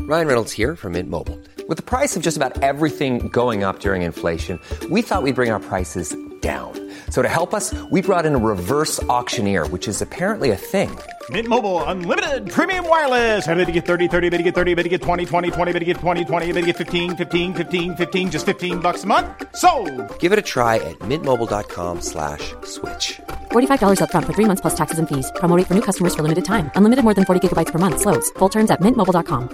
Ryan Reynolds here from Mint Mobile. With the price of just about everything going up during inflation, we thought we'd bring our prices down. So to help us, we brought in a reverse auctioneer, which is apparently a thing. Mint Mobile Unlimited Premium Wireless. How to get 30, 30, how to get 30, how to get 20, 20, 20, how to get 20, 20, how to get 15, 15, 15, 15, just $15 a month? Sold! Give it a try at mintmobile.com/switch. $45 up front for 3 months plus taxes and fees. Promo rate for new customers for limited time. Unlimited more than 40 gigabytes per month. Slows full terms at mintmobile.com.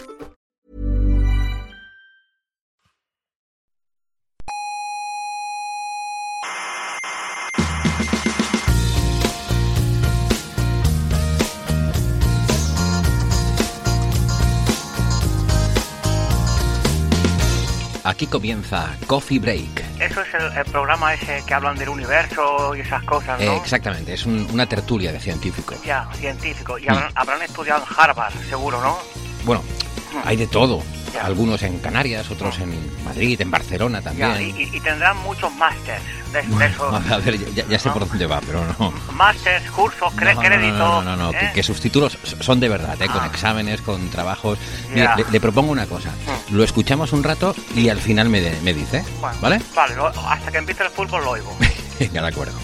Aquí comienza Coffee Break. Eso es el programa ese que hablan del universo y esas cosas, ¿no? Exactamente, es una tertulia de científicos. Ya, científicos. Y habrán estudiado en Harvard, seguro, ¿no? Bueno, hay de todo. Ya. Algunos en Canarias, otros en Madrid, en Barcelona también. Ya, y tendrán muchos másters de esos. A ver, ya sé por dónde va, pero no. Másters, cursos, créditos. No, que sus títulos son de verdad, con exámenes, con trabajos. Ya. Mira, le propongo una cosa. Lo escuchamos un rato y al final me dice, Bueno, ¿vale? Vale, hasta que empiece el fútbol lo oigo. Venga, de acuerdo.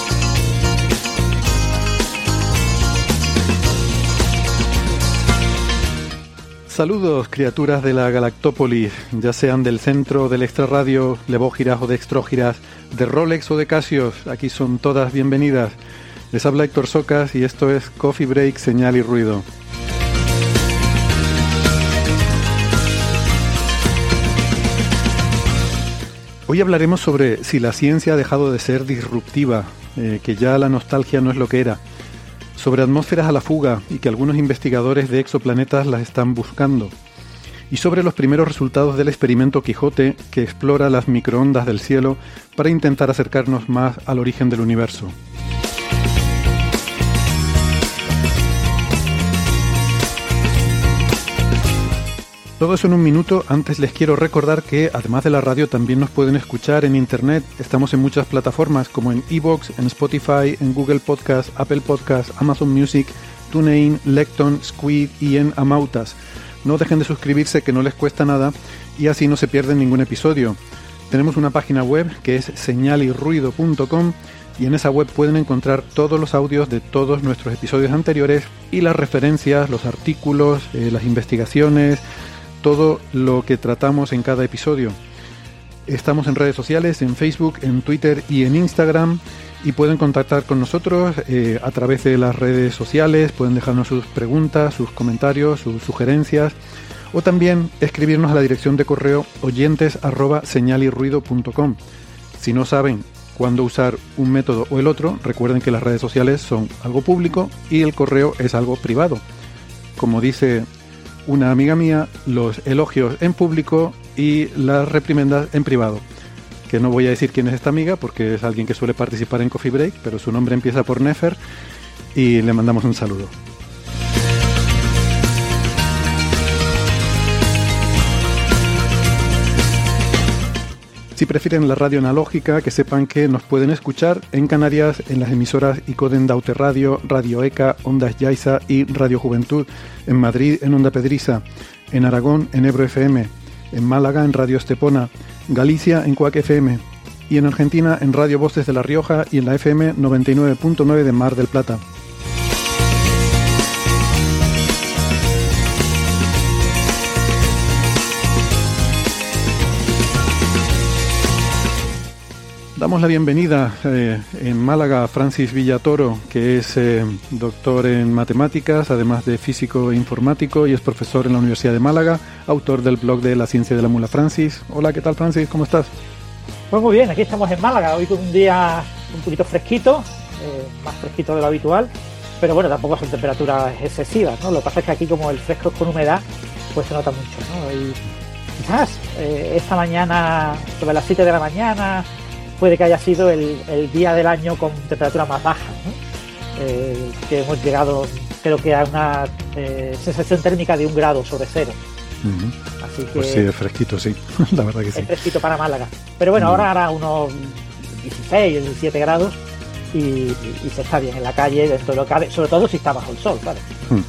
Saludos, criaturas de la Galactópolis, ya sean del centro, del extrarradio, levógiras o de extrógiras, de Rolex o de Casios, aquí son todas bienvenidas. Les habla Héctor Socas y esto es Coffee Break, Señal y Ruido. Hoy hablaremos sobre si la ciencia ha dejado de ser disruptiva, que ya la nostalgia no es lo que era. Sobre atmósferas a la fuga y que algunos investigadores de exoplanetas las están buscando. Y sobre los primeros resultados del experimento Quijote que explora las microondas del cielo para intentar acercarnos más al origen del universo. Todo eso en un minuto. Antes les quiero recordar que además de la radio también nos pueden escuchar en internet. Estamos en muchas plataformas como en iVoox, en Spotify, en Google Podcast, Apple Podcast, Amazon Music, TuneIn, Lecton, Squid y en Amautas. No dejen de suscribirse, que no les cuesta nada y así no se pierden ningún episodio. Tenemos una página web que es señalyrruido.com y en esa web pueden encontrar todos los audios de todos nuestros episodios anteriores y las referencias, los artículos, las investigaciones, todo lo que tratamos en cada episodio. Estamos en redes sociales, en Facebook, en Twitter y en Instagram y pueden contactar con nosotros a través de las redes sociales, pueden dejarnos sus preguntas, sus comentarios, sus sugerencias o también escribirnos a la dirección de correo oyentes@señalyrruido.com. Si no saben cuándo usar un método o el otro, recuerden que las redes sociales son algo público y el correo es algo privado. Como dice una amiga mía, los elogios en público y las reprimendas en privado. Que no voy a decir quién es esta amiga porque es alguien que suele participar en Coffee Break, pero su nombre empieza por Nefer y le mandamos un saludo. Si prefieren la radio analógica, que sepan que nos pueden escuchar en Canarias en las emisoras Icoden Daute Radio, Radio ECA, Ondas Yaiza y Radio Juventud, en Madrid en Onda Pedriza, en Aragón en Ebro FM, en Málaga en Radio Estepona, Galicia en Cuac FM y en Argentina en Radio Voces de La Rioja y en la FM 99.9 de Mar del Plata. Damos la bienvenida en Málaga a Francis Villatoro, que es doctor en matemáticas, además de físico e informático, y es profesor en la Universidad de Málaga, autor del blog de La Ciencia de la Mula. Francis, hola, ¿qué tal, Francis? ¿Cómo estás? Pues muy bien, aquí estamos en Málaga, hoy con un día un poquito fresquito, más fresquito de lo habitual, pero bueno, tampoco son temperaturas excesivas, ¿no? Lo que pasa es que aquí como el fresco es con humedad, pues se nota mucho, ¿no? Y quizás esta mañana, sobre las 7 de la mañana, puede que haya sido el día del año con temperatura más baja, ¿no? Que hemos llegado, creo que a una sensación térmica de 1 grado sobre cero. Uh-huh. Así que pues sí, es fresquito, sí, la verdad que sí. Es fresquito para Málaga. Pero bueno, ahora hará unos 16 o 17 grados y se está bien en la calle, dentro de lo que cabe, sobre todo si está bajo el sol, claro.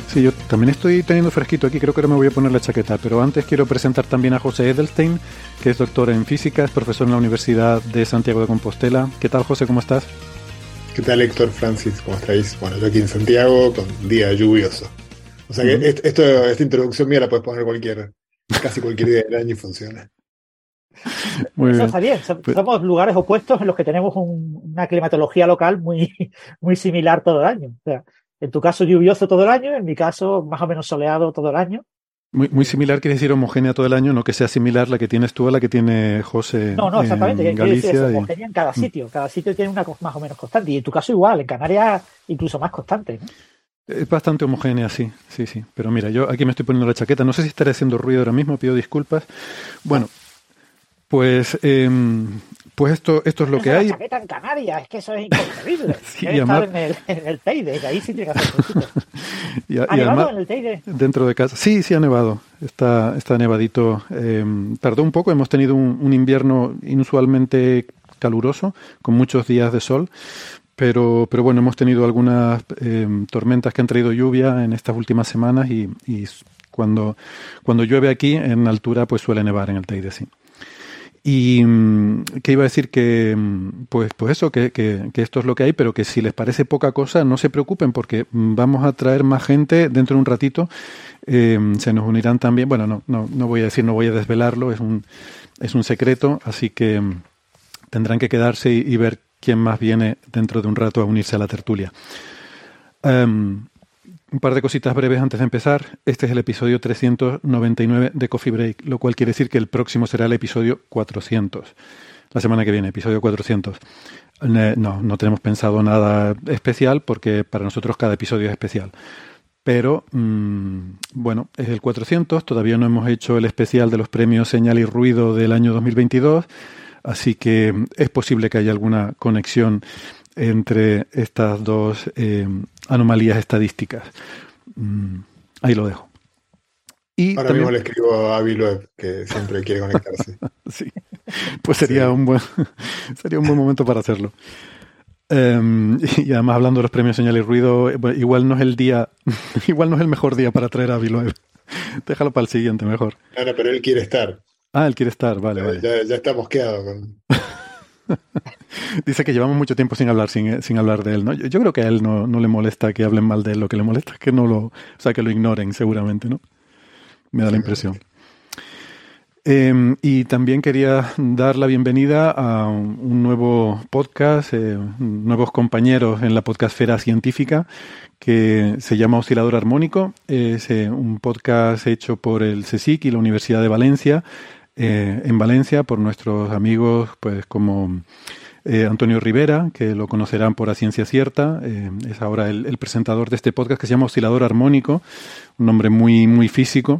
Sí, yo también estoy teniendo fresquito aquí, creo que ahora me voy a poner la chaqueta, pero antes quiero presentar también a José Edelstein, que es doctor en física, es profesor en la Universidad de Santiago de Compostela. ¿Qué tal, José? ¿Cómo estás? ¿Qué tal, Héctor, Francis? ¿Cómo estáis? Bueno, yo aquí en Santiago con día lluvioso. O sea que esta introducción mía la puedes poner casi cualquier día del año y funciona. Muy Eso bien. está bien. Somos lugares opuestos en los que tenemos una climatología local muy, muy similar todo el año. O sea, en tu caso lluvioso todo el año, en mi caso más o menos soleado todo el año. Muy similar quiere decir homogénea todo el año, no que sea similar la que tienes tú a la que tiene José No, exactamente. en Quiere decir Galicia. eso, homogénea en cada sitio. Cada sitio tiene una cosa más o menos constante. Y en tu caso igual, en Canarias incluso más constante, ¿no? Es bastante homogénea, sí. Pero mira, yo aquí me estoy poniendo la chaqueta. No sé si estaré haciendo ruido ahora mismo, pido disculpas. Bueno, pues esto es lo que hay. La chaqueta en Canarias, es que eso es inconcebible. Sí, Debe y además- estar en el Teide, que ahí sí tiene que hacer fresquito. Y ¿Ha nevado en el Teide? dentro de casa. Sí, ha nevado. Está nevadito. Tardó un poco. Hemos tenido un invierno inusualmente caluroso, con muchos días de sol. Pero bueno, hemos tenido algunas tormentas que han traído lluvia en estas últimas semanas y cuando llueve aquí en altura, pues suele nevar en el Teide, sí. Y que iba a decir que pues eso, que esto es lo que hay, pero que si les parece poca cosa, no se preocupen porque vamos a traer más gente dentro de un ratito. Se nos unirán también, bueno, no voy a decir, no voy a desvelarlo, es un secreto, así que tendrán que quedarse y ver quién más viene dentro de un rato a unirse a la tertulia. Un par de cositas breves antes de empezar. Este es el episodio 399 de Coffee Break, lo cual quiere decir que el próximo será el episodio 400. La semana que viene, episodio 400. No tenemos pensado nada especial porque para nosotros cada episodio es especial. Pero, bueno, es el 400. Todavía no hemos hecho el especial de los premios Señal y Ruido del año 2022. Así que es posible que haya alguna conexión entre estas dos anomalías estadísticas. Ahí lo dejo. Y Ahora también, mismo le escribo a Aviloeb, que siempre quiere conectarse. sí, pues sería un buen momento para hacerlo. Y además, hablando de los premios Señal y Ruido, igual no es el mejor día para traer a Aviloeb. Déjalo para el siguiente, mejor. No, pero él quiere estar. Ah, él quiere estar, vale. Ya está mosqueado con... Dice que llevamos mucho tiempo sin hablar de él, ¿no? Yo creo que a él no le molesta que hablen mal de él, lo que le molesta es que que lo ignoren seguramente, ¿no? Me da la impresión. Y también quería dar la bienvenida a un nuevo podcast, nuevos compañeros en la podcastfera científica que se llama Oscilador Armónico. Es un podcast hecho por el CSIC y la Universidad de Valencia, en Valencia, por nuestros amigos pues como Antonio Rivera, que lo conocerán por A Ciencia Cierta, es ahora el presentador de este podcast que se llama Oscilador Armónico, un nombre muy, muy físico,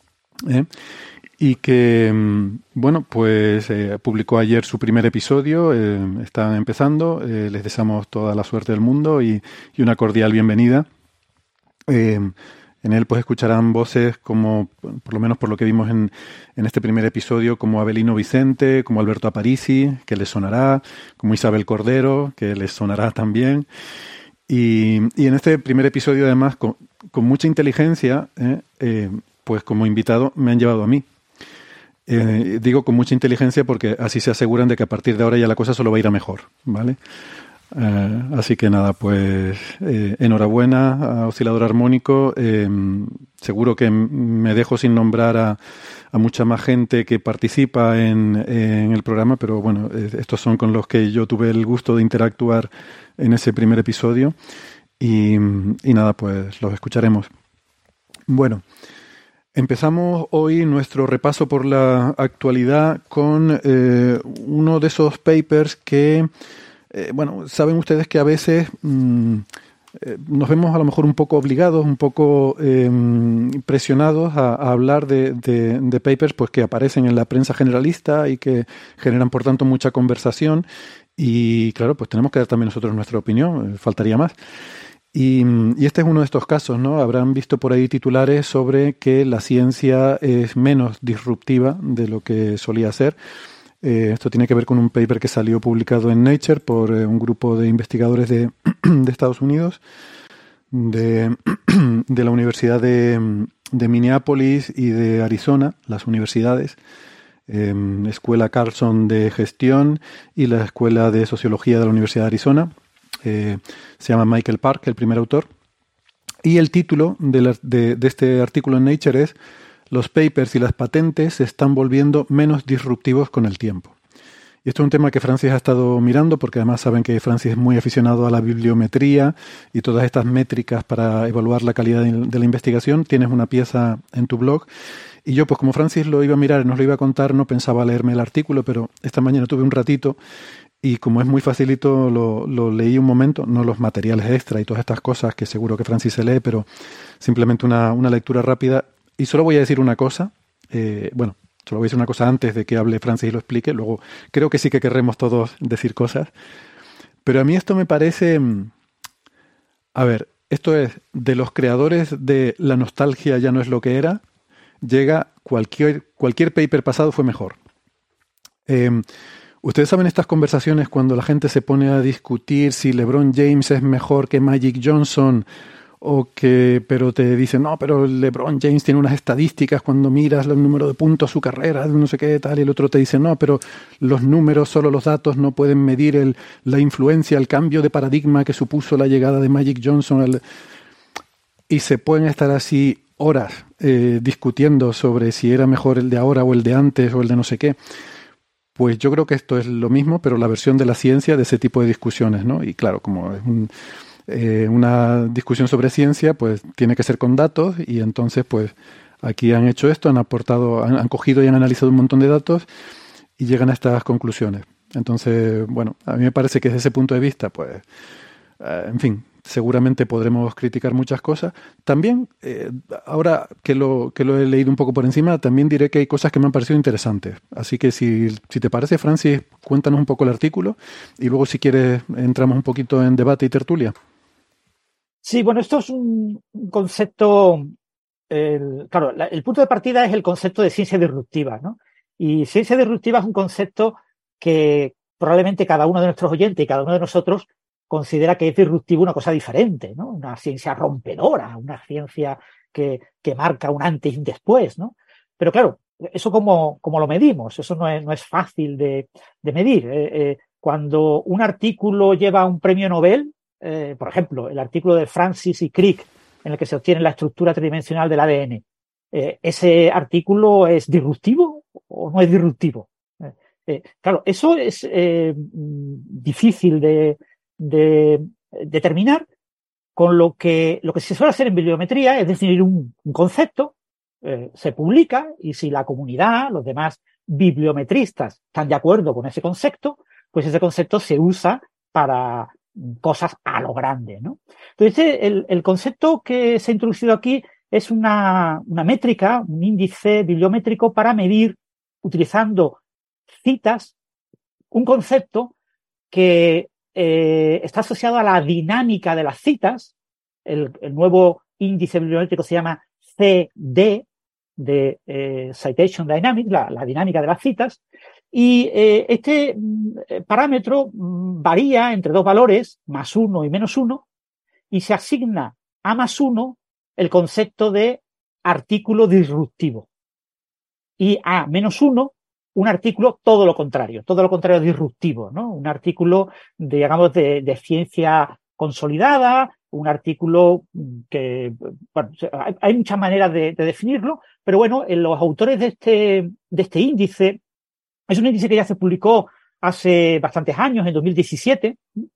y que, bueno, pues publicó ayer su primer episodio, están empezando, les deseamos toda la suerte del mundo y una cordial bienvenida. En él pues escucharán voces como, por lo menos por lo que vimos en este primer episodio, como Abelino Vicente, como Alberto Aparici, que les sonará, como Isabel Cordero, que les sonará también. Y en este primer episodio, además, con mucha inteligencia, pues como invitado me han llevado a mí. Digo con mucha inteligencia porque así se aseguran de que a partir de ahora ya la cosa solo va a ir a mejor, ¿vale? Así que nada, pues enhorabuena a Oscilador Armónico. Seguro que me dejo sin nombrar a mucha más gente que participa en el programa, pero bueno, estos son con los que yo tuve el gusto de interactuar en ese primer episodio y nada, pues los escucharemos. Bueno, empezamos hoy nuestro repaso por la actualidad con uno de esos papers que bueno, saben ustedes que a veces nos vemos a lo mejor un poco obligados, un poco presionados a hablar de papers pues que aparecen en la prensa generalista y que generan por tanto mucha conversación y claro, pues tenemos que dar también nosotros nuestra opinión, faltaría más. Y este es uno de estos casos, ¿no? Habrán visto por ahí titulares sobre que la ciencia es menos disruptiva de lo que solía ser. Esto tiene que ver con un paper que salió publicado en Nature por un grupo de investigadores de Estados Unidos, de, de la Universidad de Minneapolis y de Arizona, las universidades, Escuela Carlson de Gestión y la Escuela de Sociología de la Universidad de Arizona. Se llama Michael Park, el primer autor. Y el título de este artículo en Nature es "Los papers y las patentes se están volviendo menos disruptivos con el tiempo". Y esto es un tema que Francis ha estado mirando, porque además saben que Francis es muy aficionado a la bibliometría y todas estas métricas para evaluar la calidad de la investigación. Tienes una pieza en tu blog. Y yo, pues como Francis lo iba a mirar y nos lo iba a contar, no pensaba leerme el artículo, pero esta mañana tuve un ratito y como es muy facilito, lo leí un momento, no los materiales extra y todas estas cosas que seguro que Francis se lee, pero simplemente una lectura rápida. Y solo voy a decir una cosa, solo voy a decir una cosa antes de que hable Francis y lo explique. Luego creo que sí que querremos todos decir cosas. Pero a mí esto me parece... A ver, esto es de los creadores de La nostalgia ya no es lo que era. Llega cualquier paper pasado fue mejor. Ustedes saben estas conversaciones cuando la gente se pone a discutir si LeBron James es mejor que Magic Johnson, pero te dicen, no, pero LeBron James tiene unas estadísticas cuando miras el número de puntos su carrera, no sé qué tal, y el otro te dice, no, pero los números, solo los datos no pueden medir la influencia, el cambio de paradigma que supuso la llegada de Magic Johnson. Y se pueden estar así horas discutiendo sobre si era mejor el de ahora o el de antes o el de no sé qué. Pues yo creo que esto es lo mismo, pero la versión de la ciencia de ese tipo de discusiones, ¿no? Y claro, como es una discusión sobre ciencia, pues tiene que ser con datos, y entonces pues aquí han hecho esto, han cogido y han analizado un montón de datos y llegan a estas conclusiones. Entonces, bueno, a mí me parece que desde ese punto de vista, pues, en fin, seguramente podremos criticar muchas cosas. También, ahora que lo he leído un poco por encima, también diré que hay cosas que me han parecido interesantes. Así que si te parece, Francis, cuéntanos un poco el artículo y luego, si quieres, entramos un poquito en debate y tertulia. Sí, bueno, esto es un concepto... Claro, el punto de partida es el concepto de ciencia disruptiva, ¿no? Y ciencia disruptiva es un concepto que probablemente cada uno de nuestros oyentes y cada uno de nosotros considera que es disruptivo una cosa diferente, ¿no? Una ciencia rompedora, una ciencia que marca un antes y un después, ¿no? Pero claro, eso como lo medimos, eso no es fácil de medir. Cuando un artículo lleva un premio Nobel, por ejemplo, el artículo de Francis y Crick, en el que se obtiene la estructura tridimensional del ADN, ¿ese artículo es disruptivo o no es disruptivo? Claro, eso es difícil de determinar, con lo que se suele hacer en bibliometría es definir un concepto, se publica, y si la comunidad, los demás bibliometristas están de acuerdo con ese concepto, pues ese concepto se usa para cosas a lo grande, ¿no? Entonces, el concepto que se ha introducido aquí es una métrica, un índice bibliométrico para medir, utilizando citas, un concepto que está asociado a la dinámica de las citas. El nuevo índice bibliométrico se llama CD, de Citation Dynamics, la dinámica de las citas, y este parámetro varía entre dos valores, +1 y -1, y se asigna a +1 el concepto de artículo disruptivo, y a -1 un artículo todo lo contrario disruptivo, ¿no? Un artículo, digamos, de ciencia consolidada, un artículo que, bueno, hay muchas maneras de definirlo, pero bueno, los autores de este índice, es un índice que ya se publicó hace bastantes años, en 2017,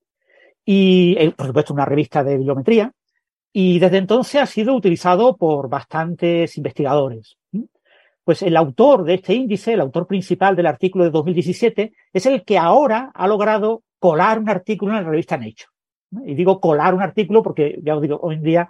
y por supuesto una revista de bibliometría, y desde entonces ha sido utilizado por bastantes investigadores. Pues el autor de este índice, el autor principal del artículo de 2017, es el que ahora ha logrado colar un artículo en la revista Nature. Y digo colar un artículo porque, ya os digo, hoy en día,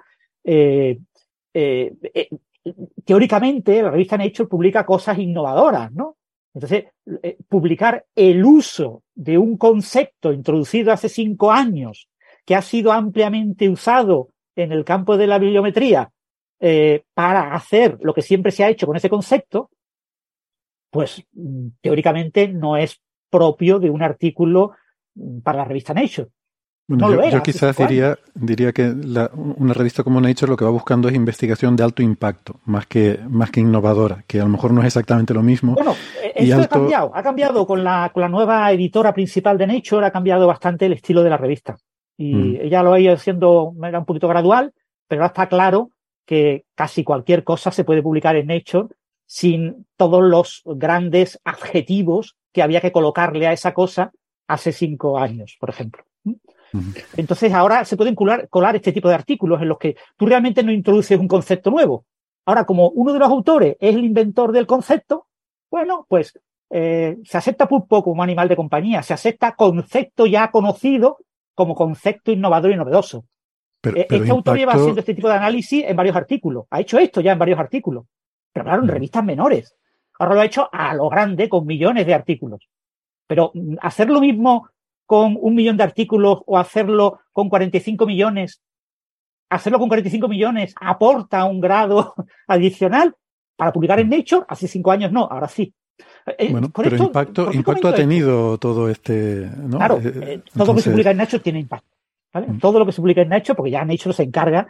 teóricamente, la revista Nature publica cosas innovadoras, ¿no? Entonces, publicar el uso de un concepto introducido hace 5 años, que ha sido ampliamente usado en el campo de la bibliometría, para hacer lo que siempre se ha hecho con ese concepto, pues teóricamente no es propio de un artículo para la revista Nature. Bueno, No lo era yo hace quizás 5 años. diría que una revista como Nature lo que va buscando es investigación de alto impacto, más que innovadora, que a lo mejor no es exactamente lo mismo. Bueno, Y esto alto, ha cambiado con la nueva editora principal de Nature, ha cambiado bastante el estilo de la revista. Y ella lo ha ido haciendo de manera un poquito gradual, pero ahora está claro que casi cualquier cosa se puede publicar en Nature sin todos los grandes adjetivos que había que colocarle a esa cosa hace 5 años, por ejemplo. Entonces ahora se pueden colar este tipo de artículos en los que tú realmente no introduces un concepto nuevo. Ahora, como uno de los autores es el inventor del concepto, bueno, pues se acepta pulpo como animal de compañía, se acepta concepto ya conocido como concepto innovador y novedoso. pero Este autor lleva impacto, haciendo este tipo de análisis en varios artículos. Ha hecho esto ya en varios artículos. Pero claro, en revistas menores. Ahora lo ha hecho a lo grande con millones de artículos. Pero hacer lo mismo con 1 millón de artículos o hacerlo con 45 millones, hacerlo con 45 millones aporta un grado adicional para publicar en Nature. Hace 5 años no, ahora sí. bueno, Con pero esto, impacto ¿por qué ha comento esto? tenido todo este, ¿no? Claro, todo lo que se Entonces, publica en Nature tiene impacto. ¿Vale? Todo lo que se publica en Nature, porque ya Nature se encarga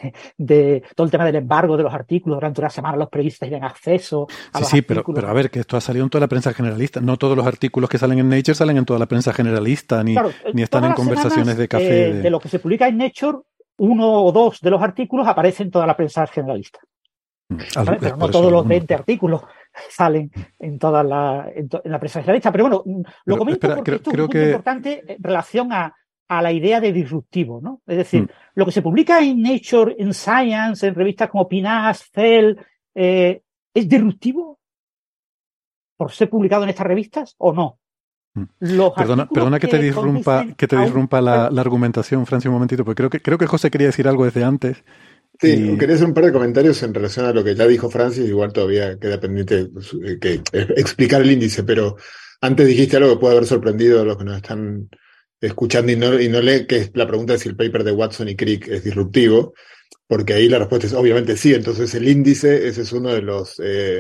de todo el tema del embargo de los artículos. Durante una semana los periodistas tienen acceso a los sí, artículos. pero a ver, que esto ha salido en toda la prensa generalista. No todos los artículos que salen en Nature salen en toda la prensa generalista, ni Claro, están todas en las conversaciones semanas, de café. de lo que se publica en Nature, 1 o 2 de los artículos aparecen en toda la prensa generalista. ¿Vale? Pero no todos los 20 artículos salen en toda en la prensa generalista. Pero bueno, lo comento espera, porque esto es creo un punto que importante en relación a la idea de disruptivo, ¿no? Es decir, lo que se publica en Nature, en Science, en revistas como PNAS, Cell, ¿es disruptivo por ser publicado en estas revistas o no? Perdona que te disrumpa la argumentación, Francis, un momentito, porque creo que José quería decir algo desde antes. Sí, quería hacer un par de comentarios en relación a lo que ya dijo Francis. Igual todavía queda pendiente explicar el índice, pero antes dijiste algo que puede haber sorprendido a los que nos están escuchando y no lee, que es la pregunta de si el paper de Watson y Crick es disruptivo, porque ahí la respuesta es obviamente sí. Entonces el índice, ese es uno de los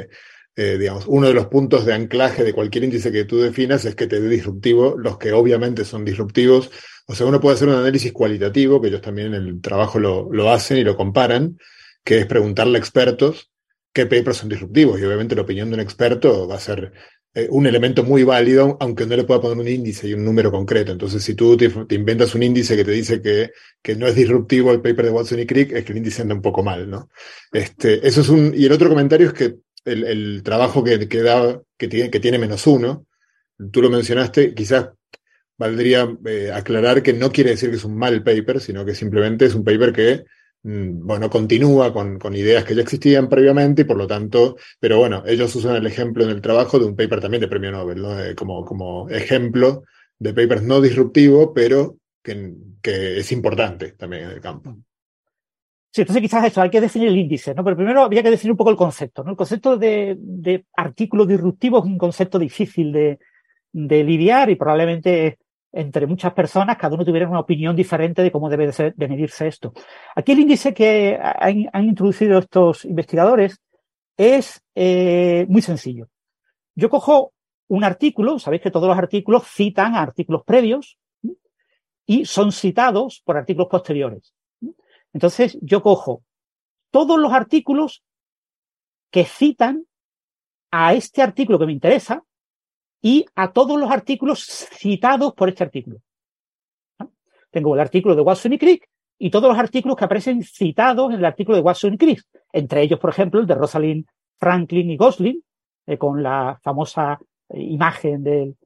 uno de los puntos de anclaje de cualquier índice que tú definas, es que te dé disruptivo los que obviamente son disruptivos. O sea, uno puede hacer un análisis cualitativo, que ellos también en el trabajo lo hacen y lo comparan, que es preguntarle a expertos qué papers son disruptivos. Y obviamente la opinión de un experto va a ser un elemento muy válido, aunque no le pueda poner un índice y un número concreto. Entonces, si tú te inventas un índice que te dice que no es disruptivo el paper de Watson y Crick, es que el índice anda un poco mal, ¿no? Eso es y el otro comentario es que el trabajo que tiene -1, tú lo mencionaste, quizás valdría aclarar que no quiere decir que es un mal paper, sino que simplemente es un paper que continúa con ideas que ya existían previamente y por lo tanto, pero bueno, ellos usan el ejemplo en el trabajo de un paper también de premio Nobel, ¿no? Como ejemplo de papers no disruptivo, pero que es importante también en el campo. Sí, entonces quizás eso, hay que definir el índice, ¿no? Pero primero habría que definir un poco el concepto, ¿no? El concepto de artículo disruptivo es un concepto difícil de lidiar y probablemente entre muchas personas cada uno tuviera una opinión diferente de cómo debe de medirse esto. Aquí el índice que han introducido estos investigadores es muy sencillo. Yo cojo un artículo, sabéis que todos los artículos citan a artículos previos y son citados por artículos posteriores. Entonces yo cojo todos los artículos que citan a este artículo que me interesa y a todos los artículos citados por este artículo. ¿No? Tengo el artículo de Watson y Crick y todos los artículos que aparecen citados en el artículo de Watson y Crick. Entre ellos, por ejemplo, el de Rosalind Franklin y Gosling, con la famosa imagen del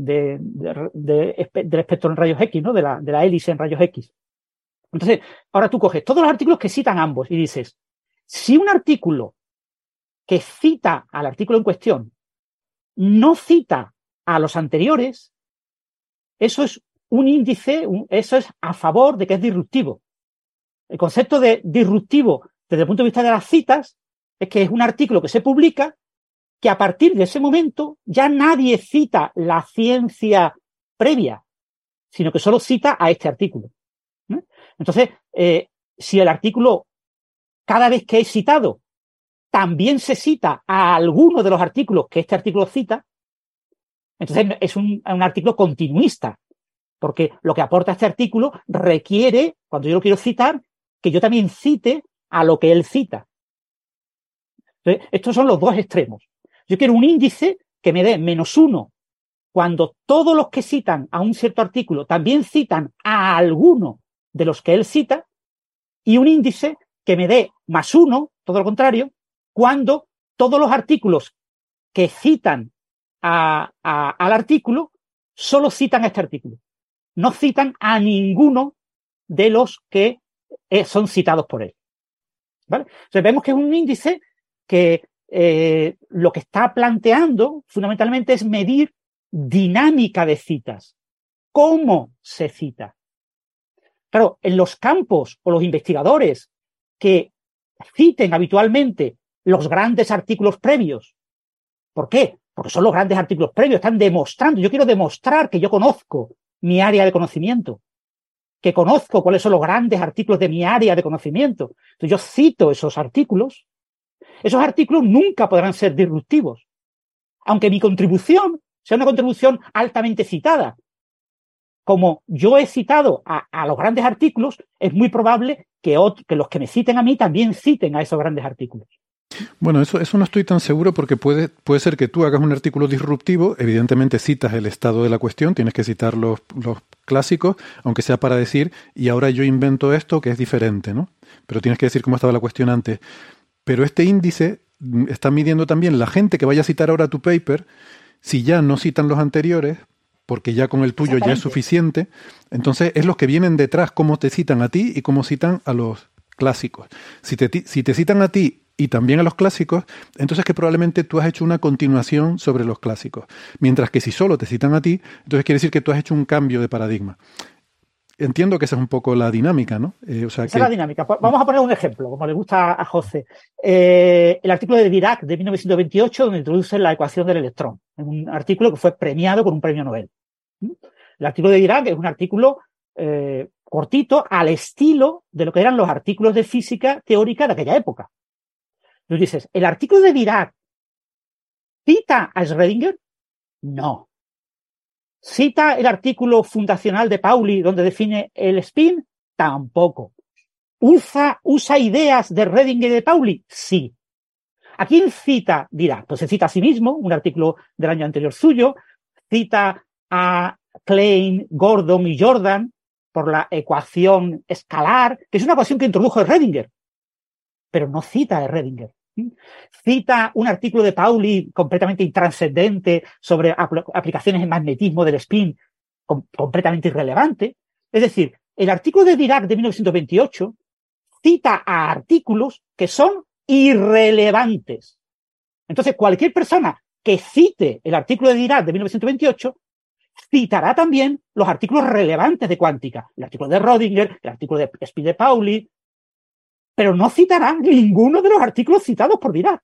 espectro en rayos X, ¿no? de la hélice en rayos X. Entonces, ahora tú coges todos los artículos que citan ambos y dices, si un artículo que cita al artículo en cuestión no cita a los anteriores, eso es un índice, eso es a favor de que es disruptivo. El concepto de disruptivo desde el punto de vista de las citas es que es un artículo que se publica que a partir de ese momento ya nadie cita la ciencia previa, sino que solo cita a este artículo. Entonces, si el artículo, cada vez que es citado, también se cita a alguno de los artículos que este artículo cita, entonces es un artículo continuista. porque lo que aporta este artículo requiere, cuando yo lo quiero citar, que yo también cite a lo que él cita. Entonces, estos son los dos extremos. Yo quiero un índice que me dé -1 cuando todos los que citan a un cierto artículo también citan a alguno de los que él cita, y un índice que me dé +1, todo lo contrario, cuando todos los artículos que citan al artículo solo citan a este artículo. No citan a ninguno de los que son citados por él. ¿Vale? Entonces vemos que es un índice que lo que está planteando fundamentalmente es medir dinámica de citas. ¿Cómo se cita? Claro, en los campos o los investigadores que citen habitualmente los grandes artículos previos. ¿Por qué? Porque son los grandes artículos previos, están demostrando. Yo quiero demostrar que yo conozco mi área de conocimiento, que conozco cuáles son los grandes artículos de mi área de conocimiento. Entonces yo cito esos artículos. Esos artículos nunca podrán ser disruptivos, aunque mi contribución sea una contribución altamente citada. Como yo he citado a los grandes artículos, es muy probable que los que me citen a mí también citen a esos grandes artículos. Bueno, eso no estoy tan seguro porque puede ser que tú hagas un artículo disruptivo, evidentemente citas el estado de la cuestión, tienes que citar los clásicos, aunque sea para decir, y ahora yo invento esto que es diferente, ¿no? Pero tienes que decir cómo estaba la cuestión antes. Pero este índice está midiendo también la gente que vaya a citar ahora tu paper, si ya no citan los anteriores, porque ya con el tuyo ya es suficiente, entonces es los que vienen detrás, cómo te citan a ti y cómo citan a los clásicos. Si te citan a ti y también a los clásicos, entonces que probablemente tú has hecho una continuación sobre los clásicos. Mientras que si solo te citan a ti, entonces quiere decir que tú has hecho un cambio de paradigma. Entiendo que esa es un poco la dinámica, ¿no? Esa es la dinámica. Vamos a poner un ejemplo, como le gusta a José. El artículo de Dirac de 1928, donde introduce la ecuación del electrón. Es un artículo que fue premiado con un premio Nobel. El artículo de Dirac es un artículo cortito, al estilo de lo que eran los artículos de física teórica de aquella época. Tú dices, ¿el artículo de Dirac cita a Schrödinger? No. ¿Cita el artículo fundacional de Pauli donde define el spin? Tampoco. ¿Usa ideas de Schrödinger y de Pauli? Sí. ¿A quién cita Dirac? Pues se cita a sí mismo, un artículo del año anterior suyo, cita a Klein, Gordon y Jordan por la ecuación escalar, que es una ecuación que introdujo Schrödinger, pero no cita a Schrödinger. Cita un artículo de Pauli completamente intranscendente sobre aplicaciones en magnetismo del spin, completamente irrelevante. Es decir, el artículo de Dirac de 1928 cita a artículos que son irrelevantes. Entonces, cualquier persona que cite el artículo de Dirac de 1928 citará también los artículos relevantes de cuántica, el artículo de Schrödinger, el artículo de spin de Pauli, pero no citará ninguno de los artículos citados por Dirac.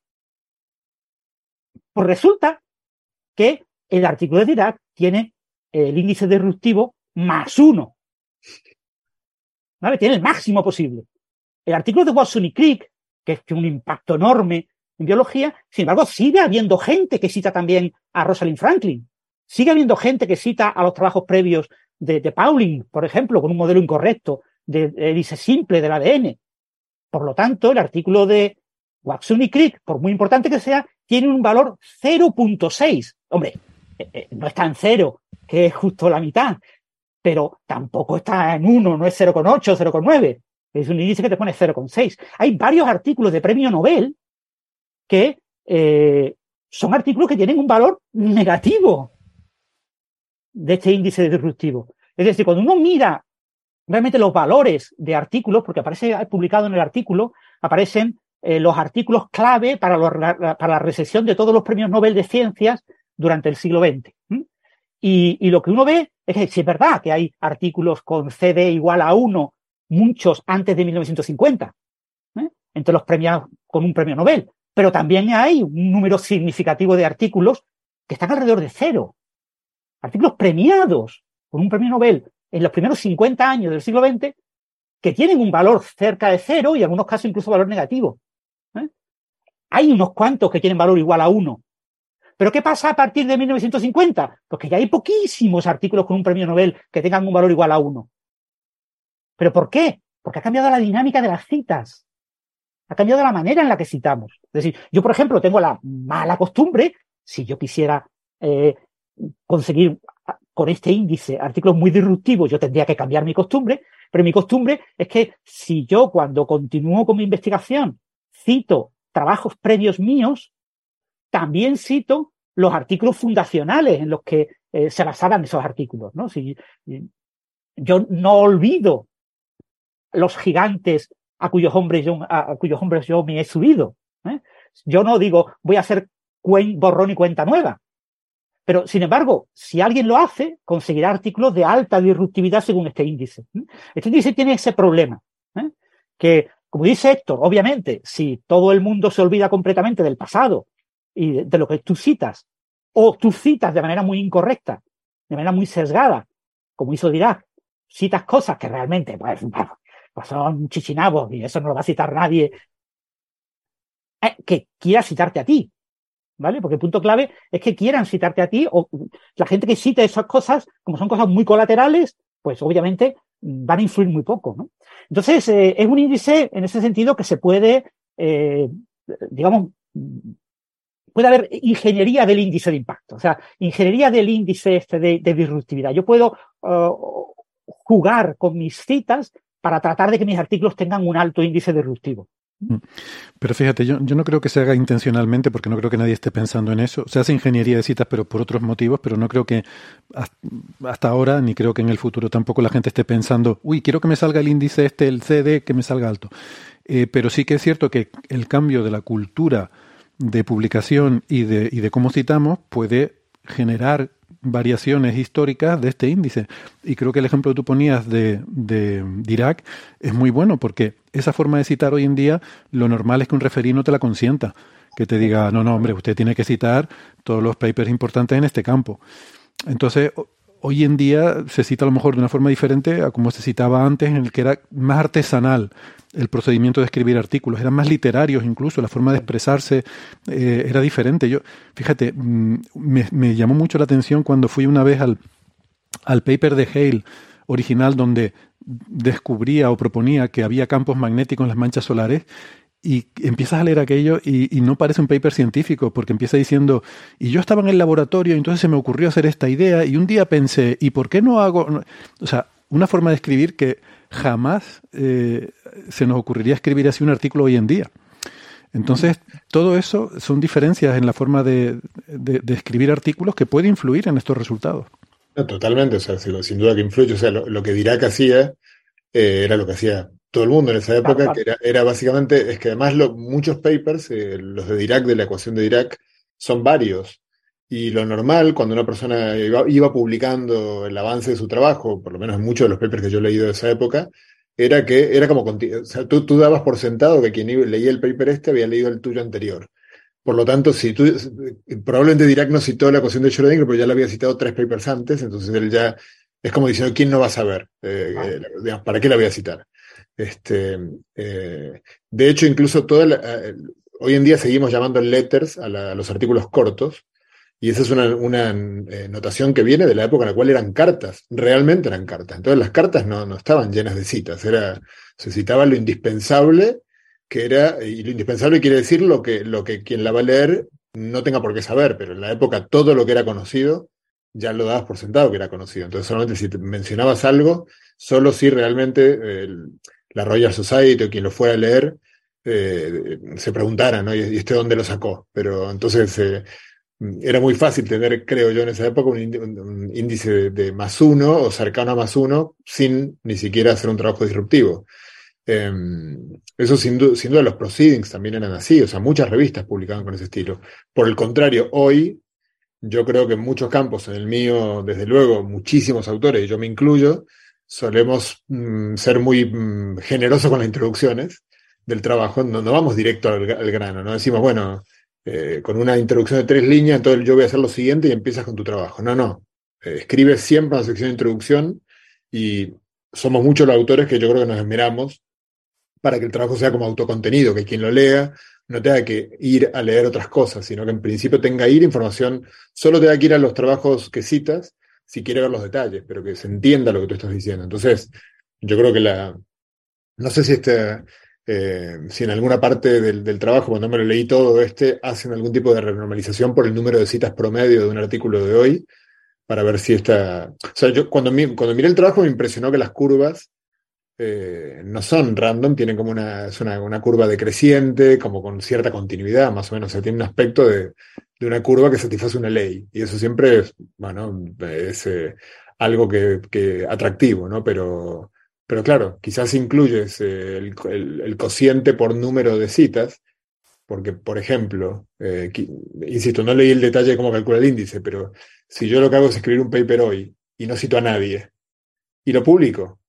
Pues resulta que el artículo de Dirac tiene el índice disruptivo +1. ¿Vale? Tiene el máximo posible. El artículo de Watson y Crick, que tiene un impacto enorme en biología, sin embargo, sigue habiendo gente que cita también a Rosalind Franklin. Sigue habiendo gente que cita a los trabajos previos de Pauling, por ejemplo, con un modelo incorrecto de hélice simple del ADN. Por lo tanto, el artículo de Watson y Crick, por muy importante que sea, tiene un valor 0.6. Hombre, no está en 0, que es justo la mitad, pero tampoco está en 1, no es 0.8, 0.9. Es un índice que te pone 0.6. Hay varios artículos de premio Nobel que son artículos que tienen un valor negativo de este índice disruptivo. Es decir, cuando uno mira realmente los valores de artículos, porque aparece publicado en el artículo, aparecen los artículos clave para la recepción de todos los premios Nobel de Ciencias durante el siglo XX. Y lo que uno ve es que sí es verdad que hay artículos con CD igual a 1, muchos antes de 1950, entre los premiados con un premio Nobel, pero también hay un número significativo de artículos que están alrededor de 0. Artículos premiados con un premio Nobel en los primeros 50 años del siglo XX que tienen un valor cerca de 0 y en algunos casos incluso valor negativo. Hay unos cuantos que tienen valor igual a 1. ¿Pero qué pasa a partir de 1950? Pues que ya hay poquísimos artículos con un premio Nobel que tengan un valor igual a 1. ¿Pero por qué? Porque ha cambiado la dinámica de las citas. Ha cambiado la manera en la que citamos. Es decir, yo, por ejemplo, tengo la mala costumbre, si yo quisiera conseguir con este índice artículos muy disruptivos, yo tendría que cambiar mi costumbre, pero mi costumbre es que si yo, cuando continúo con mi investigación, cito trabajos previos míos, también cito los artículos fundacionales en los que se basaban esos artículos, ¿no? Si yo no olvido los gigantes a cuyos hombres yo me he subido, ¿eh? Yo no digo, voy a hacer borrón y cuenta nueva. Pero, sin embargo, si alguien lo hace, conseguirá artículos de alta disruptividad según este índice. Este índice tiene ese problema, que, como dice Héctor, obviamente, si todo el mundo se olvida completamente del pasado y de lo que tú citas, o tú citas de manera muy incorrecta, de manera muy sesgada, como hizo Dirac, citas cosas que realmente pues son chichinabos y eso no lo va a citar nadie, que quiera citarte a ti, ¿vale? Porque el punto clave es que quieran citarte a ti, o la gente que cita esas cosas, como son cosas muy colaterales, pues obviamente van a influir muy poco, ¿no? Entonces, es un índice en ese sentido que se puede, digamos, puede haber ingeniería del índice de impacto, o sea, ingeniería del índice de disruptividad. Yo puedo jugar con mis citas para tratar de que mis artículos tengan un alto índice disruptivo. Pero fíjate, yo no creo que se haga intencionalmente, porque no creo que nadie esté pensando en eso. Se hace ingeniería de citas, pero por otros motivos, pero no creo que hasta ahora, ni creo que en el futuro tampoco la gente esté pensando, quiero que me salga el índice el CD, que me salga alto. Pero sí que es cierto que el cambio de la cultura de publicación y de cómo citamos puede generar variaciones históricas de este índice. Y creo que el ejemplo que tú ponías de Dirac es muy bueno, porque esa forma de citar hoy en día, lo normal es que un referí no te la consienta, que te diga, no, hombre, usted tiene que citar todos los papers importantes en este campo. Entonces, hoy en día se cita a lo mejor de una forma diferente a como se citaba antes, en el que era más artesanal el procedimiento de escribir artículos, eran más literarios incluso, la forma de expresarse era diferente. Fíjate, me llamó mucho la atención cuando fui una vez al paper de Hale original, donde descubría o proponía que había campos magnéticos en las manchas solares, y empiezas a leer aquello y no parece un paper científico, porque empieza diciendo, y yo estaba en el laboratorio y entonces se me ocurrió hacer esta idea y un día pensé, ¿y por qué no hago? O sea, una forma de escribir que jamás se nos ocurriría escribir así un artículo hoy en día. Entonces, todo eso son diferencias en la forma de escribir artículos que puede influir en estos resultados. No, totalmente, o sea, sin duda que influye. O sea, lo que Dirac hacía era lo que hacía todo el mundo en esa época, que era básicamente, es que además muchos papers, los de Dirac, de la ecuación de Dirac, son varios. Y lo normal, cuando una persona iba publicando el avance de su trabajo, por lo menos en muchos de los papers que yo he leído de esa época, era como, o sea, tú dabas por sentado que quien leía el paper había leído el tuyo anterior. Por lo tanto, probablemente Dirac no citó la ecuación de Schrödinger, pero ya la había citado 3 papers antes, entonces él ya es como diciendo, ¿quién no va a saber? Digamos, ¿para qué la voy a citar? De hecho, incluso hoy en día seguimos llamando letters a los artículos cortos, y esa es una notación que viene de la época en la cual eran cartas, realmente eran cartas. Entonces las cartas no estaban llenas de citas, se citaba lo indispensable, y lo indispensable quiere decir lo que quien la va a leer no tenga por qué saber, pero en la época todo lo que era conocido ya lo dabas por sentado que era conocido. Entonces solamente si mencionabas algo, solo si realmente la Royal Society o quien lo fuera a leer se preguntara, ¿no? ¿Y este dónde lo sacó? Pero entonces era muy fácil tener, creo yo, en esa época un índice de +1 o cercano a +1 sin ni siquiera hacer un trabajo disruptivo. Eso sin duda los proceedings también eran así, o sea, muchas revistas publicaban con ese estilo. Por el contrario, hoy yo creo que en muchos campos, en el mío, desde luego, muchísimos autores, y yo me incluyo, solemos ser muy generosos con las introducciones del trabajo, no vamos directo al grano, no decimos, bueno, con una introducción de 3 líneas, entonces yo voy a hacer lo siguiente y empiezas con tu trabajo. No. Escribes siempre una sección de introducción y somos muchos los autores que yo creo que nos esmeramos para que el trabajo sea como autocontenido, que quien lo lea no tenga que ir a leer otras cosas, sino que en principio tenga que ir información, solo tenga que ir a los trabajos que citas si quiere ver los detalles, pero que se entienda lo que tú estás diciendo. Entonces, yo creo que no sé si en alguna parte del trabajo, cuando me lo leí todo, hacen algún tipo de renormalización por el número de citas promedio de un artículo de hoy, para ver si o sea, yo cuando miré el trabajo me impresionó que las curvas no son random, tienen como es una curva decreciente, como con cierta continuidad, más o menos. O sea, tiene un aspecto de una curva que satisface una ley. Y eso siempre es algo que atractivo, ¿no? Pero claro, quizás incluyes el cociente por número de citas, porque, por ejemplo, insisto, no leí el detalle de cómo calcula el índice, pero si yo lo que hago es escribir un paper hoy y no cito a nadie, y lo publico,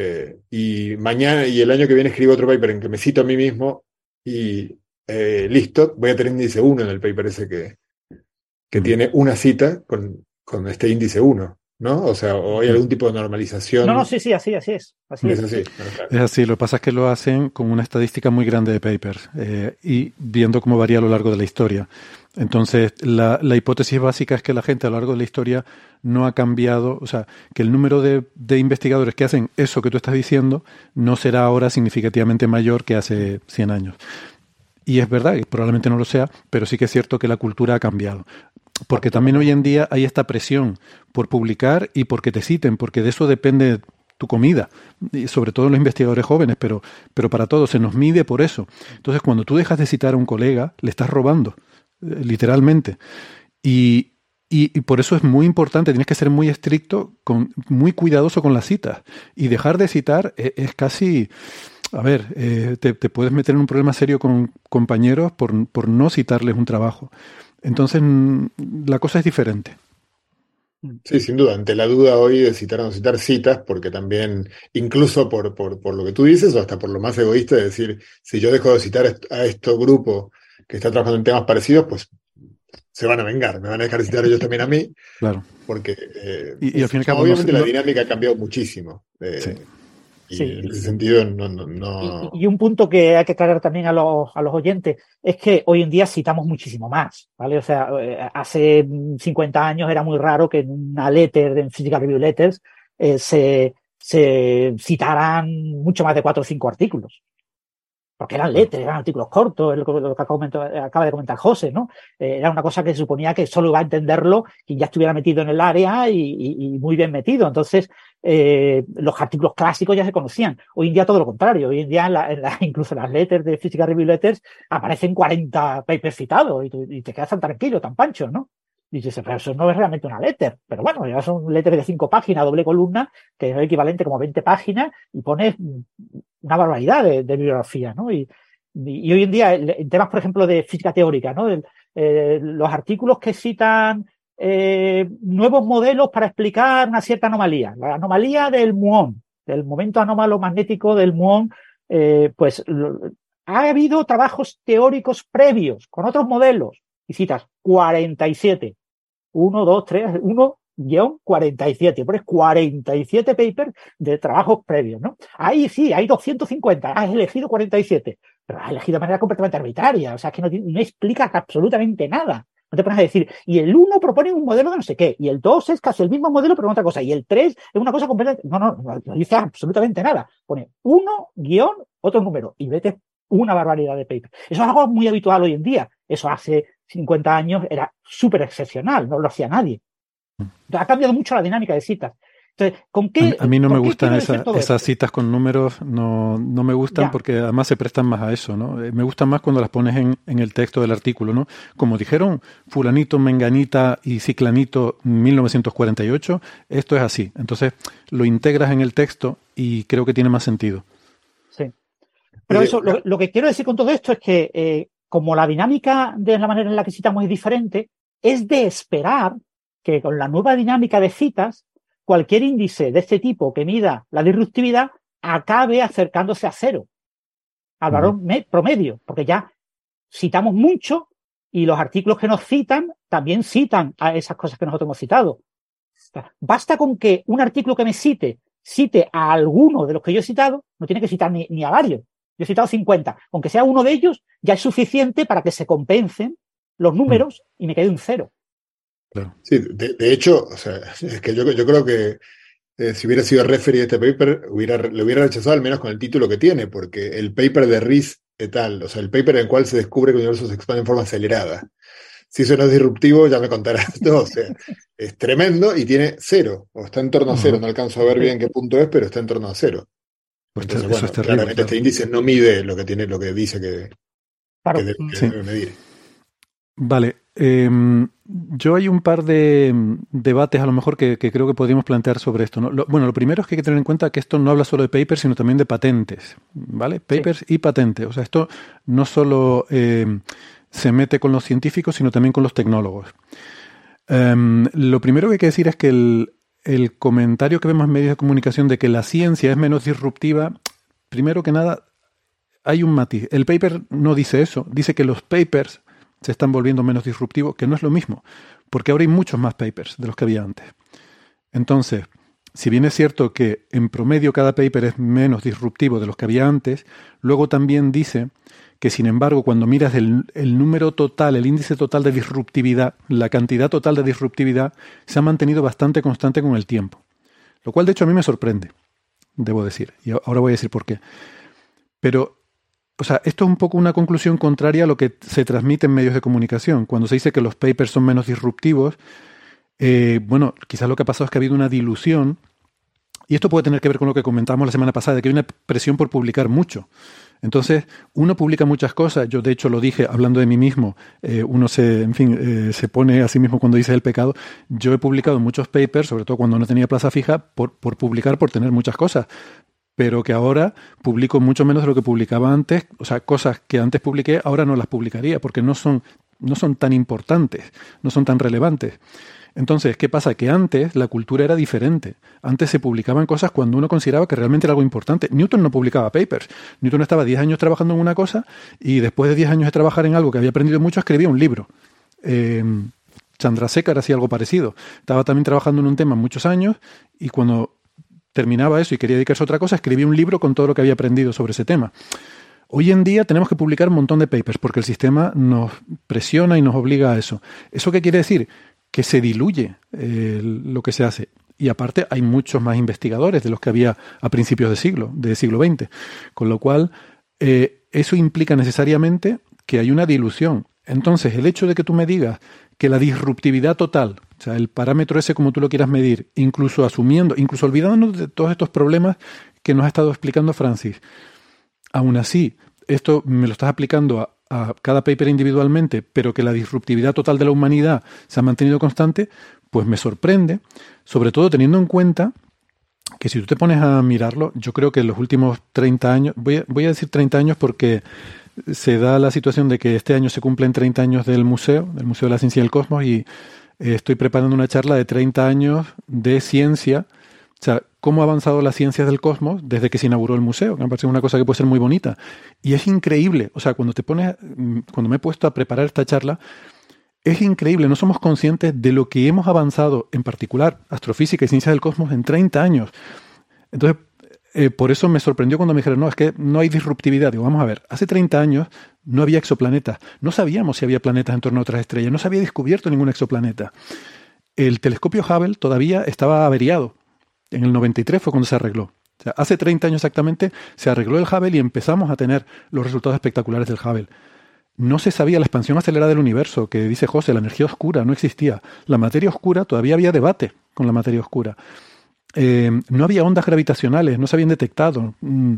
y mañana y el año que viene escribo otro paper en que me cito a mí mismo y listo, voy a tener índice 1 en el paper ese que tiene una cita con este índice 1, ¿no? O sea, o hay algún tipo de normalización. No, sí, así es. Es así. Bueno, claro. Es así, lo que pasa es que lo hacen con una estadística muy grande de papers y viendo cómo varía a lo largo de la historia. Entonces, la hipótesis básica es que la gente a lo largo de la historia no ha cambiado, o sea, que el número de investigadores que hacen eso que tú estás diciendo no será ahora significativamente mayor que hace 100 años. Y es verdad, y probablemente no lo sea, pero sí que es cierto que la cultura ha cambiado. Porque también hoy en día hay esta presión por publicar y porque te citen, porque de eso depende tu comida, y sobre todo los investigadores jóvenes, pero para todos se nos mide por eso. Entonces, cuando tú dejas de citar a un colega, le estás robando, literalmente. Y por eso es muy importante, tienes que ser muy estricto, muy cuidadoso con las citas. Y dejar de citar es casi... A ver, te puedes meter en un problema serio con compañeros por no citarles un trabajo. Entonces, la cosa es diferente. Sí, sin duda. Ante la duda hoy de citar o no citar, citas, porque también, incluso por lo que tú dices, o hasta por lo más egoísta, de decir, si yo dejo de citar a este grupo que está trabajando en temas parecidos, pues se van a vengar, me van a dejar de citar ellos también a mí. Claro. Porque y al fin y al cabo, obviamente la dinámica ha cambiado muchísimo. Sí. Y en ese sentido no... Y un punto que hay que aclarar también a los oyentes es que hoy en día citamos muchísimo más, ¿vale? O sea, hace 50 años era muy raro que en una letter, en Physical Review Letters, se citaran mucho más de 4 o 5 artículos. Porque eran letters, eran artículos cortos, lo que acaba de comentar José, ¿no? Era una cosa que se suponía que solo iba a entenderlo quien ya estuviera metido en el área y muy bien metido. Entonces, los artículos clásicos ya se conocían. Hoy en día todo lo contrario. Hoy en día incluso en las letters de Physical Review Letters aparecen 40 papers citados y te quedas tan tranquilo, tan pancho, ¿no? Y dices, pero eso no es realmente una letter. Pero bueno, ya son letters de 5 páginas, doble columna, que es el equivalente como a 20 páginas y pones una barbaridad de bibliografía, ¿no? Y hoy en día, en temas, por ejemplo, de física teórica, ¿no? Los artículos que citan nuevos modelos para explicar una cierta anomalía. La anomalía del muón, del momento anómalo magnético del muón, ha habido trabajos teóricos previos con otros modelos y citas 47. 1-2-3-1-47. Pones 47 papers de trabajos previos, ¿no? Ahí sí, hay 250. Has elegido 47. Pero has elegido de manera completamente arbitraria. O sea, es que no explicas absolutamente nada. No te pones a decir, y el 1 propone un modelo de no sé qué, y el 2 es casi el mismo modelo, pero otra cosa, y el 3 es una cosa completamente... No dice absolutamente nada. Pone 1 guión, otro número, y vete una barbaridad de papers. Eso es algo muy habitual hoy en día. Eso hace 50 años era súper excepcional, no lo hacía nadie. Ha cambiado mucho la dinámica de citas. Entonces, ¿con qué? A mí no me gustan esas citas con números, no me gustan porque además se prestan más a eso, ¿no? Me gustan más cuando las pones en el texto del artículo, ¿no? Como dijeron fulanito, menganita y ciclanito 1948, esto es así. Entonces, lo integras en el texto y creo que tiene más sentido. Sí. Pero eso, lo que quiero decir con todo esto es que como la dinámica de la manera en la que citamos es diferente, es de esperar que con la nueva dinámica de citas, cualquier índice de este tipo que mida la disruptividad acabe acercándose a cero, al valor promedio, porque ya citamos mucho y los artículos que nos citan también citan a esas cosas que nosotros hemos citado. Basta con que un artículo que me cite a alguno de los que yo he citado, no tiene que citar ni a varios. Yo he citado 50. Aunque sea uno de ellos, ya es suficiente para que se compensen los números y me quede un 0. Claro. Sí, de hecho, o sea, es que yo creo que si hubiera sido referee de este paper, le hubiera rechazado al menos con el título que tiene, porque el paper de Riess et al, o sea, el paper en el cual se descubre que el universo se expande en forma acelerada. Si eso no es disruptivo, ya me contarás. No, o sea, es tremendo y tiene 0, o está en torno a 0. No alcanzo a ver bien qué punto es, pero está en torno a 0. Pues entonces, eso bueno, es terrible, claramente claro. este índice no mide lo que dice que debe medir. Vale. Yo hay un par de debates a lo mejor que creo que podríamos plantear sobre esto, ¿no? Lo primero es que hay que tener en cuenta que esto no habla solo de papers, sino también de patentes, ¿vale? Papers y patentes. O sea, esto no solo se mete con los científicos, sino también con los tecnólogos. Lo primero que hay que decir es que el comentario que vemos en medios de comunicación de que la ciencia es menos disruptiva, primero que nada, hay un matiz. El paper no dice eso, dice que los papers se están volviendo menos disruptivos, que no es lo mismo, porque ahora hay muchos más papers de los que había antes. Entonces, si bien es cierto que en promedio cada paper es menos disruptivo de los que había antes, luego también dice que, sin embargo, cuando miras el número total, el índice total de disruptividad, la cantidad total de disruptividad, se ha mantenido bastante constante con el tiempo. Lo cual, de hecho, a mí me sorprende, debo decir. Y ahora voy a decir por qué. Pero, o sea, esto es un poco una conclusión contraria a lo que se transmite en medios de comunicación. Cuando se dice que los papers son menos disruptivos, bueno, quizás lo que ha pasado es que ha habido una dilución, y esto puede tener que ver con lo que comentamos la semana pasada, de que hay una presión por publicar mucho. Entonces, uno publica muchas cosas. Yo, de hecho, lo dije hablando de mí mismo. Uno se pone a sí mismo cuando dice el pecado. Yo he publicado muchos papers, sobre todo cuando no tenía plaza fija, por publicar, por tener muchas cosas. Pero que ahora publico mucho menos de lo que publicaba antes. O sea, cosas que antes publiqué, ahora no las publicaría, porque no son tan importantes, no son tan relevantes. Entonces, ¿qué pasa? Que antes la cultura era diferente. Antes se publicaban cosas cuando uno consideraba que realmente era algo importante. Newton no publicaba papers. Newton estaba 10 años trabajando en una cosa y después de 10 años de trabajar en algo que había aprendido mucho, escribía un libro. Chandrasekhar hacía algo parecido. Estaba también trabajando en un tema muchos años y cuando terminaba eso y quería dedicarse a otra cosa, escribía un libro con todo lo que había aprendido sobre ese tema. Hoy en día tenemos que publicar un montón de papers porque el sistema nos presiona y nos obliga a eso. ¿Eso qué quiere decir? Que se diluye lo que se hace. Y aparte hay muchos más investigadores de los que había a principios del siglo XX. Con lo cual, eso implica necesariamente que hay una dilución. Entonces, el hecho de que tú me digas que la disruptividad total, o sea, el parámetro ese como tú lo quieras medir, incluso olvidándonos de todos estos problemas que nos ha estado explicando Francis, aún así, esto me lo estás aplicando a cada paper individualmente, pero que la disruptividad total de la humanidad se ha mantenido constante, pues me sorprende, sobre todo teniendo en cuenta que si tú te pones a mirarlo, yo creo que en los últimos 30 años, voy a decir 30 años porque se da la situación de que este año se cumplen 30 años del Museo de la Ciencia y el Cosmos, y estoy preparando una charla de 30 años de ciencia. O sea, cómo ha avanzado la ciencia del cosmos desde que se inauguró el museo, que me parece una cosa que puede ser muy bonita. Y es increíble, o sea, cuando me he puesto a preparar esta charla, es increíble, no somos conscientes de lo que hemos avanzado, en particular astrofísica y ciencia del cosmos, en 30 años. Entonces, por eso me sorprendió cuando me dijeron, no, es que no hay disruptividad. Digo, vamos a ver, hace 30 años no había exoplanetas, no sabíamos si había planetas en torno a otras estrellas, no se había descubierto ningún exoplaneta. El telescopio Hubble todavía estaba averiado. En el 93 fue cuando se arregló. O sea, hace 30 años exactamente se arregló el Hubble y empezamos a tener los resultados espectaculares del Hubble. No se sabía la expansión acelerada del universo, que dice José, la energía oscura no existía. La materia oscura, todavía había debate con la materia oscura. No había ondas gravitacionales, no se habían detectado.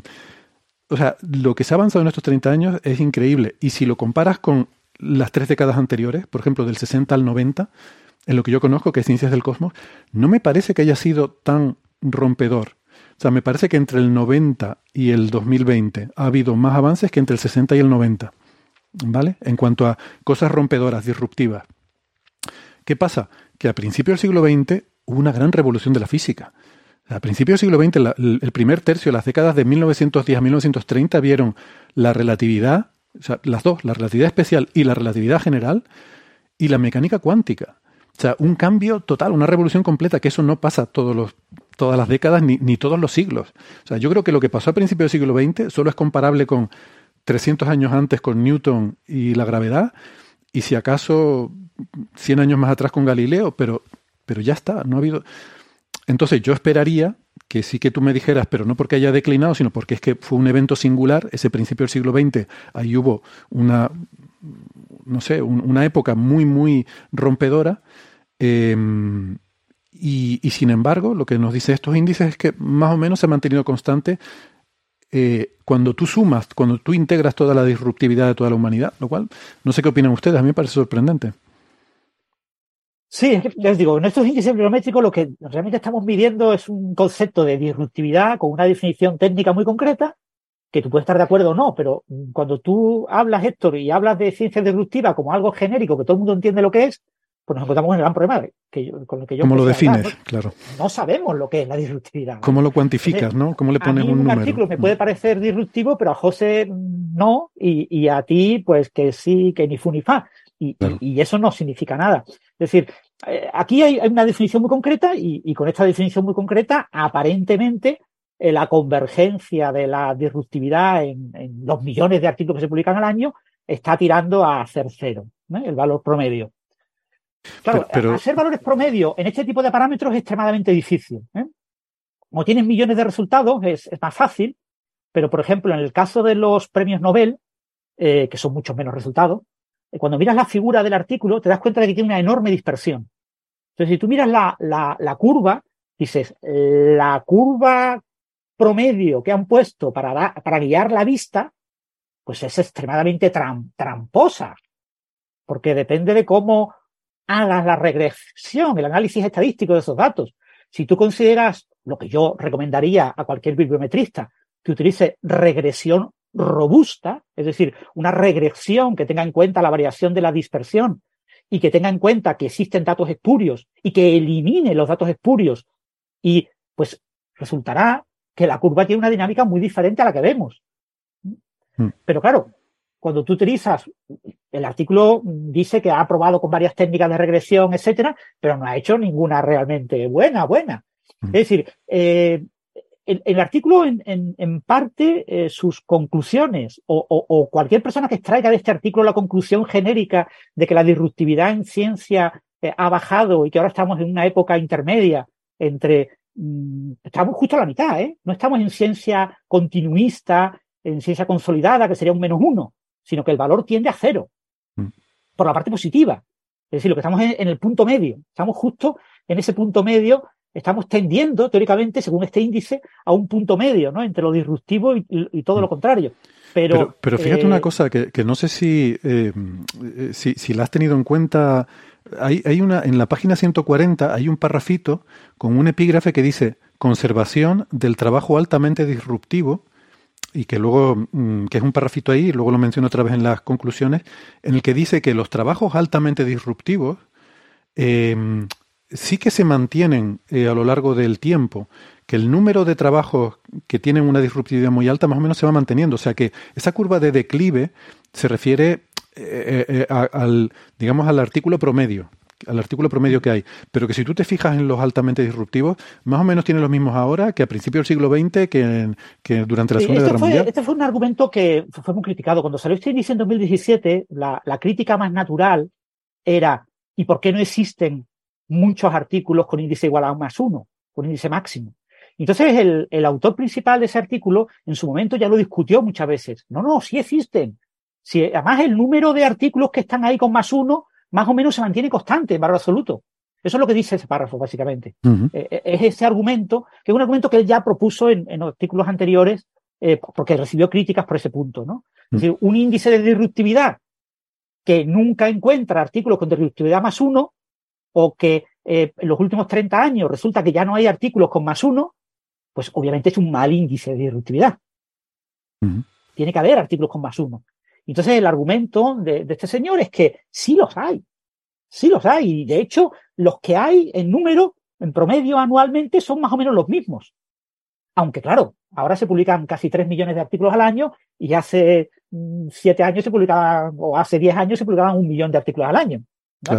O sea, lo que se ha avanzado en estos 30 años es increíble. Y si lo comparas con las 3 décadas anteriores, por ejemplo, del 60 al 90, en lo que yo conozco, que es Ciencias del Cosmos, no me parece que haya sido tan rompedor. O sea, me parece que entre el 90 y el 2020 ha habido más avances que entre el 60 y el 90, ¿vale? En cuanto a cosas rompedoras, disruptivas. ¿Qué pasa? Que a principios del siglo XX hubo una gran revolución de la física. A principios del siglo XX, el primer tercio, las décadas de 1910 a 1930, vieron la relatividad, o sea, las dos, la relatividad especial y la relatividad general, y la mecánica cuántica. O sea, un cambio total, una revolución completa, que eso no pasa todos los todas las décadas ni todos los siglos. O sea, yo creo que lo que pasó a principios del siglo XX solo es comparable con 300 años antes con Newton y la gravedad, y si acaso 100 años más atrás con Galileo, pero ya está, no ha habido... Entonces yo esperaría que sí que tú me dijeras, pero no porque haya declinado, sino porque es que fue un evento singular, ese principio del siglo XX, ahí hubo una época muy, muy rompedora, y sin embargo, lo que nos dicen estos índices es que más o menos se ha mantenido constante cuando tú sumas, cuando tú integras toda la disruptividad de toda la humanidad, lo cual, no sé qué opinan ustedes, a mí me parece sorprendente. Sí, es que, les digo, en estos índices bibliométricos lo que realmente estamos midiendo es un concepto de disruptividad con una definición técnica muy concreta, que tú puedes estar de acuerdo o no, pero cuando tú hablas, Héctor, y hablas de ciencia disruptiva como algo genérico que todo el mundo entiende lo que es, pues nos encontramos en el gran problema con el que yo... ¿Cómo lo defines? Hablar, ¿no? Claro. No sabemos lo que es la disruptividad. ¿Cómo lo cuantificas, no? ¿Cómo le pones a mí un número? Artículo me puede parecer disruptivo, pero a José no, y a ti, pues que sí, que ni fu ni fa. Claro. Y eso no significa nada. Es decir, aquí hay una definición muy concreta y con esta definición muy concreta, aparentemente, la convergencia de la disruptividad en los millones de artículos que se publican al año está tirando a ser cero, ¿no? El valor promedio. Claro, pero... hacer valores promedio en este tipo de parámetros es extremadamente difícil. Como tienes millones de resultados, es más fácil, pero, por ejemplo, en el caso de los premios Nobel, que son muchos menos resultados, cuando miras la figura del artículo, te das cuenta de que tiene una enorme dispersión. Entonces, si tú miras la curva, dices, la curva promedio que han puesto para guiar la vista, pues es extremadamente tramposa, porque depende de cómo hagas la regresión, el análisis estadístico de esos datos. Si tú consideras, lo que yo recomendaría a cualquier bibliometrista, que utilice regresión robusta, es decir, una regresión que tenga en cuenta la variación de la dispersión y que tenga en cuenta que existen datos espurios y que elimine los datos espurios, y pues resultará que la curva tiene una dinámica muy diferente a la que vemos. Pero claro, cuando tú utilizas, el artículo dice que ha probado con varias técnicas de regresión, etcétera, pero no ha hecho ninguna realmente buena. Es decir, el artículo en parte sus conclusiones o cualquier persona que extraiga de este artículo la conclusión genérica de que la disruptividad en ciencia ha bajado y que ahora estamos en una época intermedia estamos justo a la mitad, no estamos en ciencia continuista, en ciencia consolidada, que sería un -1, sino que el valor tiende a 0 por la parte positiva. Es decir, lo que estamos en el punto medio, estamos justo en ese punto medio. Estamos tendiendo, teóricamente, según este índice, a un punto medio, ¿no? Entre lo disruptivo y todo lo contrario. Pero fíjate una cosa que no sé si la has tenido en cuenta. Hay una, en la página 140 hay un parrafito con un epígrafe que dice conservación del trabajo altamente disruptivo, y que luego, que es un parrafito ahí, y luego lo menciono otra vez en las conclusiones, en el que dice que los trabajos altamente disruptivos sí que se mantienen a lo largo del tiempo, que el número de trabajos que tienen una disruptividad muy alta más o menos se va manteniendo. O sea que esa curva de declive se refiere al artículo promedio que hay. Pero que si tú te fijas en los altamente disruptivos, más o menos tienen los mismos ahora que a principios del siglo XX, que durante la Segunda Guerra Mundial. Este fue un argumento que fue muy criticado. Cuando salió este índice en 2017, la crítica más natural era ¿y por qué no existen muchos artículos con índice igual a +1, con índice máximo? Entonces el autor principal de ese artículo en su momento ya lo discutió muchas veces. No, sí existen. Si, además el número de artículos que están ahí con +1 más o menos se mantiene constante en valor absoluto. Eso es lo que dice ese párrafo, básicamente. Es ese argumento, que es un argumento que él ya propuso en artículos anteriores, porque recibió críticas por ese punto, ¿no? Es decir, un índice de disruptividad que nunca encuentra artículos con disruptividad +1, o que en los últimos 30 años resulta que ya no hay artículos con +1, pues obviamente es un mal índice de disruptividad. Tiene que haber artículos con +1. Entonces el argumento de este señor es que sí los hay. Y de hecho los que hay en número, en promedio anualmente, son más o menos los mismos. Aunque claro, ahora se publican casi 3 millones de artículos al año y hace 7 años se publicaban, o hace 10 años se publicaban 1 millón de artículos al año, ¿vale? Claro.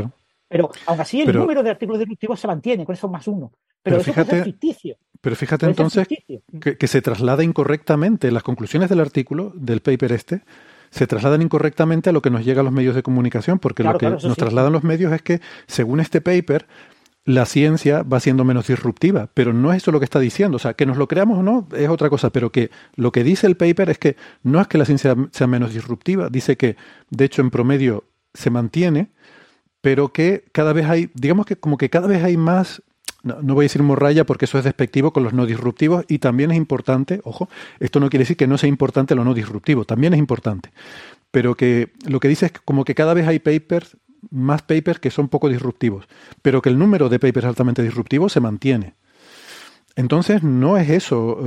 Pero aún así el número de artículos disruptivos se mantiene con esos +1. Pero eso puede ser ficticio. Pero fíjate entonces que se traslada incorrectamente. Las conclusiones del artículo, del paper se trasladan incorrectamente a lo que nos llega a los medios de comunicación, porque lo que nos trasladan los medios es que, según este paper, la ciencia va siendo menos disruptiva, pero no es eso lo que está diciendo. O sea, que nos lo creamos o no es otra cosa, pero que lo que dice el paper es que no es que la ciencia sea menos disruptiva, dice que, de hecho, en promedio se mantiene, pero que cada vez hay, digamos que como que cada vez hay más, no voy a decir morralla porque eso es despectivo con los no disruptivos, y también es importante, ojo, esto no quiere decir que no sea importante lo no disruptivo, también es importante, pero que lo que dice es que como que cada vez hay más papers que son poco disruptivos, pero que el número de papers altamente disruptivos se mantiene. Entonces no es eso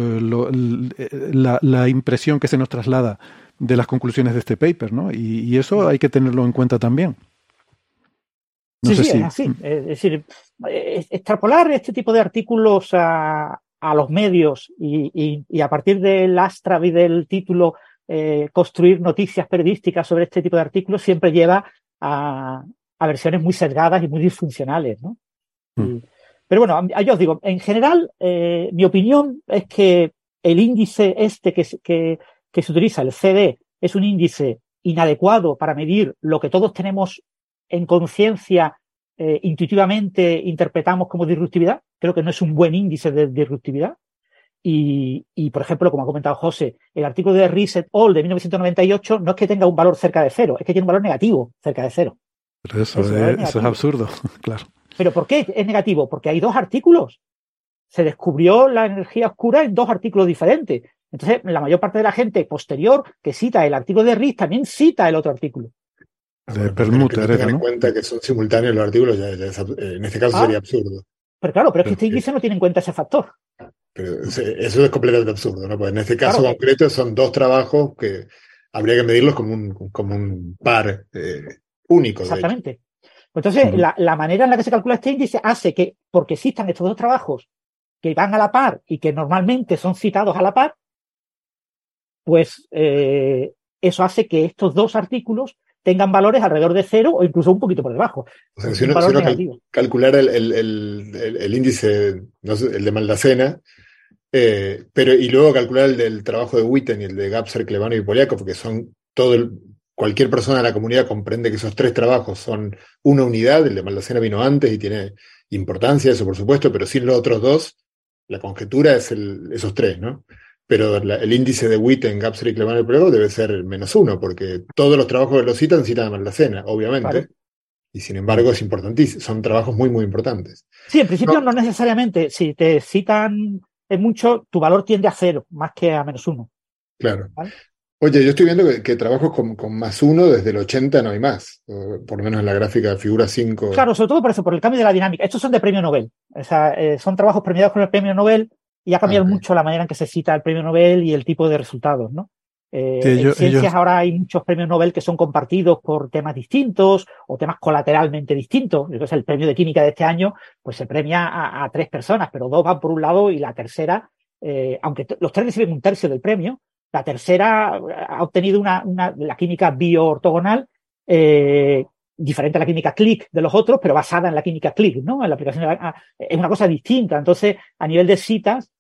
la impresión que se nos traslada de las conclusiones de este paper, ¿no? Y eso hay que tenerlo en cuenta también. No sé si es así. Es decir, extrapolar este tipo de artículos a los medios y a partir del Astrab y del título construir noticias periodísticas sobre este tipo de artículos siempre lleva a versiones muy sesgadas y muy disfuncionales, ¿no? Pero bueno, yo os digo, en general, mi opinión es que el índice que se utiliza, el CD, es un índice inadecuado para medir lo que todos tenemos en conciencia, intuitivamente interpretamos como disruptividad. Creo que no es un buen índice de disruptividad. Y por ejemplo, como ha comentado José, el artículo de Reset All de 1998 no es que tenga un valor cerca de 0, es que tiene un valor negativo cerca de 0. Pero eso es absurdo, claro. ¿Pero por qué es negativo? Porque hay 2 artículos. Se descubrió la energía oscura en 2 artículos diferentes. Entonces, la mayor parte de la gente posterior que cita el artículo de Rees también cita el otro artículo. De Perlmutter, ¿no? Tener en cuenta que son simultáneos los artículos, en este caso sería absurdo. Pero claro, pero es que este índice no tiene en cuenta ese factor. Pero eso es completamente absurdo, ¿no? Porque en este caso concreto son 2 trabajos que habría que medirlos como un par único. Exactamente. Entonces, la manera en la que se calcula este índice hace que, porque existan estos 2 trabajos que van a la par y que normalmente son citados a la par, pues eso hace que estos 2 artículos tengan valores alrededor de 0 o incluso un poquito por debajo. O sea, si uno calculara el índice, no sé, el de Maldacena, y luego calcular el del trabajo de Witten y el de Gapser, Clevano y Poliakov, que son cualquier persona de la comunidad comprende que esos 3 trabajos son una unidad. El de Maldacena vino antes y tiene importancia, eso por supuesto, pero sin los otros 2, la conjetura es esos 3, ¿no? Pero el índice de Witten, Gapser y Clevano y Poliakov debe ser -1, porque todos los trabajos que lo citan a Maldacena, obviamente. Vale. Y sin embargo es importantísimo, son trabajos muy, muy importantes. Sí, en principio no necesariamente. Si te citan mucho, tu valor tiende a 0, más que a -1. Claro. ¿Vale? Oye, yo estoy viendo que trabajos con +1 desde el 80 no hay más, por lo menos en la gráfica figura 5. Claro, sobre todo por eso, por el cambio de la dinámica. Estos son de premio Nobel. O sea, son trabajos premiados con el premio Nobel y ha cambiado mucho la manera en que se cita el premio Nobel y el tipo de resultados, ¿no? En ciencias ahora hay muchos premios Nobel que son compartidos por temas distintos o temas colateralmente distintos. Entonces, el premio de química de este año pues se premia a 3 personas, pero 2 van por un lado y la tercera, aunque los 3 reciben 1/3 del premio, la tercera ha obtenido la química bioortogonal, diferente a la química Click de los otros, pero basada en la química Click, ¿no? En la aplicación es una cosa distinta. Entonces, a nivel de citas,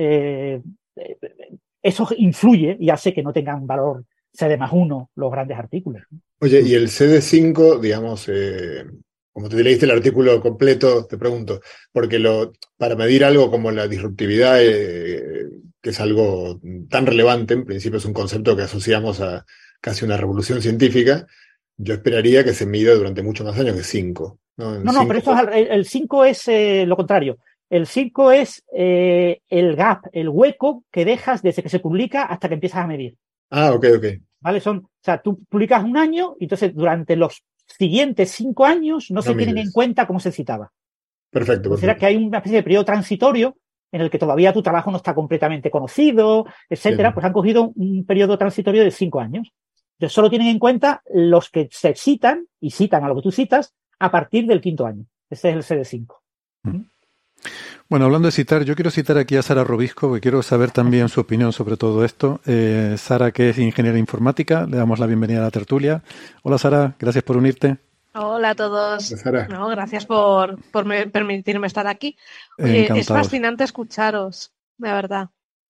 eso influye y hace que no tengan valor CD+1 los grandes artículos. Oye, y el CD5, digamos, como te leíste el artículo completo, te pregunto, porque para medir algo como la disruptividad, que es algo tan relevante, en principio es un concepto que asociamos a casi una revolución científica, yo esperaría que se mida durante muchos más años que 5. No, pero el 5 es lo contrario. El 5 es el gap, el hueco que dejas desde que se publica hasta que empiezas a medir. Ok. ¿Vale? O sea, tú publicas un año y entonces durante los siguientes 5 años no se tienen en cuenta cómo se citaba. Perfecto. O sea, que hay una especie de periodo transitorio en el que todavía tu trabajo no está completamente conocido, etcétera. Bien. Pues han cogido un periodo transitorio de 5 años. Entonces solo tienen en cuenta los que se citan y citan a lo que tú citas a partir del 5.º año. Ese es el CD5. Bueno, hablando de citar, yo quiero citar aquí a Sara Robisco, porque quiero saber también su opinión sobre todo esto. Sara, que es ingeniera informática, le damos la bienvenida a la tertulia. Hola Sara, gracias por unirte. Hola a todos. Sara. No, gracias por permitirme estar aquí. Oye, es fascinante escucharos, de verdad.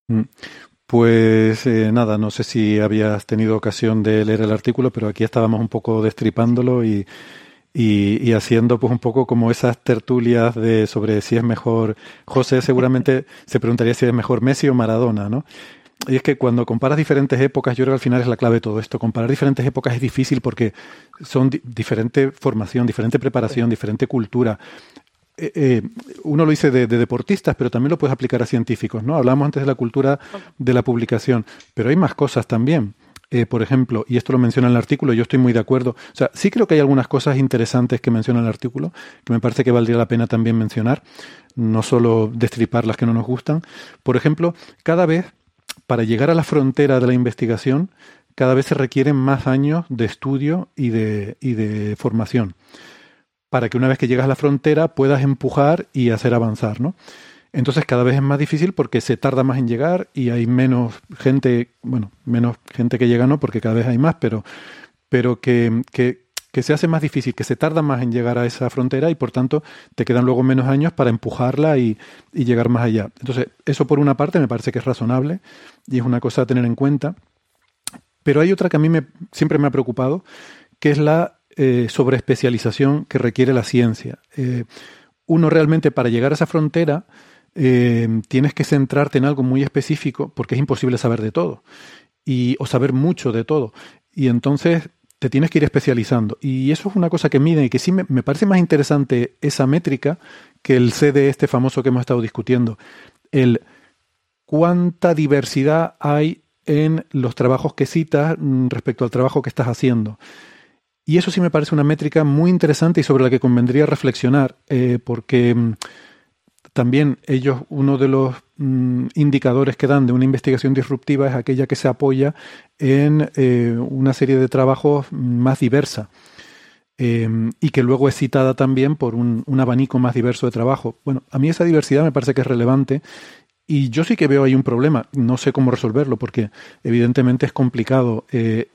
Pues nada, no sé si habías tenido ocasión de leer el artículo, pero aquí estábamos un poco destripándolo y haciendo pues un poco como esas tertulias sobre si es mejor. José seguramente se preguntaría si es mejor Messi o Maradona, ¿no? Y es que cuando comparas diferentes épocas, yo creo que al final es la clave de todo esto. Comparar diferentes épocas es difícil porque son diferente formación, diferente preparación, diferente cultura. Uno lo dice de deportistas, pero también lo puedes aplicar a científicos, ¿no? Hablamos antes de la cultura de la publicación, pero hay más cosas también. Por ejemplo, y esto lo menciona en el artículo, yo estoy muy de acuerdo. O sea, sí creo que hay algunas cosas interesantes que menciona el artículo, que me parece que valdría la pena también mencionar, no solo destripar las que no nos gustan. Por ejemplo, cada vez, para llegar a la frontera de la investigación, cada vez se requieren más años de estudio y de formación, para que una vez que llegas a la frontera puedas empujar y hacer avanzar, ¿no? Entonces cada vez es más difícil porque se tarda más en llegar y hay menos gente que llega, no, porque cada vez hay más, pero que se hace más difícil, que se tarda más en llegar a esa frontera y por tanto te quedan luego menos años para empujarla y llegar más allá. Entonces eso por una parte me parece que es razonable y es una cosa a tener en cuenta, pero hay otra que a mí siempre me ha preocupado, que es la sobreespecialización que requiere la ciencia. Uno realmente para llegar a esa frontera tienes que centrarte en algo muy específico porque es imposible saber de todo o saber mucho de todo, y entonces te tienes que ir especializando, y eso es una cosa que miden y que sí me parece más interesante esa métrica que el CD este famoso que hemos estado discutiendo, el cuánta diversidad hay en los trabajos que citas respecto al trabajo que estás haciendo. Y eso sí me parece una métrica muy interesante y sobre la que convendría reflexionar, porque también ellos, uno de los indicadores que dan de una investigación disruptiva es aquella que se apoya en una serie de trabajos más diversa y que luego es citada también por un abanico más diverso de trabajo. Bueno, a mí esa diversidad me parece que es relevante y yo sí que veo ahí un problema. No sé cómo resolverlo porque evidentemente es complicado.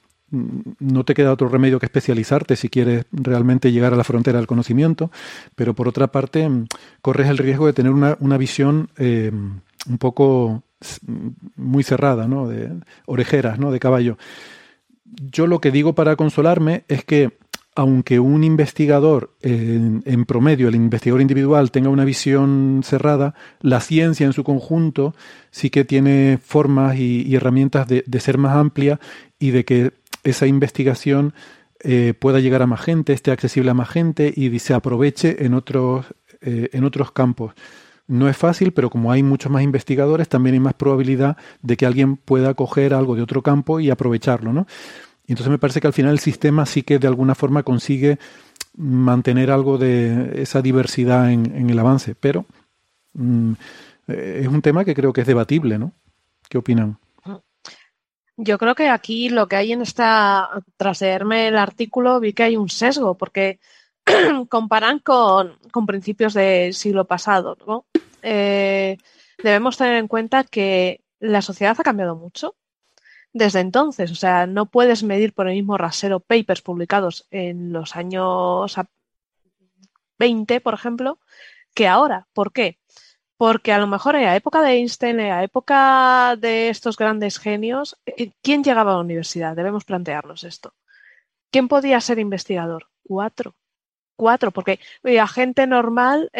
No te queda otro remedio que especializarte si quieres realmente llegar a la frontera del conocimiento, pero por otra parte corres el riesgo de tener una visión un poco muy cerrada, ¿no? De orejeras, ¿no? De caballo. Yo lo que digo para consolarme es que aunque un investigador, en promedio, el investigador individual tenga una visión cerrada, la ciencia en su conjunto sí que tiene formas y herramientas de ser más amplia y de que esa investigación pueda llegar a más gente, esté accesible a más gente y se aproveche en otros campos. No es fácil, pero como hay muchos más investigadores, también hay más probabilidad de que alguien pueda coger algo de otro campo y aprovecharlo, ¿no? Y entonces me parece que al final el sistema sí que de alguna forma consigue mantener algo de esa diversidad en el avance, pero es un tema que creo que es debatible, ¿no? ¿Qué opinan? Yo creo que aquí lo que hay tras leerme el artículo, vi que hay un sesgo, porque comparan con principios del siglo pasado, ¿no? Debemos tener en cuenta que la sociedad ha cambiado mucho desde entonces. O sea, no puedes medir por el mismo rasero papers publicados en los años 20, por ejemplo, que ahora. ¿Por qué? Porque a lo mejor en la época de Einstein, en la época de estos grandes genios, ¿quién llegaba a la universidad? Debemos plantearnos esto. ¿Quién podía ser investigador? 4, porque la gente normal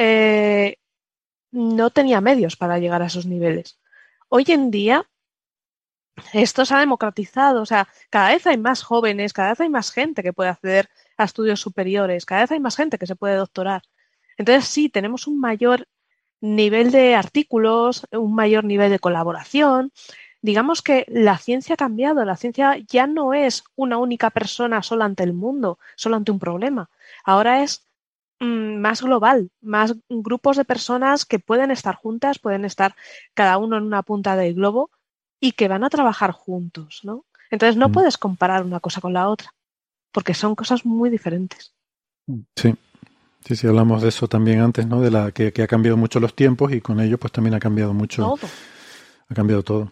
no tenía medios para llegar a esos niveles. Hoy en día esto se ha democratizado, o sea, cada vez hay más jóvenes, cada vez hay más gente que puede acceder a estudios superiores, cada vez hay más gente que se puede doctorar. Entonces sí, tenemos un mayor nivel de artículos, un mayor nivel de colaboración. Digamos que la ciencia ha cambiado, la ciencia ya no es una única persona sola ante el mundo, solo ante un problema. Ahora es más global, más grupos de personas que pueden estar juntas, pueden estar cada uno en una punta del globo y que van a trabajar juntos, ¿no? Entonces no puedes comparar una cosa con la otra, porque son cosas muy diferentes. Sí. Sí, hablamos de eso también antes, ¿no? De que ha cambiado mucho los tiempos y con ello pues también ha cambiado mucho. Todo. Ha cambiado todo.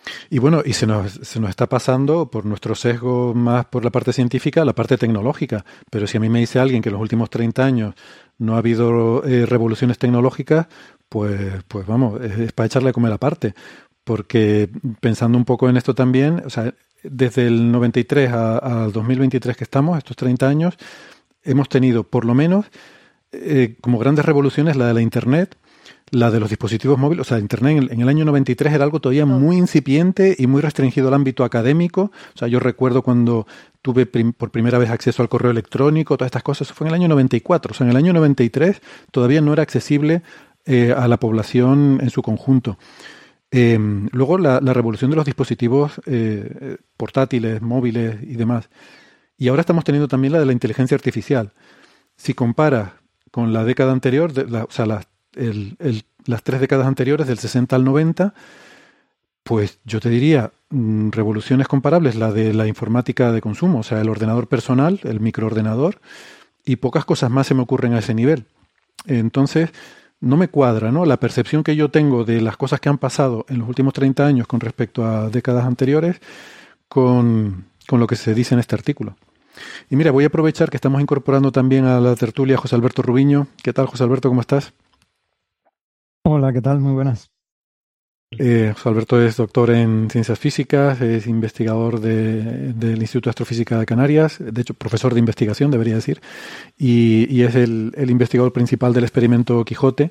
Y bueno, y se nos está pasando por nuestro sesgo más por la parte científica, la parte tecnológica. Pero si a mí me dice alguien que en los últimos 30 años no ha habido revoluciones tecnológicas, pues vamos, es para echarle a comer aparte. Porque pensando un poco en esto también, o sea, desde el 93 al 2023 que estamos, estos 30 años, hemos tenido por lo menos como grandes revoluciones la de la Internet, la de los dispositivos móviles. O sea, Internet en el año 93 era algo todavía muy incipiente y muy restringido al ámbito académico. O sea, yo recuerdo cuando tuve por primera vez acceso al correo electrónico, todas estas cosas, eso fue en el año 94. O sea, en el año 93 todavía no era accesible a la población en su conjunto. Luego la revolución de los dispositivos portátiles, móviles y demás. Y ahora estamos teniendo también la de la inteligencia artificial. Si comparas con la década anterior, o sea, las 3 décadas anteriores, del 60 al 90, pues yo te diría revoluciones comparables, la de la informática de consumo, o sea, el ordenador personal, el microordenador, y pocas cosas más se me ocurren a ese nivel. Entonces, no me cuadra, ¿no?, la percepción que yo tengo de las cosas que han pasado en los últimos 30 años con respecto a décadas anteriores con lo que se dice en este artículo. Y mira, voy a aprovechar que estamos incorporando también a la tertulia a José Alberto Rubiño. ¿Qué tal, José Alberto? ¿Cómo estás? Hola, ¿qué tal? Muy buenas. José Alberto es doctor en ciencias físicas, es investigador del Instituto de Astrofísica de Canarias, de hecho profesor de investigación, debería decir, y es el investigador principal del experimento Quijote,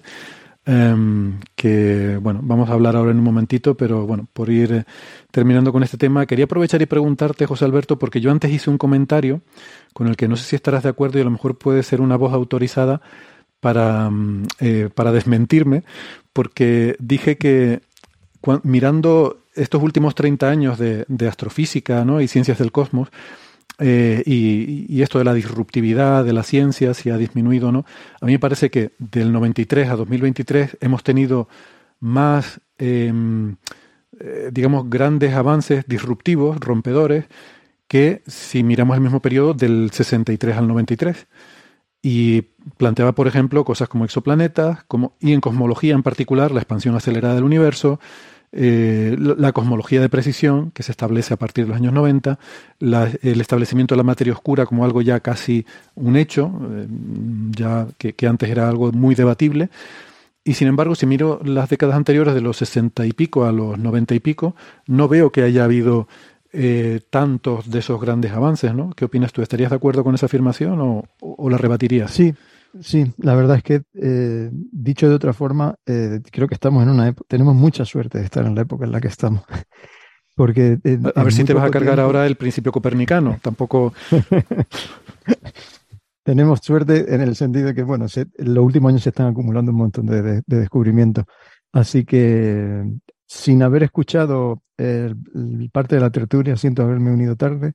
que bueno, vamos a hablar ahora en un momentito, pero bueno, por ir terminando con este tema, quería aprovechar y preguntarte, José Alberto, porque yo antes hice un comentario con el que no sé si estarás de acuerdo y a lo mejor puede ser una voz autorizada para desmentirme, porque dije que mirando estos últimos 30 años de astrofísica, ¿no?, y ciencias del cosmos, y esto de la disruptividad de las ciencias, si ha disminuido o no, a mí me parece que del 93 a 2023 hemos tenido más, digamos, grandes avances disruptivos, rompedores, que si miramos el mismo periodo del 63 al 93. Y planteaba, por ejemplo, cosas como exoplanetas, y en cosmología en particular, la expansión acelerada del universo, la cosmología de precisión, que se establece a partir de los años 90, el establecimiento de la materia oscura como algo ya casi un hecho, ya que antes era algo muy debatible. Y sin embargo, si miro las décadas anteriores, de los 60 y pico a los 90 y pico, no veo que haya habido tantos de esos grandes avances, ¿no? ¿Qué opinas tú? ¿Estarías de acuerdo con esa afirmación o la rebatirías? Sí, la verdad es que, dicho de otra forma, creo que estamos en una época, tenemos mucha suerte de estar en la época en la que estamos. Porque a ver si te vas a cargar ahora el principio copernicano, tampoco... Tenemos suerte en el sentido de que, bueno, en los últimos años se están acumulando un montón de descubrimientos. Así que, sin haber escuchado parte de la tertulia, siento haberme unido tarde,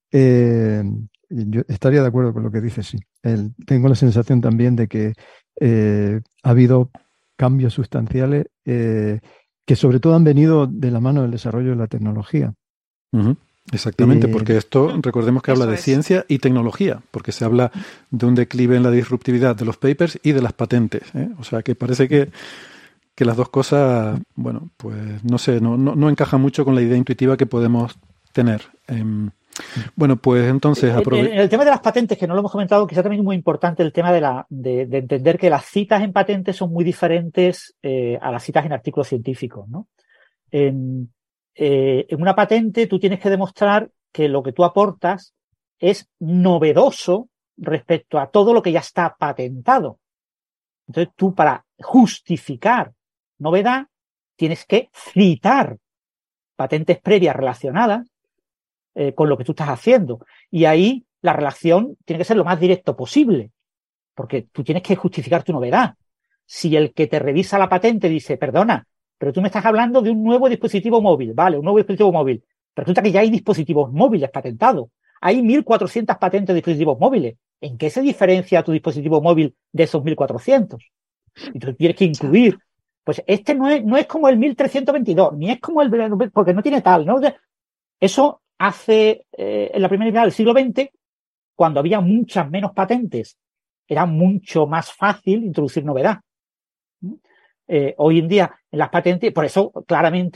yo estaría de acuerdo con lo que dices, sí. Tengo la sensación también de que ha habido cambios sustanciales que sobre todo han venido de la mano del desarrollo de la tecnología. Uh-huh. Exactamente, porque esto, recordemos que habla de ciencia y tecnología, porque se habla de un declive en la disruptividad de los papers y de las patentes, ¿eh? O sea que parece que las dos cosas, bueno, pues no sé, no encaja mucho con la idea intuitiva que podemos tener. Bueno, pues entonces... En el tema de las patentes, que no lo hemos comentado, quizá también es muy importante el tema de entender que las citas en patentes son muy diferentes a las citas en artículos científicos, ¿no? En una patente tú tienes que demostrar que lo que tú aportas es novedoso respecto a todo lo que ya está patentado. Entonces tú, para justificar novedad, tienes que citar patentes previas relacionadas con lo que tú estás haciendo. Y ahí la relación tiene que ser lo más directo posible, porque tú tienes que justificar tu novedad. Si el que te revisa la patente dice, perdona, pero tú me estás hablando de un nuevo dispositivo móvil, vale, un nuevo dispositivo móvil. Resulta que ya hay dispositivos móviles patentados. Hay 1.400 patentes de dispositivos móviles. ¿En qué se diferencia tu dispositivo móvil de esos 1.400? Y tú tienes que incluir, pues este no es como el 1322, ni es como el, porque no tiene tal, ¿no? Eso hace, en la primera mitad del siglo XX, cuando había muchas menos patentes, era mucho más fácil introducir novedad. Hoy en día, en las patentes, por eso claramente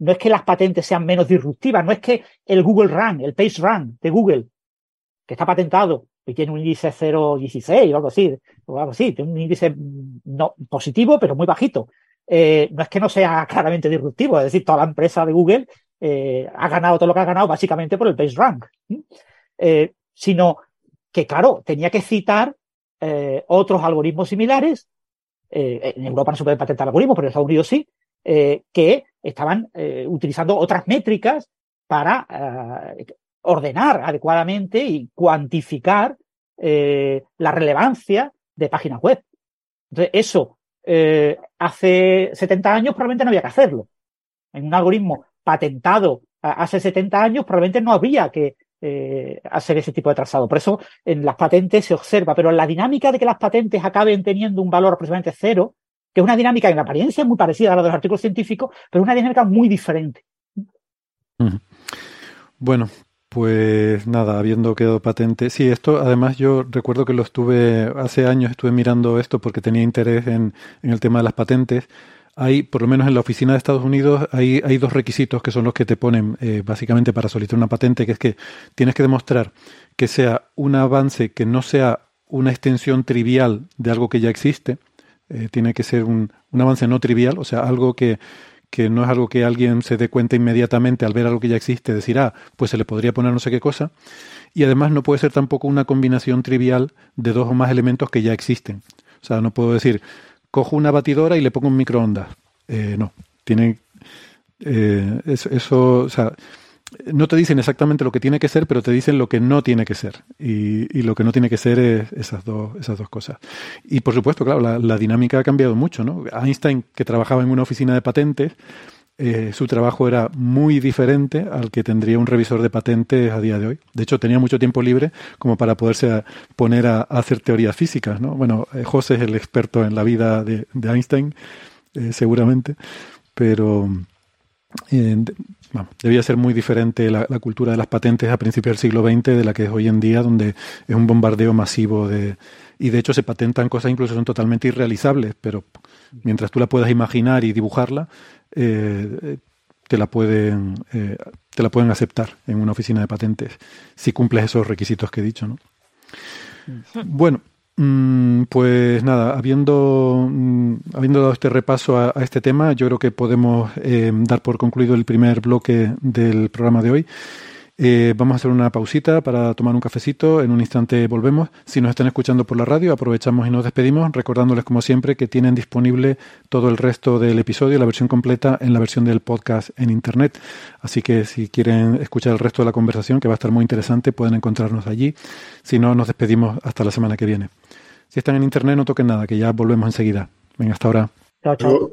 no es que las patentes sean menos disruptivas, no es que el Google Run, el PageRank de Google, que está patentado y tiene un índice 0,16 o algo así, tiene un índice no positivo, pero muy bajito. No es que no sea claramente disruptivo, es decir, toda la empresa de Google ha ganado todo lo que ha ganado básicamente por el PageRank, sino que, claro, tenía que citar otros algoritmos similares. En Europa no se pueden patentar algoritmos, pero en Estados Unidos sí, que estaban utilizando otras métricas para ordenar adecuadamente y cuantificar la relevancia de páginas web. Entonces, eso hace 70 años probablemente no había que hacerlo. En un algoritmo patentado hace 70 años probablemente no habría que hacer ese tipo de trazado. Por eso en las patentes se observa, pero en la dinámica de que las patentes acaben teniendo un valor aproximadamente 0, que es una dinámica en apariencia muy parecida a la de los artículos científicos, pero una dinámica muy diferente. Bueno, pues nada, habiendo quedado patente. Sí, esto además yo recuerdo que hace años estuve mirando esto porque tenía interés en el tema de las patentes. Hay, por lo menos en la oficina de Estados Unidos, hay 2 requisitos que son los que te ponen básicamente para solicitar una patente, que es que tienes que demostrar que sea un avance que no sea una extensión trivial de algo que ya existe. Tiene que ser un avance no trivial, o sea, algo que no es algo que alguien se dé cuenta inmediatamente al ver algo que ya existe, decir, pues se le podría poner no sé qué cosa. Y además no puede ser tampoco una combinación trivial de 2 o más elementos que ya existen. O sea, no puedo decir, cojo una batidora y le pongo un microondas. No, tiene eso, o sea, no te dicen exactamente lo que tiene que ser, pero te dicen lo que no tiene que ser. Y lo que no tiene que ser es esas dos cosas. Y por supuesto, claro, la dinámica ha cambiado mucho, ¿no? Einstein, que trabajaba en una oficina de patentes, su trabajo era muy diferente al que tendría un revisor de patentes a día de hoy. De hecho, tenía mucho tiempo libre como para poderse poner a hacer teorías físicas, ¿no? Bueno, José es el experto en la vida de Einstein, seguramente, pero debía ser muy diferente la cultura de las patentes a principios del siglo XX de la que es hoy en día, donde es un bombardeo masivo y de hecho se patentan cosas incluso son totalmente irrealizables, pero mientras tú la puedas imaginar y dibujarla, te la pueden aceptar en una oficina de patentes si cumples esos requisitos que he dicho, ¿no? Bueno, pues nada, habiendo dado este repaso a este tema, yo creo que podemos dar por concluido el primer bloque del programa de hoy. Vamos a hacer una pausita para tomar un cafecito. En un instante volvemos. Si nos están escuchando por la radio, aprovechamos y nos despedimos, recordándoles como siempre que tienen disponible todo el resto del episodio, la versión completa, en la versión del podcast en internet. Así que si quieren escuchar el resto de la conversación, que va a estar muy interesante, pueden encontrarnos allí. Si no, nos despedimos hasta la semana que viene. Si están en internet, no toquen nada, que ya volvemos enseguida. Venga, hasta ahora. Chao, chao.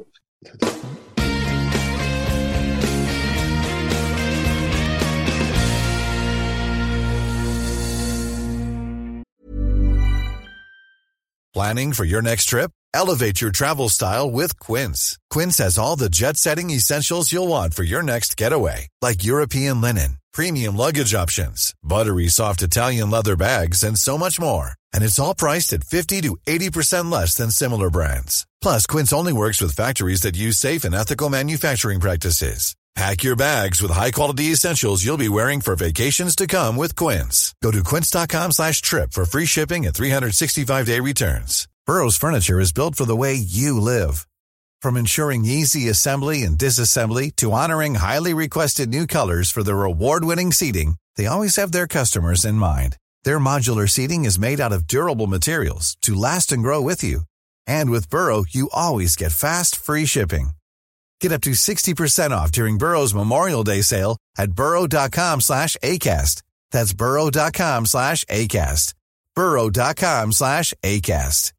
Planning for your next trip? Elevate your travel style with Quince. Quince has all the jet-setting essentials you'll want for your next getaway, like European linen, premium luggage options, buttery soft Italian leather bags, and so much more. And it's all priced at 50 to 80% less than similar brands. Plus, Quince only works with factories that use safe and ethical manufacturing practices. Pack your bags with high-quality essentials you'll be wearing for vacations to come with Quince. Go to quince.com/trip for free shipping and 365-day returns. Burrow's furniture is built for the way you live. From ensuring easy assembly and disassembly to honoring highly requested new colors for their award-winning seating, they always have their customers in mind. Their modular seating is made out of durable materials to last and grow with you. And with Burrow, you always get fast, free shipping. Get up to 60% off during Burrow's Memorial Day sale at burrow.com/ACAST. That's burrow.com/ACAST. burrow.com/ACAST.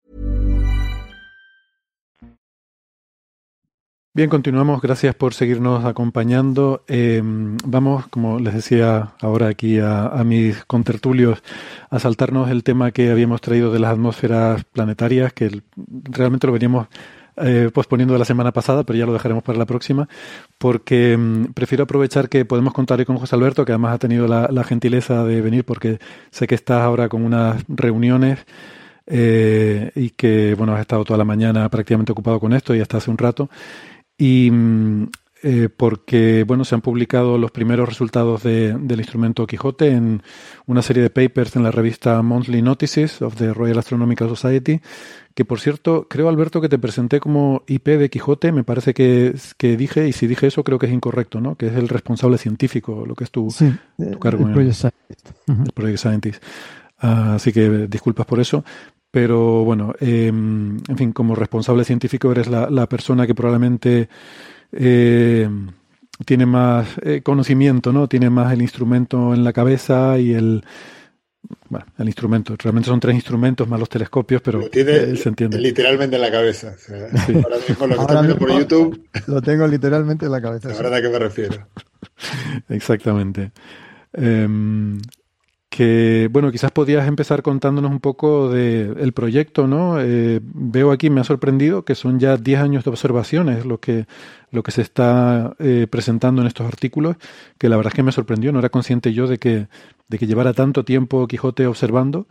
Bien, continuamos. Gracias por seguirnos acompañando. Vamos, como les decía ahora aquí a mis contertulios, a saltarnos el tema que habíamos traído de las atmósferas planetarias, que realmente lo veníamos posponiendo de la semana pasada, pero ya lo dejaremos para la próxima, porque prefiero aprovechar que podemos contar hoy con José Alberto, que además ha tenido la gentileza de venir, porque sé que estás ahora con unas reuniones y que, bueno, has estado toda la mañana prácticamente ocupado con esto y hasta hace un rato. Y porque bueno, se han publicado los primeros resultados del instrumento Quijote en una serie de papers en la revista Monthly Notices of the Royal Astronomical Society, que por cierto, creo, Alberto, que te presenté como IP de Quijote, me parece que dije, y si dije eso creo que es incorrecto, ¿no? Que es el responsable científico, lo que es tu cargo en el Project Scientist. Así que disculpas por eso. Pero bueno, en fin, como responsable científico eres la persona que probablemente tiene más conocimiento, ¿no? Tiene más el instrumento en la cabeza y el instrumento. Realmente son 3 instrumentos más los telescopios, pero lo tiene se entiende. Literalmente en la cabeza. O sea, sí. Ahora mismo lo que estás viendo por YouTube. Lo tengo literalmente en la cabeza. La verdad a qué me refiero. Exactamente. Que, bueno, quizás podías empezar contándonos un poco del proyecto, ¿no? Veo aquí, me ha sorprendido que son ya 10 años de observaciones lo que se está presentando en estos artículos, que la verdad es que me sorprendió, no era consciente yo de que llevara tanto tiempo Quijote observando,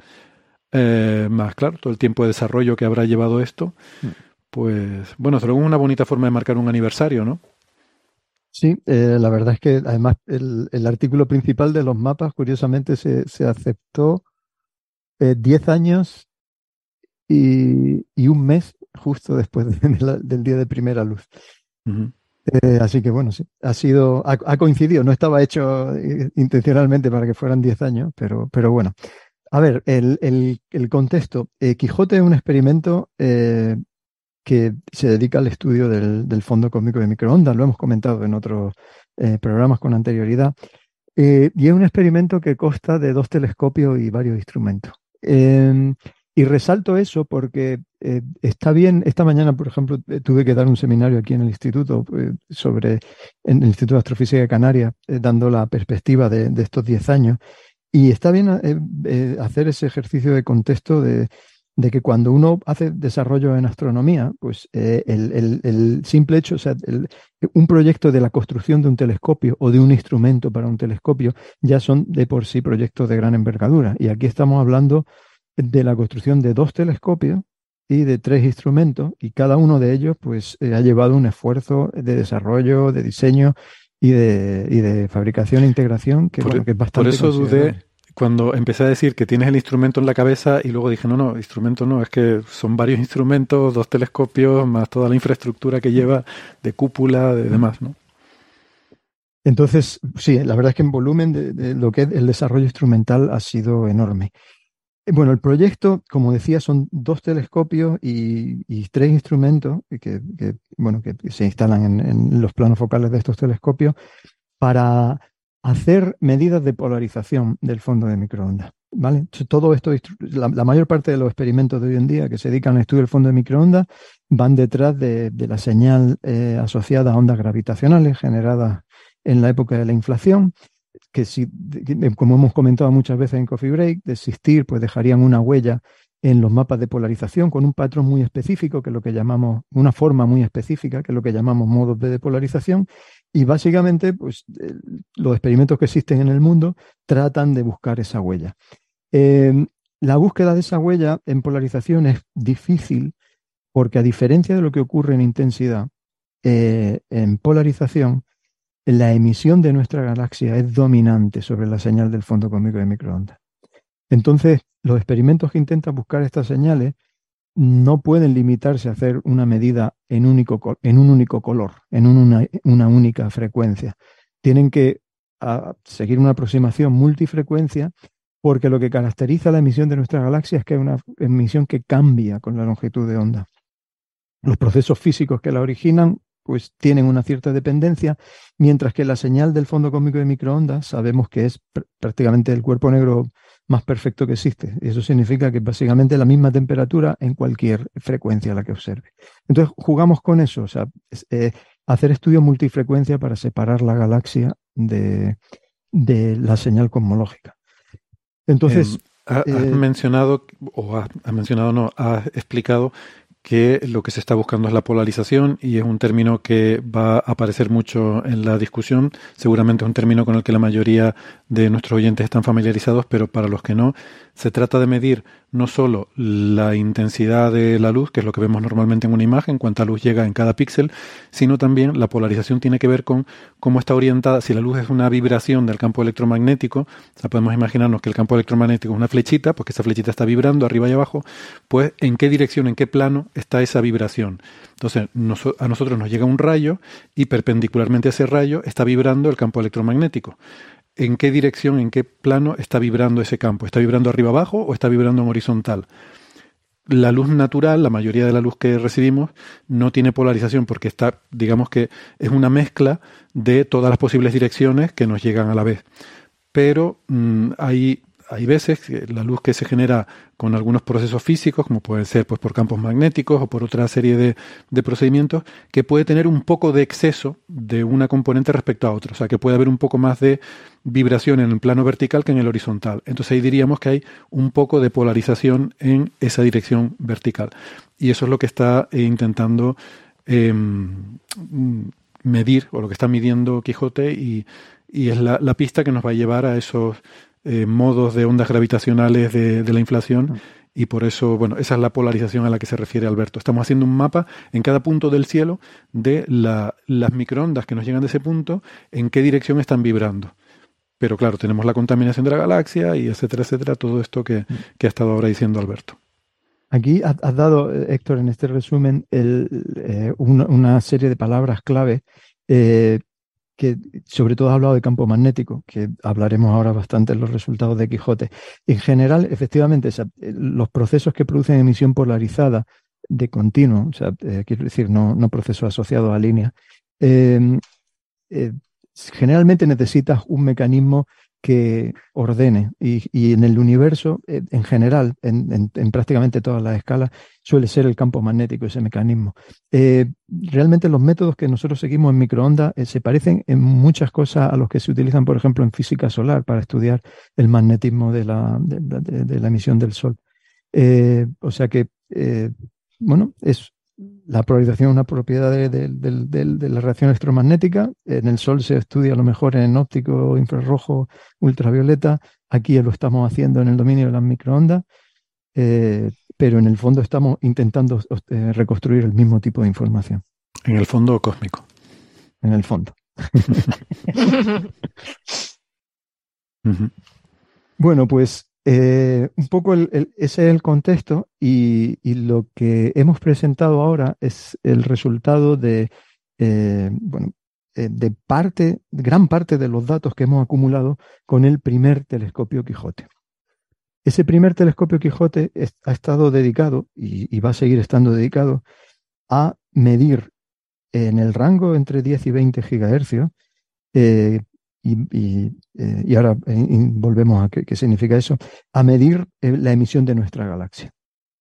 más claro, todo el tiempo de desarrollo que habrá llevado esto, pues, bueno, es una bonita forma de marcar un aniversario, ¿no? Sí, la verdad es que además el artículo principal de los mapas, curiosamente, se aceptó 10 años y un mes justo después del día de primera luz. Uh-huh. Así que bueno, sí, ha coincidido, no estaba hecho intencionalmente para que fueran 10 años, pero bueno. A ver, el contexto. Quijote es un experimento que se dedica al estudio del fondo cósmico de microondas, lo hemos comentado en otros programas con anterioridad, y es un experimento que consta de 2 telescopios y varios instrumentos. Y resalto eso porque está bien, esta mañana, por ejemplo, tuve que dar un seminario aquí en el instituto en el Instituto de Astrofísica de Canarias, dando la perspectiva de estos 10 años, y está bien hacer ese ejercicio de contexto de que cuando uno hace desarrollo en astronomía, pues el simple hecho, o sea, un proyecto de la construcción de un telescopio o de un instrumento para un telescopio ya son de por sí proyectos de gran envergadura. Y aquí estamos hablando de la construcción de 2 telescopios y de 3 instrumentos, y cada uno de ellos pues ha llevado un esfuerzo de desarrollo, de diseño y de fabricación e integración que es bastante. Por eso dudé cuando empecé a decir que tienes el instrumento en la cabeza y luego dije, no, instrumento no, es que son varios instrumentos, 2 telescopios, más toda la infraestructura que lleva de cúpula, de demás, ¿no? Entonces, sí, la verdad es que en volumen de lo que es el desarrollo instrumental ha sido enorme. Bueno, el proyecto, como decía, son 2 telescopios y 3 instrumentos que se instalan en los planos focales de estos telescopios para hacer medidas de polarización del fondo de microondas, ¿vale? Todo esto, la mayor parte de los experimentos de hoy en día que se dedican al estudio del fondo de microondas van detrás de la señal asociada a ondas gravitacionales generadas en la época de la inflación, que como hemos comentado muchas veces en Coffee Break, de existir, pues dejarían una huella en los mapas de polarización con un patrón muy específico, que es lo que llamamos, una forma muy específica, que es lo que llamamos modos de depolarización, y básicamente pues los experimentos que existen en el mundo tratan de buscar esa huella. La búsqueda de esa huella en polarización es difícil porque, a diferencia de lo que ocurre en intensidad, en polarización la emisión de nuestra galaxia es dominante sobre la señal del fondo cósmico de microondas. Entonces, los experimentos que intentan buscar estas señales no pueden limitarse a hacer una medida en un único color, en una única frecuencia. Tienen que seguir una aproximación multifrecuencia, porque lo que caracteriza la emisión de nuestra galaxia es que es una emisión que cambia con la longitud de onda. Los procesos físicos que la originan pues tienen una cierta dependencia, mientras que la señal del fondo cósmico de microondas sabemos que es prácticamente el cuerpo negro más perfecto que existe. Y eso significa que básicamente la misma temperatura en cualquier frecuencia a la que observe. Entonces jugamos con eso, o sea, hacer estudios multifrecuencia para separar la galaxia de la señal cosmológica. Entonces, has explicado que lo que se está buscando es la polarización, y es un término que va a aparecer mucho en la discusión. Seguramente es un término con el que la mayoría de nuestros oyentes están familiarizados, pero para los que no, se trata de medir no solo la intensidad de la luz, que es lo que vemos normalmente en una imagen, cuánta luz llega en cada píxel, sino también la polarización tiene que ver con cómo está orientada. Si la luz es una vibración del campo electromagnético, o sea, podemos imaginarnos que el campo electromagnético es una flechita, pues que esa flechita está vibrando arriba y abajo, pues en qué dirección, en qué plano está esa vibración. Entonces, a nosotros nos llega un rayo y perpendicularmente a ese rayo está vibrando el campo electromagnético. ¿En qué dirección, en qué plano está vibrando ese campo? ¿Está vibrando arriba abajo o está vibrando en horizontal? La luz natural, la mayoría de la luz que recibimos, no tiene polarización porque está, digamos que es una mezcla de todas las posibles direcciones que nos llegan a la vez. Pero hay veces que la luz que se genera con algunos procesos físicos, como puede ser pues por campos magnéticos o por otra serie de procedimientos, que puede tener un poco de exceso de una componente respecto a otra. O sea, que puede haber un poco más de vibración en el plano vertical que en el horizontal. Entonces ahí diríamos que hay un poco de polarización en esa dirección vertical. Y eso es lo que está intentando medir, o lo que está midiendo Quijote, y es la pista que nos va a llevar a esos modos de ondas gravitacionales de la inflación, y por eso, bueno, esa es la polarización a la que se refiere Alberto. Estamos haciendo un mapa en cada punto del cielo de las microondas que nos llegan de ese punto, en qué dirección están vibrando. Pero claro, tenemos la contaminación de la galaxia y etcétera, etcétera, todo esto que ha estado ahora diciendo Alberto. Aquí has dado, Héctor, en este resumen, una serie de palabras clave que sobre todo ha hablado de campo magnético, que hablaremos ahora bastante en los resultados de Quijote. En general, efectivamente, los procesos que producen emisión polarizada de continuo, o sea, quiero decir, no procesos asociados a línea, generalmente necesitas un mecanismo que ordene, y en el universo, en general, en prácticamente todas las escalas, suele ser el campo magnético ese mecanismo. Realmente los métodos que nosotros seguimos en microondas se parecen en muchas cosas a los que se utilizan, por ejemplo, en física solar para estudiar el magnetismo de la emisión del Sol. O sea que, bueno, la polarización es una propiedad de la reacción electromagnética. En el Sol se estudia a lo mejor en óptico, infrarrojo, ultravioleta. Aquí lo estamos haciendo en el dominio de las microondas, pero en el fondo estamos intentando reconstruir el mismo tipo de información. En el fondo cósmico. En el fondo. Bueno, pues un poco ese es el contexto, y lo que hemos presentado ahora es el resultado de gran parte de los datos que hemos acumulado con el primer telescopio Quijote. Ese primer telescopio Quijote ha estado dedicado, y va a seguir estando dedicado, a medir en el rango entre 10 y 20 gigahercios, y ahora volvemos a qué significa eso, a medir la emisión de nuestra galaxia.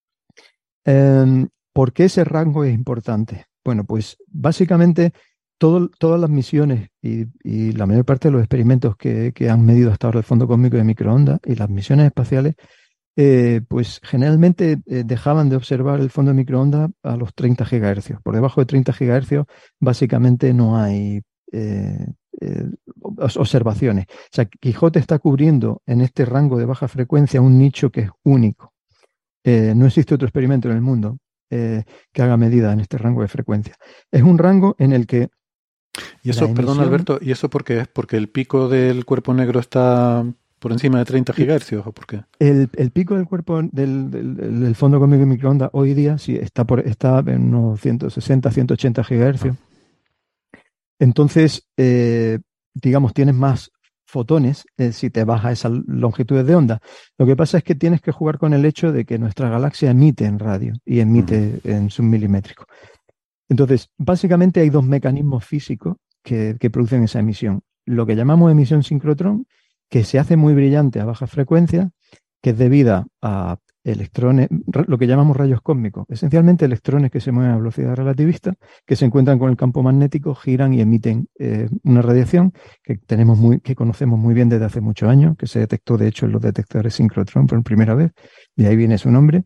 ¿Por qué ese rango es importante? Bueno, pues básicamente todas las misiones y la mayor parte de los experimentos que han medido hasta ahora el fondo cósmico de microondas y las misiones espaciales, pues generalmente dejaban de observar el fondo de microondas a los 30 gigahercios. Por debajo de 30 gigahercios básicamente no hay observaciones. O sea, Quijote está cubriendo en este rango de baja frecuencia un nicho que es único. No existe otro experimento en el mundo que haga medida en este rango de frecuencia. Es un rango en el que... Y eso, perdón Alberto, ¿y eso por qué es? ¿Porque el pico del cuerpo negro está por encima de 30 gigahercios o por qué? El pico del cuerpo del fondo cósmico de microondas hoy día sí está en unos 160, 180 gigahercios. Entonces, digamos, tienes más fotones si te baja esas longitudes de onda. Lo que pasa es que tienes que jugar con el hecho de que nuestra galaxia emite en radio y emite en submilimétrico. Entonces, básicamente hay dos mecanismos físicos que producen esa emisión. Lo que llamamos emisión sincrotrón, que se hace muy brillante a baja frecuencia, que es debida a electrones, lo que llamamos rayos cósmicos, esencialmente electrones que se mueven a velocidad relativista, que se encuentran con el campo magnético, giran y emiten una radiación que conocemos muy bien desde hace muchos años, que se detectó de hecho en los detectores sincrotrón por primera vez, de ahí viene su nombre,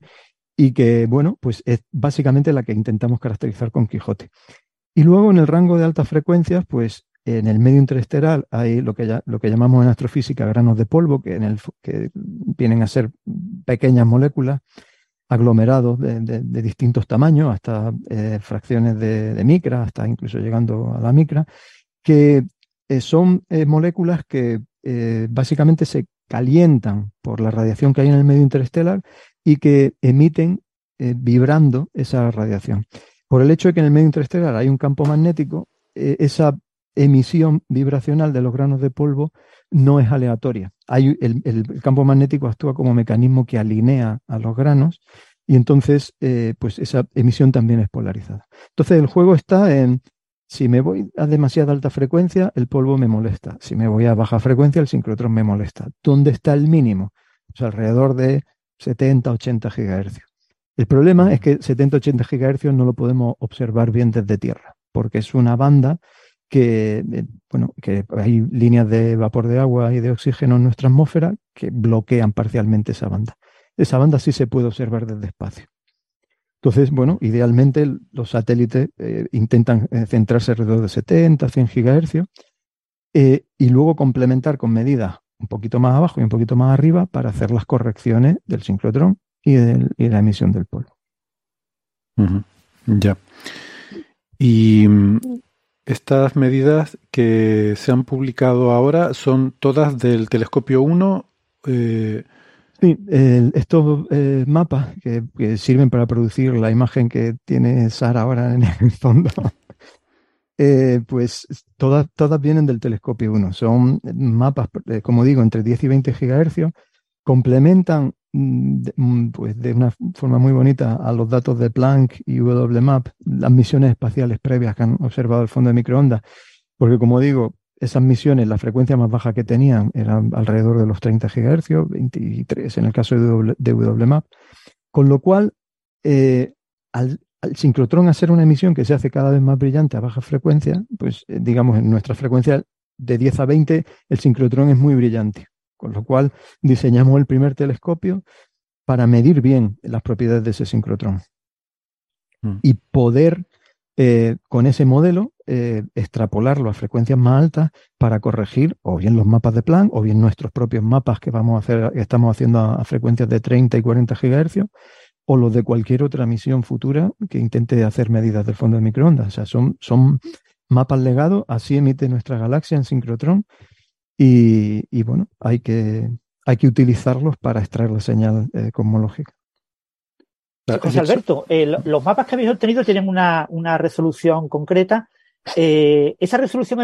y que, bueno, pues es básicamente la que intentamos caracterizar con Quijote. Y luego en el rango de altas frecuencias, pues en el medio interestelar hay lo que llamamos en astrofísica granos de polvo, que vienen a ser pequeñas moléculas, aglomerados de distintos tamaños, hasta fracciones de micra, hasta incluso llegando a la micra, que son moléculas que básicamente se calientan por la radiación que hay en el medio interestelar y que emiten vibrando esa radiación. Por el hecho de que en el medio interestelar hay un campo magnético, esa emisión vibracional de los granos de polvo no es aleatoria. El campo magnético actúa como mecanismo que alinea a los granos y entonces pues esa emisión también es polarizada. Entonces el juego está en, si me voy a demasiada alta frecuencia, el polvo me molesta. Si me voy a baja frecuencia, el sincrotrón me molesta. ¿Dónde está el mínimo? Pues alrededor de 70, 80 GHz. El problema es que 70-80 GHz no lo podemos observar bien desde Tierra, porque es una banda que hay líneas de vapor de agua y de oxígeno en nuestra atmósfera que bloquean parcialmente esa banda. Esa banda sí se puede observar desde espacio. Entonces, bueno, idealmente los satélites intentan centrarse alrededor de 70, 100 GHz y luego complementar con medidas un poquito más abajo y un poquito más arriba para hacer las correcciones del sincrotrón y la emisión del polvo. Ya. Y estas medidas que se han publicado ahora son todas del telescopio 1. Sí, estos mapas que sirven para producir la imagen que tiene Sara ahora en el fondo, pues todas vienen del telescopio 1. Son mapas, como digo, entre 10 y 20 GHz, complementan pues de una forma muy bonita a los datos de Planck y WMAP, las misiones espaciales previas que han observado el fondo de microondas, porque como digo, esas misiones, la frecuencia más baja que tenían eran alrededor de los 30 GHz, 23 en el caso de WMAP, con lo cual al sincrotrón hacer una emisión que se hace cada vez más brillante a baja frecuencia, pues digamos en nuestra frecuencia de 10 a 20 el sincrotrón es muy brillante. Con lo cual diseñamos el primer telescopio para medir bien las propiedades de ese sincrotrón y poder con ese modelo extrapolarlo a frecuencias más altas para corregir o bien los mapas de Planck o bien nuestros propios mapas que estamos haciendo a frecuencias de 30 y 40 GHz o los de cualquier otra misión futura que intente hacer medidas del fondo de microondas. O sea, son mapas legados, así emite nuestra galaxia en sincrotrón. Y bueno, hay que utilizarlos para extraer la señal cosmológica. José Alberto, los mapas que habéis obtenido tienen una resolución concreta. ¿Esa resolución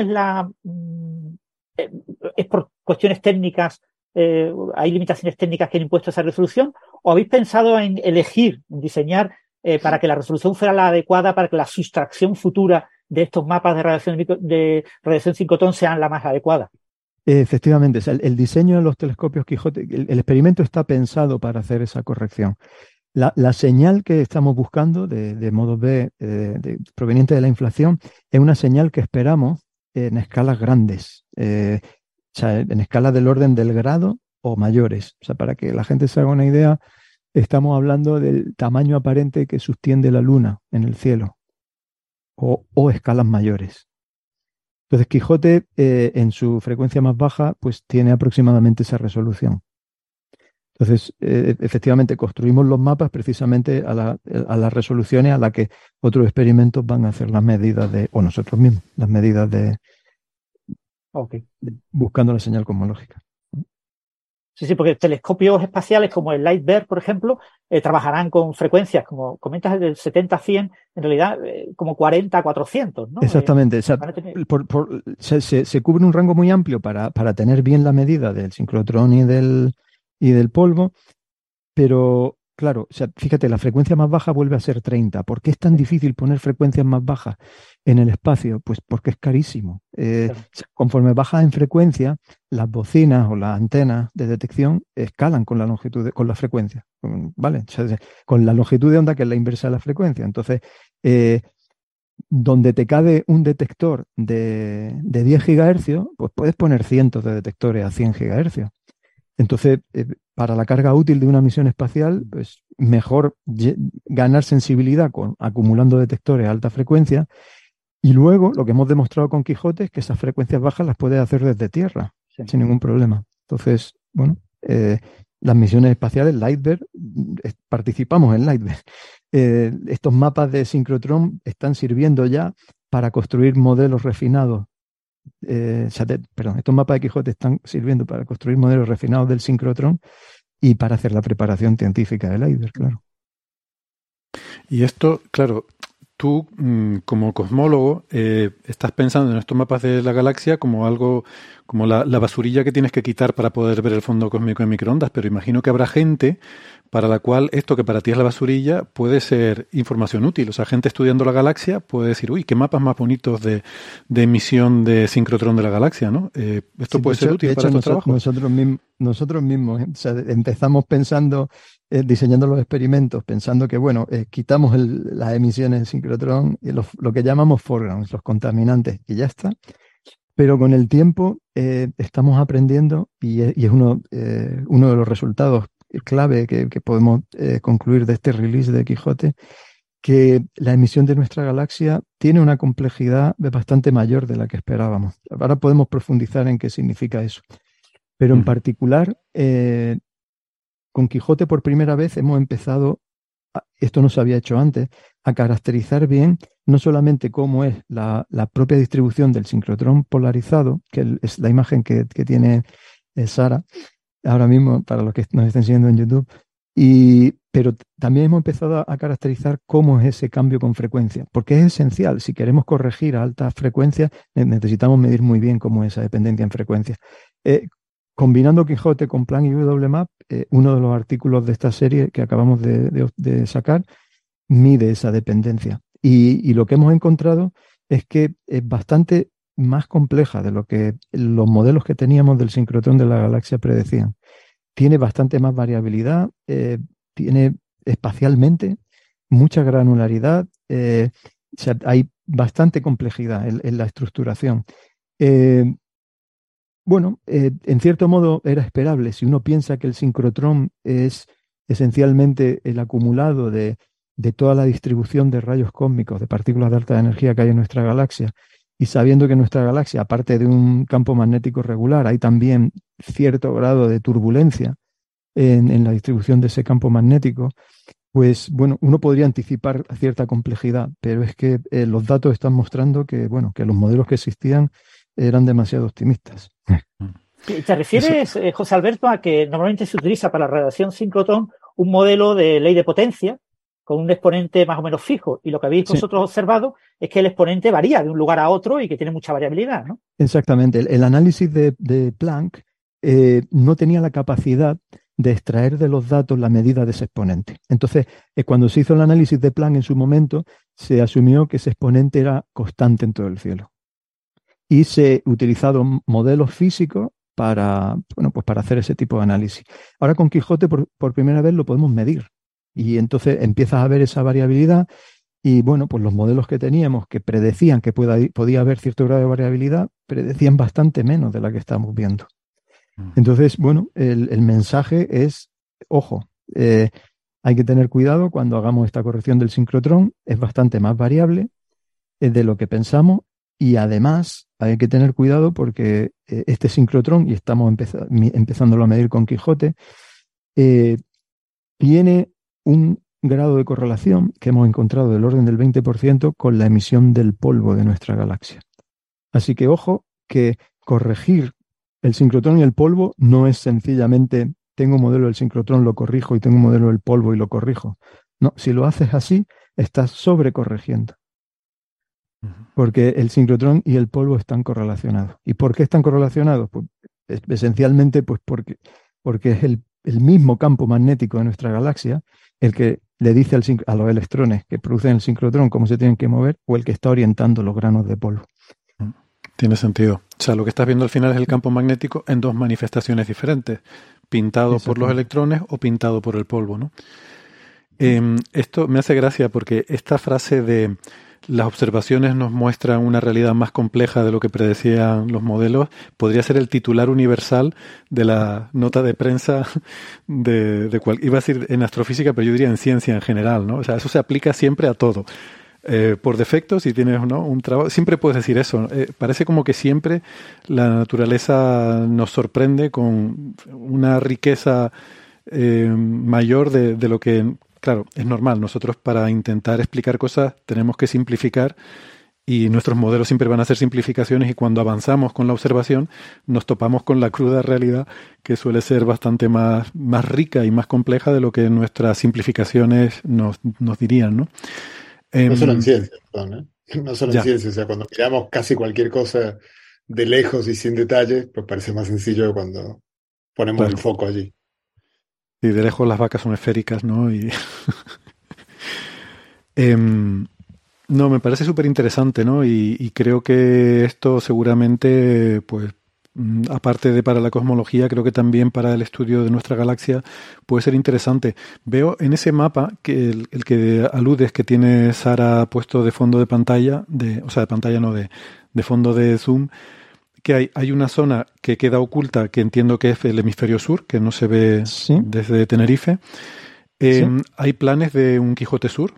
es por cuestiones técnicas? ¿Hay limitaciones técnicas que han impuesto esa resolución? ¿O habéis pensado en elegir, en diseñar para que la resolución fuera la adecuada, para que la sustracción futura de estos mapas de radiación sincrotrón sean la más adecuada? Efectivamente, o sea, el diseño de los telescopios Quijote, el experimento está pensado para hacer esa corrección. La señal que estamos buscando de modo B proveniente de la inflación es una señal que esperamos en escalas grandes, o sea, en escalas del orden del grado o mayores. O sea, para que la gente se haga una idea, estamos hablando del tamaño aparente que sostiene la Luna en el cielo o escalas mayores. Entonces, Quijote, en su frecuencia más baja, pues tiene aproximadamente esa resolución. Entonces, efectivamente, construimos los mapas precisamente a las resoluciones a las que otros experimentos van a hacer las medidas o nosotros mismos, las medidas buscando la señal cosmológica. Sí, porque telescopios espaciales como el LightBear, por ejemplo, trabajarán con frecuencias, como comentas, del 70 a 100, en realidad como 40 a 400, ¿no? Exactamente. O sea, se cubre un rango muy amplio para tener bien la medida del sincrotrón y del polvo, pero claro, o sea, fíjate, la frecuencia más baja vuelve a ser 30. ¿Por qué es tan difícil poner frecuencias más bajas en el espacio? Pues porque es carísimo. Conforme bajas en frecuencia, las bocinas o las antenas de detección escalan con la longitud, con la frecuencia, ¿vale? O sea, con la longitud de onda que es la inversa de la frecuencia. Entonces, donde te cabe un detector de 10 GHz, pues puedes poner cientos de detectores a 100 GHz. Entonces, para la carga útil de una misión espacial, pues mejor ganar sensibilidad acumulando detectores a alta frecuencia. Y luego, lo que hemos demostrado con Quijote es que esas frecuencias bajas las puedes hacer desde Tierra, sin ningún problema. Entonces, bueno, las misiones espaciales, Lightbear, participamos en Lightbear. Estos mapas de sincrotrón están sirviendo ya para construir modelos refinados. Estos mapas de Quijote están sirviendo para construir modelos refinados del sincrotrón y para hacer la preparación científica del Lightbear, claro. Y esto, claro, tú como cosmólogo estás pensando en estos mapas de la galaxia como algo, como la basurilla que tienes que quitar para poder ver el fondo cósmico en microondas, pero imagino que habrá gente para la cual esto que para ti es la basurilla puede ser información útil. O sea, gente estudiando la galaxia puede decir, uy, qué mapas más bonitos de emisión de sincrotrón de la galaxia, ¿no? Esto puede ser útil para estos trabajos. Nosotros mismos, o sea, empezamos pensando, diseñando los experimentos, pensando que, bueno, quitamos las emisiones de sincrotrón y lo que llamamos foregrounds, los contaminantes, y ya está. Pero con el tiempo estamos aprendiendo y es uno de los resultados clave que podemos concluir de este release de Quijote, que la emisión de nuestra galaxia tiene una complejidad bastante mayor de la que esperábamos. Ahora podemos profundizar en qué significa eso. Pero en particular, con Quijote por primera vez hemos empezado, esto no se había hecho antes, a caracterizar bien no solamente cómo es la propia distribución del sincrotrón polarizado, que es la imagen que tiene Sara ahora mismo para los que nos estén siguiendo en YouTube, pero también hemos empezado a caracterizar cómo es ese cambio con frecuencia, porque es esencial. Si queremos corregir a altas frecuencias, necesitamos medir muy bien cómo es esa dependencia en frecuencia. Combinando Quijote con Planck y WMAP, uno de los artículos de esta serie que acabamos de sacar mide esa dependencia. Y lo que hemos encontrado es que es bastante más compleja de lo que los modelos que teníamos del sincrotrón de la galaxia predecían. Tiene bastante más variabilidad, tiene espacialmente mucha granularidad, o sea, hay bastante complejidad en la estructuración. Bueno, en cierto modo era esperable. Si uno piensa que el sincrotrón es esencialmente el acumulado de toda la distribución de rayos cósmicos, de partículas de alta energía que hay en nuestra galaxia, y sabiendo que en nuestra galaxia, aparte de un campo magnético regular, hay también cierto grado de turbulencia en la distribución de ese campo magnético, pues bueno, uno podría anticipar cierta complejidad, pero es que los datos están mostrando que, bueno, que los modelos que existían eran demasiado optimistas. ¿Te refieres, José Alberto, a que normalmente se utiliza para la radiación sincrotrón un modelo de ley de potencia con un exponente más o menos fijo? Y lo que habéis vosotros observado es que el exponente varía de un lugar a otro y que tiene mucha variabilidad, ¿no? Exactamente. El análisis de Planck no tenía la capacidad de extraer de los datos la medida de ese exponente. Entonces, cuando se hizo el análisis de Planck en su momento, se asumió que ese exponente era constante en todo el cielo. Y se utilizaron modelos físicos para hacer ese tipo de análisis. Ahora con Quijote por primera vez lo podemos medir. Y entonces empiezas a ver esa variabilidad y bueno, pues los modelos que teníamos que predecían que podía haber cierto grado de variabilidad, predecían bastante menos de la que estamos viendo. Entonces, bueno, el mensaje es, ojo, hay que tener cuidado cuando hagamos esta corrección del sincrotrón, es bastante más variable de lo que pensamos y además hay que tener cuidado porque este sincrotrón, y estamos empezándolo a medir con Quijote, tiene un grado de correlación que hemos encontrado del orden del 20% con la emisión del polvo de nuestra galaxia. Así que ojo que corregir el sincrotrón y el polvo no es sencillamente tengo un modelo del sincrotrón, lo corrijo, y tengo un modelo del polvo y lo corrijo. No, si lo haces así, estás sobrecorrigiendo. Porque el sincrotrón y el polvo están correlacionados. ¿Y por qué están correlacionados? Pues esencialmente pues porque es el mismo campo magnético de nuestra galaxia el que le dice a los electrones que producen el sincrotrón cómo se tienen que mover, o el que está orientando los granos de polvo. Tiene sentido. O sea, lo que estás viendo al final es el campo magnético en dos manifestaciones diferentes, pintado por los electrones o pintado por el polvo, ¿no? Esto me hace gracia porque esta frase de las observaciones nos muestran una realidad más compleja de lo que predecían los modelos, podría ser el titular universal de la nota de prensa iba a decir en astrofísica, pero yo diría en ciencia en general, ¿no? O sea, eso se aplica siempre a todo. Por defecto, si tienes, ¿no?, un trabajo, siempre puedes decir eso. Parece como que siempre la naturaleza nos sorprende con una riqueza mayor de lo que, claro, es normal. Nosotros, para intentar explicar cosas, tenemos que simplificar, y nuestros modelos siempre van a hacer simplificaciones, y cuando avanzamos con la observación nos topamos con la cruda realidad, que suele ser bastante más rica y más compleja de lo que nuestras simplificaciones nos dirían, ¿no? No solo en ciencia, perdón, ¿eh? No solo en ciencia, o sea, cuando miramos casi cualquier cosa de lejos y sin detalles, pues parece más sencillo cuando ponemos el foco allí. Y de lejos las vacas son esféricas, ¿no? Y no, me parece súper interesante, ¿no? Y creo que esto seguramente, pues, aparte de para la cosmología, creo que también para el estudio de nuestra galaxia puede ser interesante. Veo en ese mapa que el que aludes, que tiene Sara puesto de fondo de pantalla, de pantalla no, de fondo de Zoom, que hay una zona que queda oculta, que entiendo que es el hemisferio sur, que no se ve desde Tenerife. ¿Hay planes de un Quijote Sur?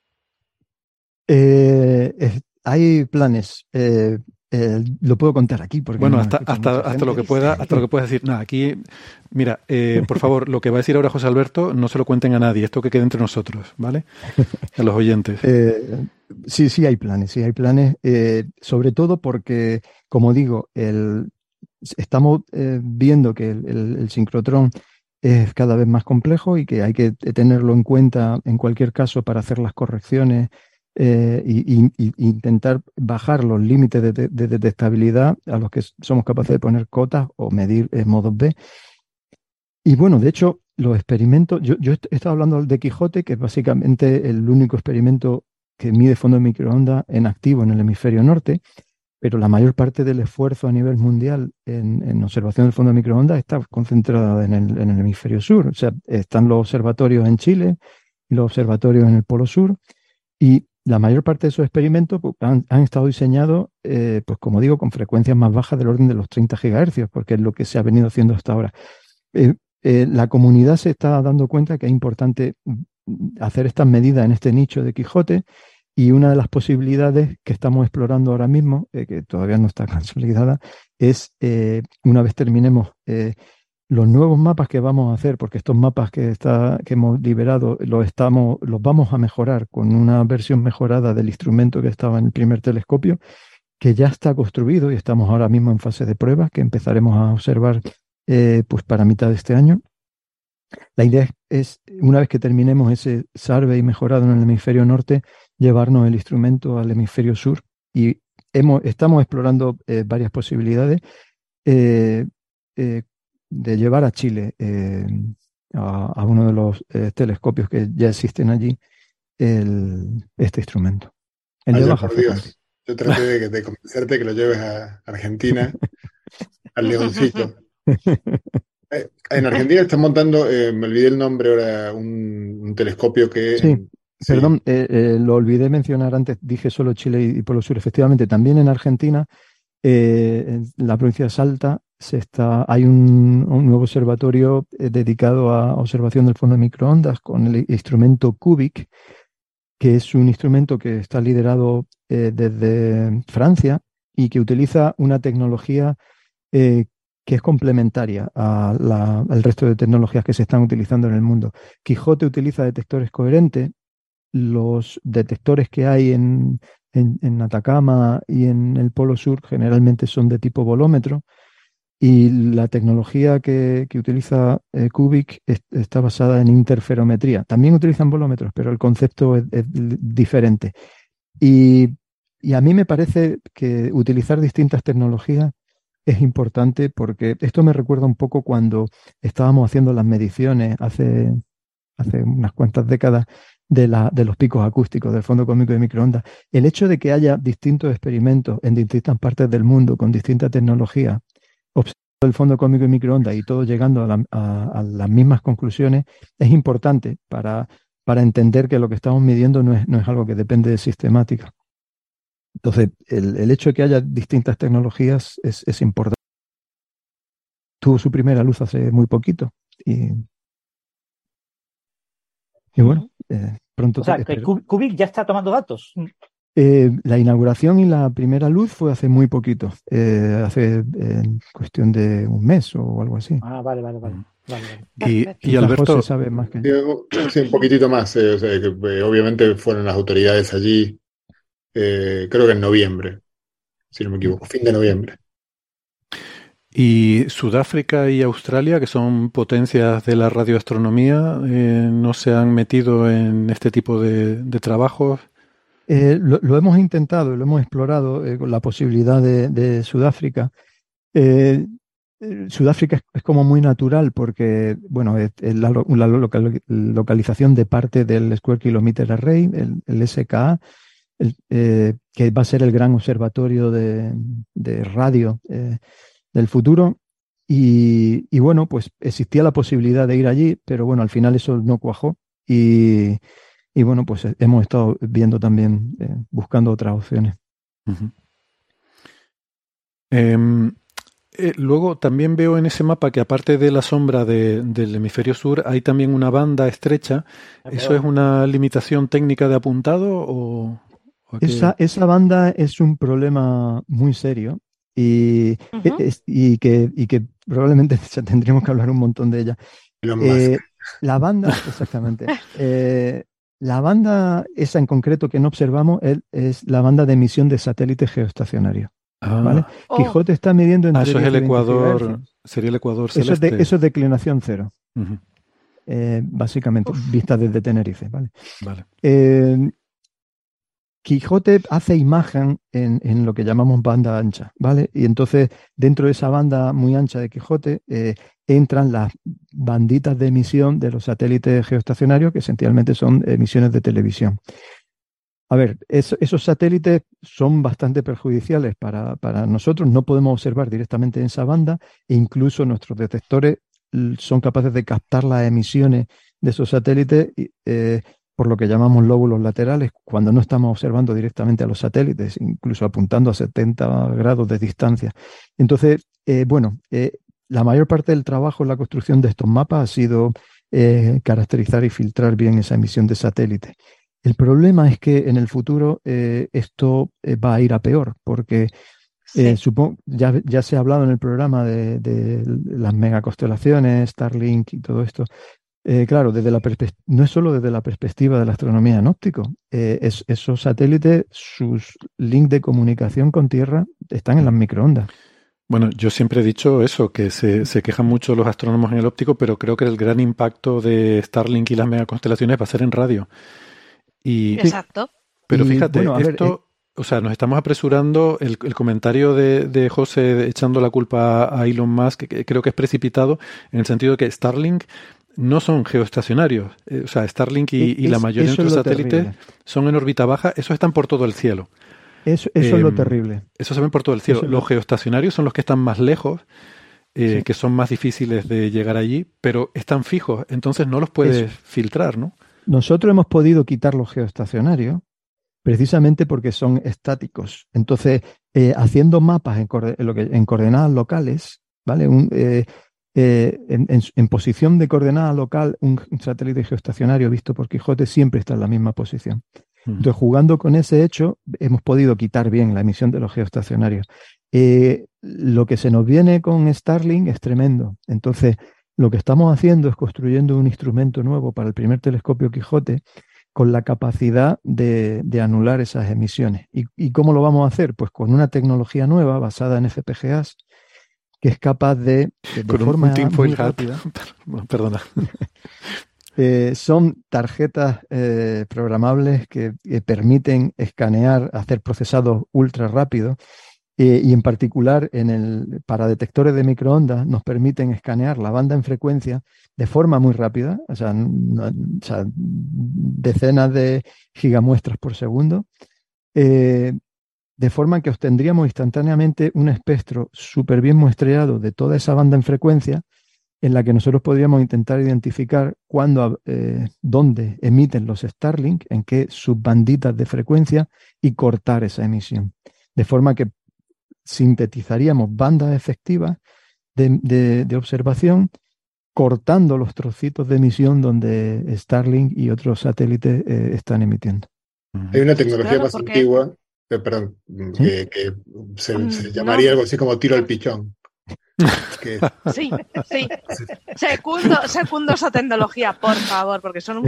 Hay planes. Lo puedo contar aquí porque bueno, hasta lo que pueda decir. Nada, aquí, mira, por favor, lo que va a decir ahora José Alberto, no se lo cuenten a nadie. Esto que quede entre nosotros, ¿vale? A los oyentes. Sí hay planes, sobre todo porque, como digo, estamos viendo que el sincrotrón es cada vez más complejo y que hay que tenerlo en cuenta en cualquier caso para hacer las correcciones y intentar bajar los límites de detectabilidad a los que somos capaces de poner cotas o medir modos B. Y bueno, de hecho, los experimentos, yo he estado hablando de Quijote, que es básicamente el único experimento que mide fondo de microondas en activo en el hemisferio norte, pero la mayor parte del esfuerzo a nivel mundial en observación del fondo de microondas está concentrada en el hemisferio sur. O sea, están los observatorios en Chile y los observatorios en el Polo Sur, y la mayor parte de esos experimentos pues, han estado diseñados, pues como digo, con frecuencias más bajas del orden de los 30 GHz, porque es lo que se ha venido haciendo hasta ahora. La comunidad se está dando cuenta que es importante hacer estas medidas en este nicho de Quijote, y una de las posibilidades que estamos explorando ahora mismo, que todavía no está consolidada, es una vez terminemos los nuevos mapas que vamos a hacer, porque estos mapas que hemos liberado los vamos a mejorar con una versión mejorada del instrumento que estaba en el primer telescopio, que ya está construido y estamos ahora mismo en fase de pruebas, que empezaremos a observar pues para mitad de este año. La idea es, una vez que terminemos ese survey mejorado en el hemisferio norte, llevarnos el instrumento al hemisferio sur, y estamos explorando varias posibilidades de llevar a Chile a uno de los telescopios que ya existen allí este instrumento. Por Dios. Yo traté de convencerte que lo lleves a Argentina, al Leoncito. En Argentina están montando, me olvidé el nombre ahora, un telescopio que... Sí. Perdón, lo olvidé mencionar antes, dije solo Chile y Polo Sur. Efectivamente, también en Argentina, en la provincia de Salta, hay un nuevo observatorio dedicado a observación del fondo de microondas con el instrumento CUBIC, que es un instrumento que está liderado desde Francia y que utiliza una tecnología que es complementaria al resto de tecnologías que se están utilizando en el mundo. Quijote utiliza detectores coherentes. Los detectores que hay en Atacama y en el Polo Sur generalmente son de tipo volómetro, y la tecnología que utiliza CUBIC está basada en interferometría. También utilizan volómetros, pero el concepto es diferente. Y a mí me parece que utilizar distintas tecnologías es importante, porque esto me recuerda un poco cuando estábamos haciendo las mediciones hace unas cuantas décadas de los picos acústicos del fondo cósmico de microondas. El hecho de que haya distintos experimentos en distintas partes del mundo con distinta tecnología observando el fondo cósmico de microondas y todos llegando a las mismas conclusiones es importante para entender que lo que estamos midiendo no es algo que depende de sistemática. Entonces, el hecho de que haya distintas tecnologías es importante. Tuvo su primera luz hace muy poquito y bueno, pronto. O sea, que Cubic ya está tomando datos. La inauguración y la primera luz fue hace muy poquito, hace cuestión de un mes o algo así. Ah, vale. Y Alberto José sabe más que yo. Sí, un poquitito más, o sea, que obviamente fueron las autoridades allí, creo que en noviembre, si no me equivoco, fin de noviembre. Y Sudáfrica y Australia, que son potencias de la radioastronomía, ¿no se han metido en este tipo de trabajos? Lo hemos intentado, lo hemos explorado con la posibilidad de Sudáfrica. Sudáfrica es como muy natural porque, bueno, es la localización de parte del Square Kilometre Array, el SKA, que va a ser el gran observatorio de radio del futuro. Y bueno, pues existía la posibilidad de ir allí, pero bueno, al final eso no cuajó. Y bueno, pues hemos estado viendo también, buscando otras opciones. Uh-huh. Luego también veo en ese mapa que aparte de la sombra del hemisferio sur hay también una banda estrecha. ¿Eso es una limitación técnica de apuntado o esa banda es un problema muy serio y que probablemente tendríamos que hablar un montón de ella. La banda, exactamente. La banda esa en concreto que no observamos es la banda de emisión de satélite geoestacionario. ¿Vale? Quijote está midiendo entre eso es el Ecuador, sería el Ecuador celeste. Eso es declinación cero. Uh-huh. Básicamente, vista desde Tenerife. ¿Vale? Quijote hace imagen en lo que llamamos banda ancha, ¿vale? Y entonces, dentro de esa banda muy ancha de Quijote, entran las banditas de emisión de los satélites geoestacionarios, que esencialmente son emisiones de televisión. A ver, esos satélites son bastante perjudiciales para nosotros, no podemos observar directamente en esa banda e incluso nuestros detectores son capaces de captar las emisiones de esos satélites por lo que llamamos lóbulos laterales, cuando no estamos observando directamente a los satélites, incluso apuntando a 70 grados de distancia. Entonces, la mayor parte del trabajo en la construcción de estos mapas ha sido caracterizar y filtrar bien esa emisión de satélites. El problema es que en el futuro esto va a ir a peor, porque supongo, ya se ha hablado en el programa de las megaconstelaciones, Starlink y todo esto. Claro, no es solo desde la perspectiva de la astronomía en óptico. Esos satélites, sus links de comunicación con Tierra están en las microondas. Bueno, yo siempre he dicho eso, que se quejan mucho los astrónomos en el óptico, pero creo que el gran impacto de Starlink y las megaconstelaciones va a ser en radio. Exacto. Pero fíjate, o sea, nos estamos apresurando. El comentario de José echando la culpa a Elon Musk, que creo que es precipitado, en el sentido de que Starlink no son geoestacionarios. O sea, Starlink y la mayoría de nuestros satélites son en órbita baja. Esos están por todo el cielo. Eso es lo terrible. Eso se ven por todo el cielo. Los geoestacionarios son los que están más lejos, que son más difíciles de llegar allí, pero están fijos. Entonces no los puedes filtrar, ¿no? Nosotros hemos podido quitar los geoestacionarios precisamente porque son estáticos. Entonces, haciendo mapas en coordenadas locales, ¿vale? En posición de coordenada local, un satélite geoestacionario visto por Quijote siempre está en la misma posición. Entonces, jugando con ese hecho, hemos podido quitar bien la emisión de los geoestacionarios. Lo que se nos viene con Starlink es tremendo. Entonces, lo que estamos haciendo es construyendo un instrumento nuevo para el primer telescopio Quijote con la capacidad de anular esas emisiones. ¿Y cómo lo vamos a hacer? Pues con una tecnología nueva basada en FPGAs que es capaz de forma muy rápida. Perdona. Son tarjetas programables que permiten escanear, hacer procesados ultra rápidos. Y en particular para detectores de microondas nos permiten escanear la banda en frecuencia de forma muy rápida, o sea, decenas de gigamuestras por segundo, de forma que obtendríamos instantáneamente un espectro súper bien muestreado de toda esa banda en frecuencia en la que nosotros podríamos intentar identificar dónde emiten los Starlink, en qué subbanditas de frecuencia, y cortar esa emisión. De forma que sintetizaríamos bandas efectivas de observación, cortando los trocitos de emisión donde Starlink y otros satélites están emitiendo. Hay una tecnología Claro, más porque- antigua, perdón, ¿Sí? que se llamaría algo así como tiro al pichón. Que, Sí, sí. Secundo esa tecnología, por favor, porque son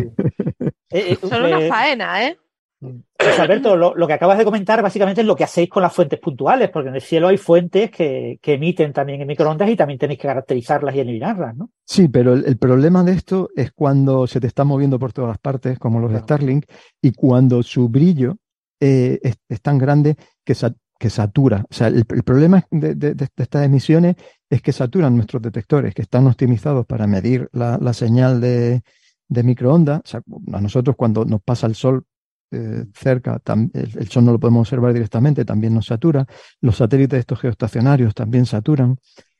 una faena, ¿eh? José Alberto, lo que acabas de comentar básicamente es lo que hacéis con las fuentes puntuales, porque en el cielo hay fuentes que emiten también en microondas y también tenéis que caracterizarlas y eliminarlas, ¿no? Sí, pero el problema de esto es cuando se te está moviendo por todas partes, como los Starlink, y cuando su brillo es tan grande que satura. O sea, el problema de estas emisiones es que saturan nuestros detectores, que están optimizados para medir la señal de microondas. O sea, a nosotros cuando nos pasa el sol cerca, el sol no lo podemos observar directamente, también nos satura. Los satélites estos geoestacionarios también saturan.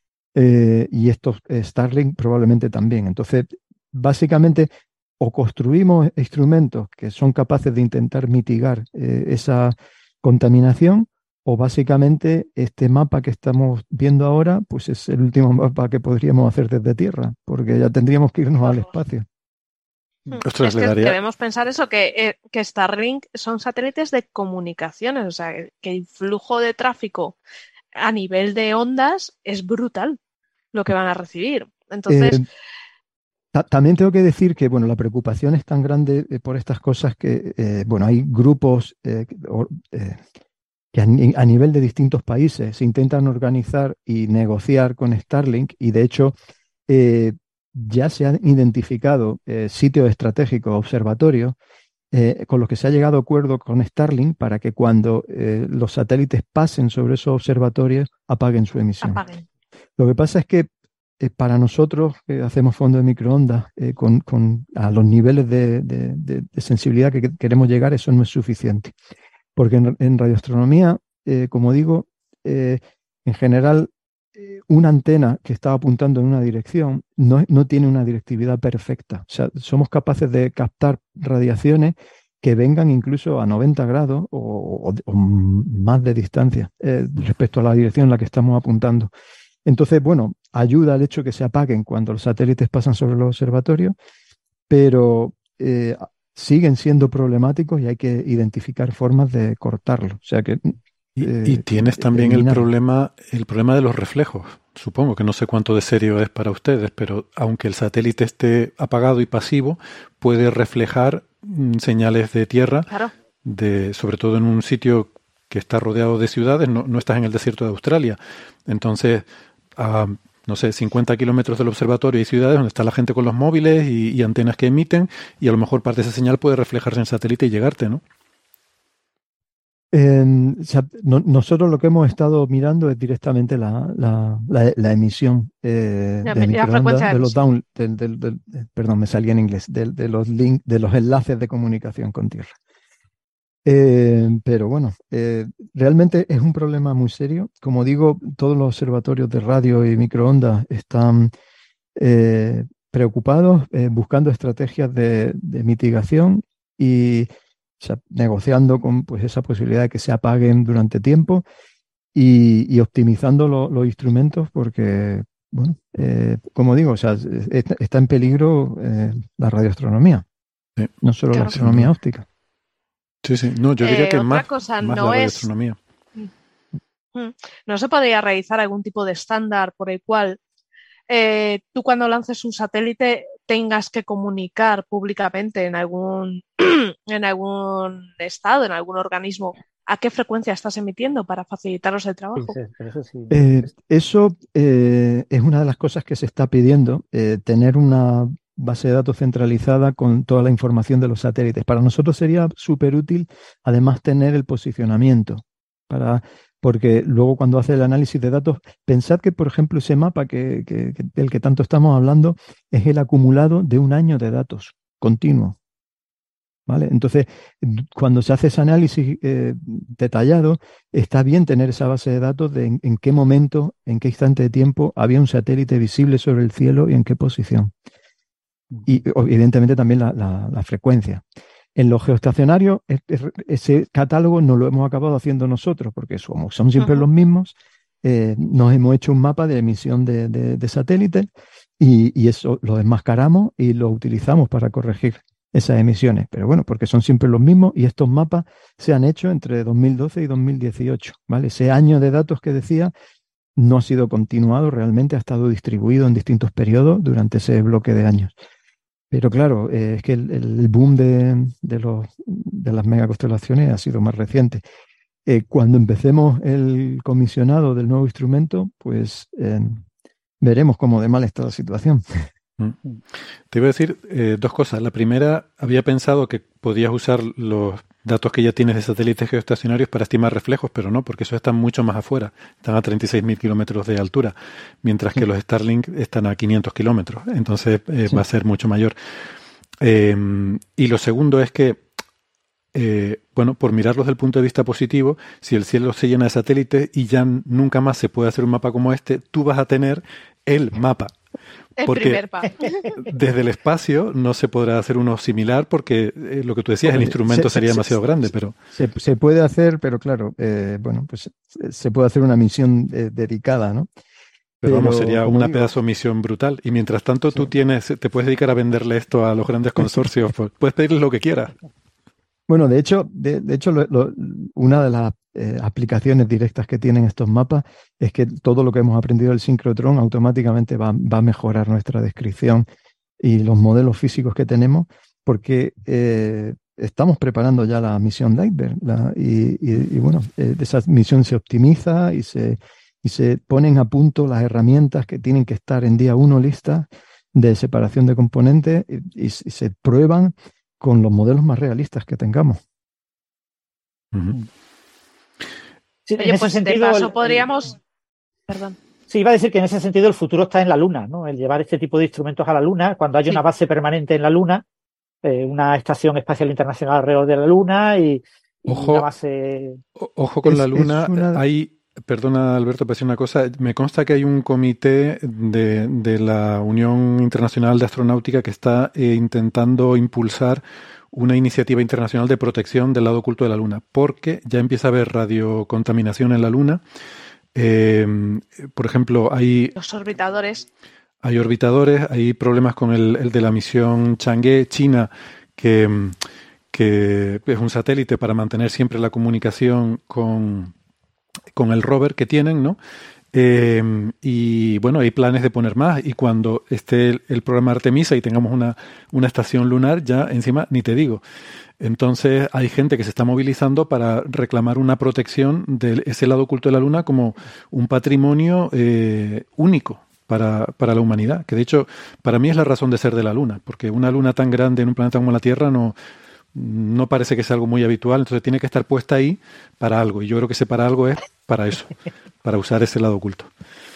Y estos Starlink probablemente también. Entonces, básicamente, o construimos instrumentos que son capaces de intentar mitigar esa contaminación, o básicamente este mapa que estamos viendo ahora, pues es el último mapa que podríamos hacer desde Tierra, porque ya tendríamos que irnos al espacio. Es que debemos pensar eso, que Starlink son satélites de comunicaciones, o sea, que el flujo de tráfico a nivel de ondas es brutal lo que van a recibir. Entonces, también tengo que decir que, bueno, la preocupación es tan grande por estas cosas que, bueno, hay grupos que a nivel de distintos países se intentan organizar y negociar con Starlink, y de hecho ya se han identificado sitios estratégicos, observatorios, con los que se ha llegado a acuerdo con Starlink para que cuando los satélites pasen sobre esos observatorios apaguen su emisión. Lo que pasa es que para nosotros que hacemos fondo de microondas, a los niveles de sensibilidad que queremos llegar, eso no es suficiente. Porque en radioastronomía, como digo, en general, una antena que está apuntando en una dirección no tiene una directividad perfecta. O sea, somos capaces de captar radiaciones que vengan incluso a 90 grados o más de distancia respecto a la dirección en la que estamos apuntando. Entonces, bueno, ayuda el hecho que se apaguen cuando los satélites pasan sobre los observatorios, pero siguen siendo problemáticos y hay que identificar formas de cortarlo. O sea que y tienes también el problema de los reflejos. Supongo que no sé cuánto de serio es para ustedes, pero aunque el satélite esté apagado y pasivo, puede reflejar señales de tierra, claro, sobre todo en un sitio que está rodeado de ciudades. No estás en el desierto de Australia. Entonces, no sé, 50 kilómetros del observatorio hay ciudades donde está la gente con los móviles y antenas que emiten, y a lo mejor parte de esa señal puede reflejarse en el satélite y llegarte, ¿no? Nosotros lo que hemos estado mirando es directamente la emisión de microondas, de los perdón, me salía en inglés, de los enlaces de comunicación con Tierra. Pero bueno, realmente es un problema muy serio. Como digo, todos los observatorios de radio y microondas están preocupados, buscando estrategias de mitigación y negociando con pues esa posibilidad de que se apaguen durante tiempo y optimizando los instrumentos, porque, bueno, como digo, o sea, está en peligro la radioastronomía, no solo la astronomía óptica. Sí, sí. No, yo diría que más cosa la no radioastronomía. ¿No se podría realizar algún tipo de estándar por el cual tú cuando lances un satélite tengas que comunicar públicamente en algún estado, en algún organismo, a qué frecuencia estás emitiendo para facilitaros el trabajo? Eso es una de las cosas que se está pidiendo, tener una base de datos centralizada con toda la información de los satélites. Para nosotros sería súper útil, además, tener el posicionamiento, porque luego cuando hace el análisis de datos, pensad que, por ejemplo, ese mapa del que tanto estamos hablando es el acumulado de un año de datos continuo. ¿vale? Entonces, cuando se hace ese análisis detallado, está bien tener esa base de datos de en qué momento, en qué instante de tiempo había un satélite visible sobre el cielo y en qué posición. Y evidentemente también la frecuencia. En los geoestacionarios, ese catálogo no lo hemos acabado haciendo nosotros, porque son siempre los mismos. Nos hemos hecho un mapa de emisión de satélites y eso lo desmascaramos y lo utilizamos para corregir esas emisiones. Pero bueno, porque son siempre los mismos y estos mapas se han hecho entre 2012 y 2018, ¿vale? Ese año de datos que decía no ha sido continuado, realmente ha estado distribuido en distintos periodos durante ese bloque de años. Pero claro, es que el boom de las megaconstelaciones ha sido más reciente. Cuando empecemos el comisionado del nuevo instrumento, pues veremos cómo de mal está la situación. Te iba a decir dos cosas. La primera, había pensado que podías usar los datos que ya tienes de satélites geoestacionarios para estimar reflejos, pero no, porque esos están mucho más afuera. Están a 36.000 kilómetros de altura, mientras que los Starlink están a 500 kilómetros. Entonces va a ser mucho mayor. Y lo segundo es que, bueno, por mirarlos desde el punto de vista positivo, si el cielo se llena de satélites y ya nunca más se puede hacer un mapa como este, tú vas a tener el mapa. Porque desde el espacio no se podrá hacer uno similar porque lo que tú decías, el instrumento sería demasiado grande, pero... Se puede hacer, pero claro, bueno, pues se puede hacer una misión dedicada, ¿no? Pero vamos, sería una pedazo de misión brutal. Y mientras tanto tú te puedes dedicar a venderle esto a los grandes consorcios, pues puedes pedirles lo que quieras. Bueno, de hecho, una de las aplicaciones directas que tienen estos mapas es que todo lo que hemos aprendido del síncrotron automáticamente va a mejorar nuestra descripción y los modelos físicos que tenemos, porque estamos preparando ya la misión Lightbearer y bueno, esa misión se optimiza y se ponen a punto las herramientas que tienen que estar en día 1 listas de separación de componentes y se prueban con los modelos más realistas que tengamos. Sí, oye, pues de paso podríamos... Perdón. Sí, iba a decir que en ese sentido el futuro está en la Luna, ¿no? El llevar este tipo de instrumentos a la Luna, cuando haya una base permanente en la Luna, una estación espacial internacional alrededor de la Luna y una base... Ojo con la Luna, hay... Perdona, Alberto, para decir una cosa. Me consta que hay un comité de la Unión Internacional de Astronáutica que está intentando impulsar una iniciativa internacional de protección del lado oculto de la Luna, porque ya empieza a haber radiocontaminación en la Luna. Por ejemplo, hay... Los orbitadores. Hay orbitadores, hay problemas con el de la misión Chang'e, China, que es un satélite para mantener siempre la comunicación con el rover que tienen, ¿no? Y bueno, hay planes de poner más, y cuando esté el programa Artemisa y tengamos una estación lunar, ya encima ni te digo. Entonces hay gente que se está movilizando para reclamar una protección de ese lado oculto de la Luna como un patrimonio único para la humanidad, que de hecho para mí es la razón de ser de la Luna, porque una luna tan grande en un planeta como la Tierra no parece que sea algo muy habitual, entonces tiene que estar puesta ahí para algo, y yo creo que ese para algo es para eso, para usar ese lado oculto.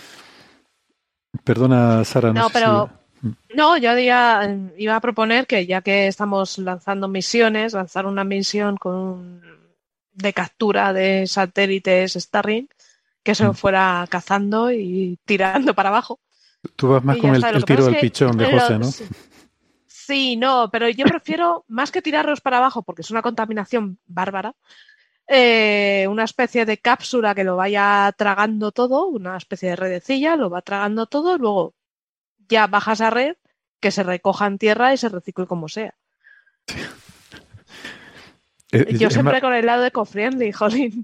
Perdona, Sara. No, pero no, yo iba a proponer que ya que estamos lanzando misiones, lanzar una misión de captura de satélites Starlink que se fuera cazando y tirando para abajo. Tú vas más con el tiro del pichón de José, ¿no? Sí, no, pero yo prefiero, más que tirarlos para abajo, porque es una contaminación bárbara, una especie de cápsula que lo vaya tragando todo, una especie de redecilla, lo va tragando todo, luego ya baja esa red, que se recoja en tierra y se recicle como sea. Yo siempre con el lado eco-friendly, jolín.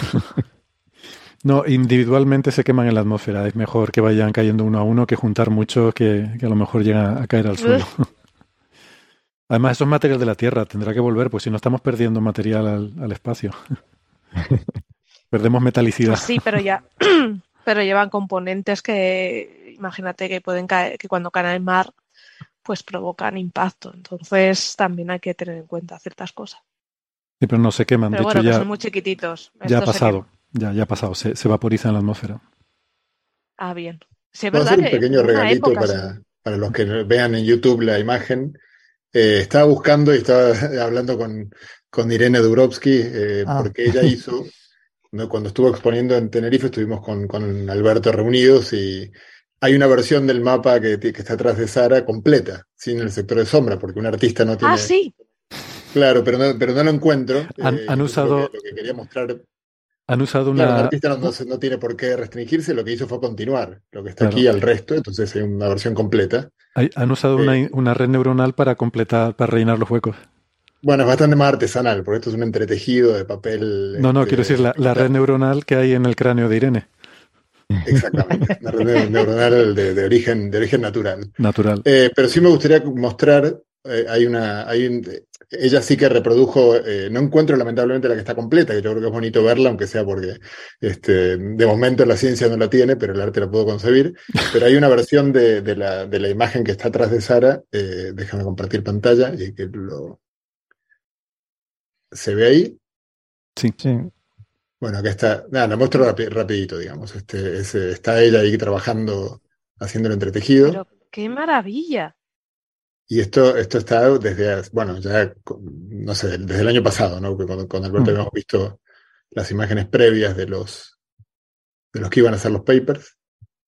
No, individualmente se queman en la atmósfera. Es mejor que vayan cayendo uno a uno que juntar muchos que a lo mejor llegan a caer al suelo. Además, eso es material de la Tierra, tendrá que volver, pues si no estamos perdiendo material al espacio. Perdemos metalicidad. Pues sí, pero llevan componentes que, imagínate, que pueden caer, que cuando caen al mar, pues provocan impacto. Entonces también hay que tener en cuenta ciertas cosas. Sí, pero no se queman. Pero de bueno, hecho, que son muy chiquititos. Ya ha pasado, ya ha pasado, se vaporiza en la atmósfera. Ah, bien. Sí, es Vamos a verdad hacer un que pequeño regalito época, para los que vean en YouTube la imagen. Estaba buscando y estaba hablando con Irene Dubrovsky, porque ella hizo, ¿no? Cuando estuvo exponiendo en Tenerife, estuvimos con Alberto reunidos y hay una versión del mapa que está atrás de Sara completa, sin el sector de sombra, porque un artista no tiene... Ah, sí. Claro, pero no lo encuentro. Han usado... Lo que quería mostrar... Han usado Claro, una... un artista no tiene por qué restringirse, lo que hizo fue continuar lo que está Claro. aquí al resto, entonces hay una versión completa. Han usado una red neuronal para completar, para rellenar los huecos. Bueno, es bastante más artesanal, porque esto es un entretejido de papel. No, quiero decir la red neuronal que hay en el cráneo de Irene. Exactamente, una red neuronal de origen natural. Natural. Pero sí me gustaría mostrar, ella sí que reprodujo, no encuentro lamentablemente la que está completa, que yo creo que es bonito verla, aunque sea porque de momento la ciencia no la tiene, pero el arte la puedo concebir. Pero hay una versión de la imagen que está atrás de Sara, déjame compartir pantalla y que ¿se ve ahí? Sí. Bueno, acá está, la muestro rapidito, digamos. Está ella ahí trabajando, haciendo el entretejido. Pero qué maravilla. Y esto está desde, bueno, ya, no sé, desde el año pasado, ¿no? Porque con Alberto habíamos visto las imágenes previas de los que iban a hacer los papers.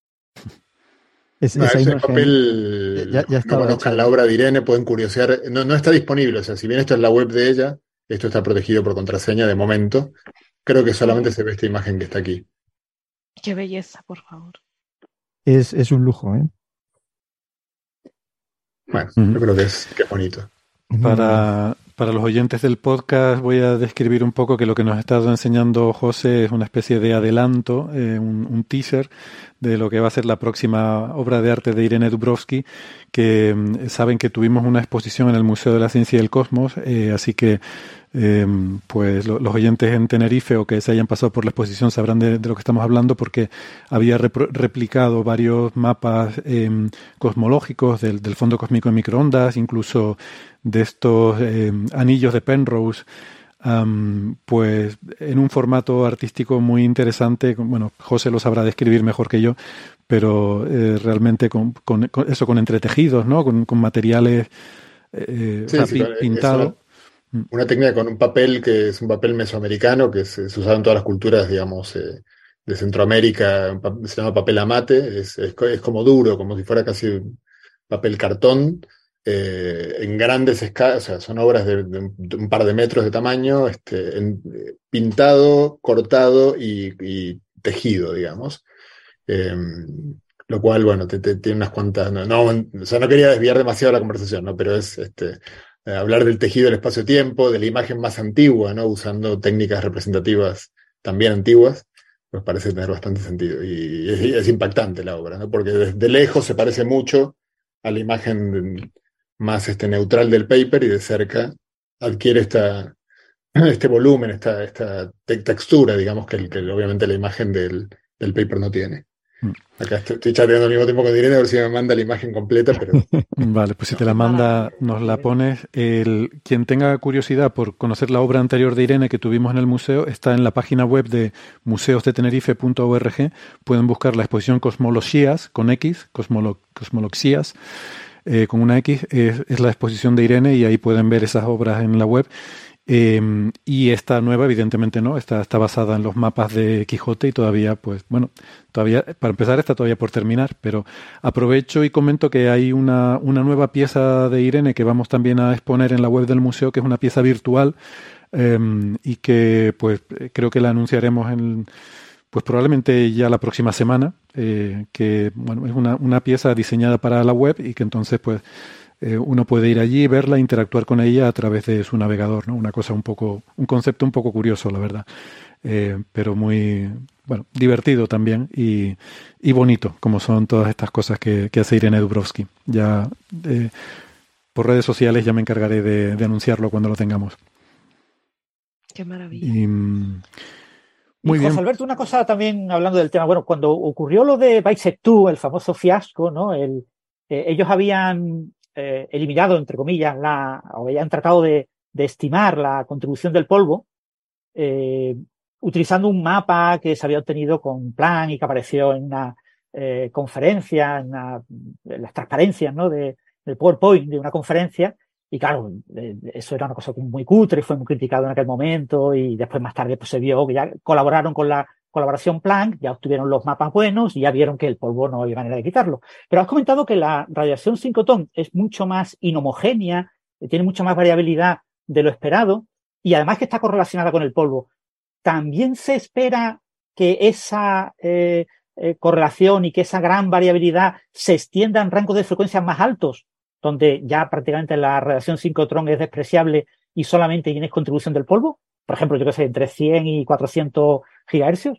Esa ese imagen papel, ya no estaba conozcan hecha. la obra de Irene, pueden curiosear. No está disponible, o sea, si bien esto es la web de ella, esto está protegido por contraseña de momento. Creo que solamente se ve esta imagen que está aquí. Qué belleza, por favor. Es un lujo, ¿eh? Bueno, yo creo que es bonito. Para los oyentes del podcast voy a describir un poco que lo que nos ha estado enseñando José es una especie de adelanto, un teaser de lo que va a ser la próxima obra de arte de Irene Dubrovsky, que saben que tuvimos una exposición en el Museo de la Ciencia y el Cosmos, así que pues los oyentes en Tenerife o que se hayan pasado por la exposición sabrán de lo que estamos hablando, porque había replicado varios mapas cosmológicos del fondo cósmico en microondas, incluso de estos anillos de Penrose, pues en un formato artístico muy interesante. Bueno, José lo sabrá describir mejor que yo, pero realmente con entretejidos, ¿no? Con materiales pintados. Una técnica con un papel que es un papel mesoamericano que se usaba en todas las culturas, digamos, de Centroamérica. Se llama papel amate, es como duro, como si fuera casi papel cartón, en grandes escalas, o sea, son obras de un par de metros de tamaño, pintado, cortado y tejido, digamos. Lo cual, bueno, tiene unas cuantas... o sea, no quería desviar demasiado la conversación, ¿no? Pero es hablar del tejido del espacio-tiempo, de la imagen más antigua, ¿no? Usando técnicas representativas también antiguas, pues parece tener bastante sentido. Y es impactante la obra, ¿no? Porque desde lejos se parece mucho a la imagen más neutral del paper, y de cerca adquiere este volumen, esta textura, digamos, que obviamente la imagen del paper no tiene. Acá estoy chateando al mismo tiempo con Irene a ver si me manda la imagen completa, pero... Vale, pues si te la manda, nos la pones. Quien tenga curiosidad por conocer la obra anterior de Irene que tuvimos en el museo, está en la página web de museosdetenerife.org. Pueden buscar la exposición Cosmologías, con X, Cosmoloxías, con una X, es la exposición de Irene, y ahí pueden ver esas obras en la web. Y esta nueva, evidentemente no, está basada en los mapas de Quijote, y todavía, pues bueno, todavía, para empezar, está todavía por terminar, pero aprovecho y comento que hay una nueva pieza de Irene que vamos también a exponer en la web del museo, que es una pieza virtual, y que pues creo que la anunciaremos pues probablemente ya la próxima semana, que bueno, es una pieza diseñada para la web, y que entonces pues uno puede ir allí, verla, interactuar con ella a través de su navegador, ¿no? Un concepto un poco curioso, la verdad, pero muy, bueno, divertido también, y bonito, como son todas estas cosas que hace Irene Dubrovsky. Ya por redes sociales ya me encargaré de anunciarlo cuando lo tengamos. Qué maravilla. Muy bien. José Alberto, una cosa también hablando del tema. Bueno, cuando ocurrió lo de Bisect 2, el famoso fiasco, ¿no? Ellos habían eliminado, entre comillas, o habían tratado de estimar la contribución del polvo, utilizando un mapa que se había obtenido con Planck y que apareció en una conferencia, en las transparencias, ¿no? del PowerPoint de una conferencia, Y claro, eso era una cosa muy cutre y fue muy criticado en aquel momento, y después más tarde pues se vio que ya colaboraron con la colaboración Planck, ya obtuvieron los mapas buenos y ya vieron que el polvo no había manera de quitarlo. Pero has comentado que la radiación sincrotrón es mucho más inhomogénea, tiene mucha más variabilidad de lo esperado, y además que está correlacionada con el polvo. ¿También se espera que esa correlación y que esa gran variabilidad se extienda en rangos de frecuencias más altos, donde ya prácticamente la radiación sincrotrón es despreciable y solamente tienes contribución del polvo? Por ejemplo, yo qué sé, entre 100 y 400 gigahercios.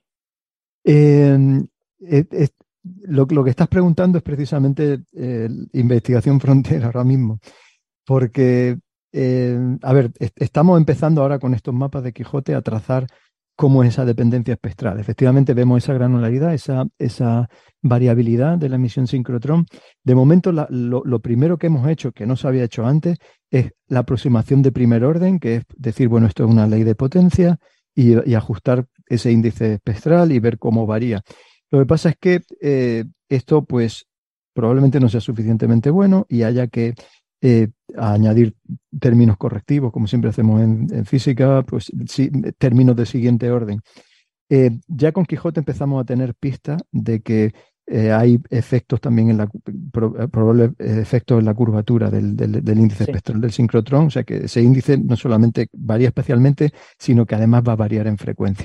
Lo que estás preguntando es precisamente investigación frontera ahora mismo, porque, a ver, estamos empezando ahora con estos mapas de Quijote a trazar cómo es esa dependencia espectral. Efectivamente vemos esa granularidad, esa variabilidad de la emisión sincrotrón. De momento, lo primero que hemos hecho, que no se había hecho antes, es la aproximación de primer orden, que es decir, bueno, esto es una ley de potencia, y ajustar ese índice espectral y ver cómo varía. Lo que pasa es que esto pues probablemente no sea suficientemente bueno y haya que añadir términos correctivos, como siempre hacemos en física, pues sí, términos de siguiente orden. Ya con Quijote empezamos a tener pistas de que hay efectos también probables efectos en la curvatura del índice espectral del sincrotrón, o sea que ese índice no solamente varía espacialmente, sino que además va a variar en frecuencia.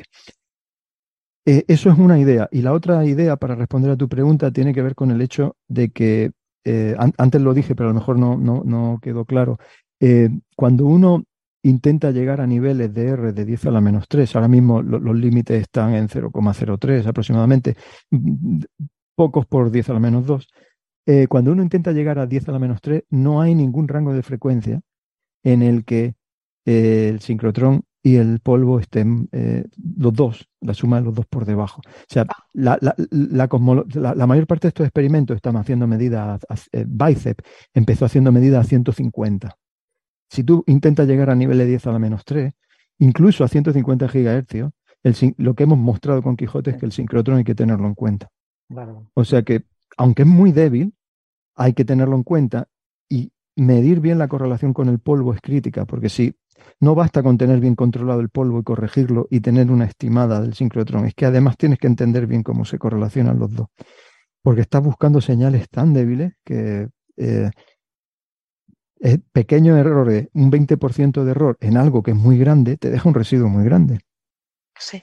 Eso es una idea. Y la otra idea, para responder a tu pregunta, tiene que ver con el hecho de que, antes lo dije, pero a lo mejor no quedó claro, cuando uno intenta llegar a niveles de R de 10 a la menos 3, ahora mismo los límites están en 0,03 aproximadamente, pocos por 10 a la menos 2, cuando uno intenta llegar a 10 a la menos 3, no hay ningún rango de frecuencia en el que el sincrotrón y el polvo estén los dos, la suma de los dos por debajo. O sea, la mayor parte de estos experimentos estamos haciendo medidas, Bicep empezó haciendo medidas a 150. Si tú intentas llegar a nivel de 10 a la menos 3, incluso a 150 gigahercios, lo que hemos mostrado con Quijote es que el sincrotrón hay que tenerlo en cuenta. Vale. O sea que, aunque es muy débil, hay que tenerlo en cuenta, y medir bien la correlación con el polvo es crítica, porque si no basta con tener bien controlado el polvo y corregirlo y tener una estimada del sincrotrón, es que además tienes que entender bien cómo se correlacionan los dos, porque estás buscando señales tan débiles que pequeños errores, un 20% de error en algo que es muy grande, te deja un residuo muy grande. Sí.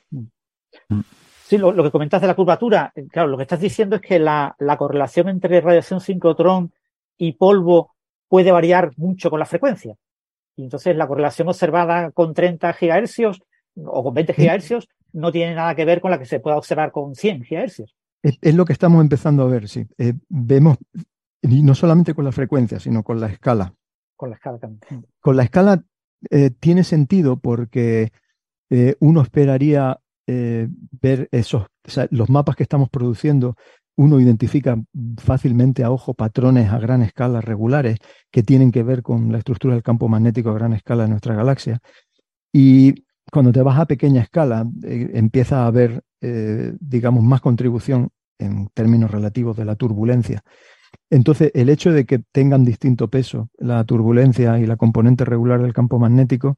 Sí, lo que comentas de la curvatura, claro, lo que estás diciendo es que la correlación entre radiación sincrotrón y polvo puede variar mucho con la frecuencia. Y entonces la correlación observada con 30 gigahercios o con 20 gigahercios no tiene nada que ver con la que se pueda observar con 100 gigahercios. Es lo que estamos empezando a ver, sí. Vemos, y no solamente con la frecuencia, sino con la escala. Con la escala también. Con la escala tiene sentido porque uno esperaría ver los mapas que estamos produciendo. Uno identifica fácilmente a ojo patrones a gran escala regulares que tienen que ver con la estructura del campo magnético a gran escala de nuestra galaxia. Y cuando te vas a pequeña escala, empieza a haber, digamos, más contribución en términos relativos de la turbulencia. Entonces, el hecho de que tengan distinto peso la turbulencia y la componente regular del campo magnético,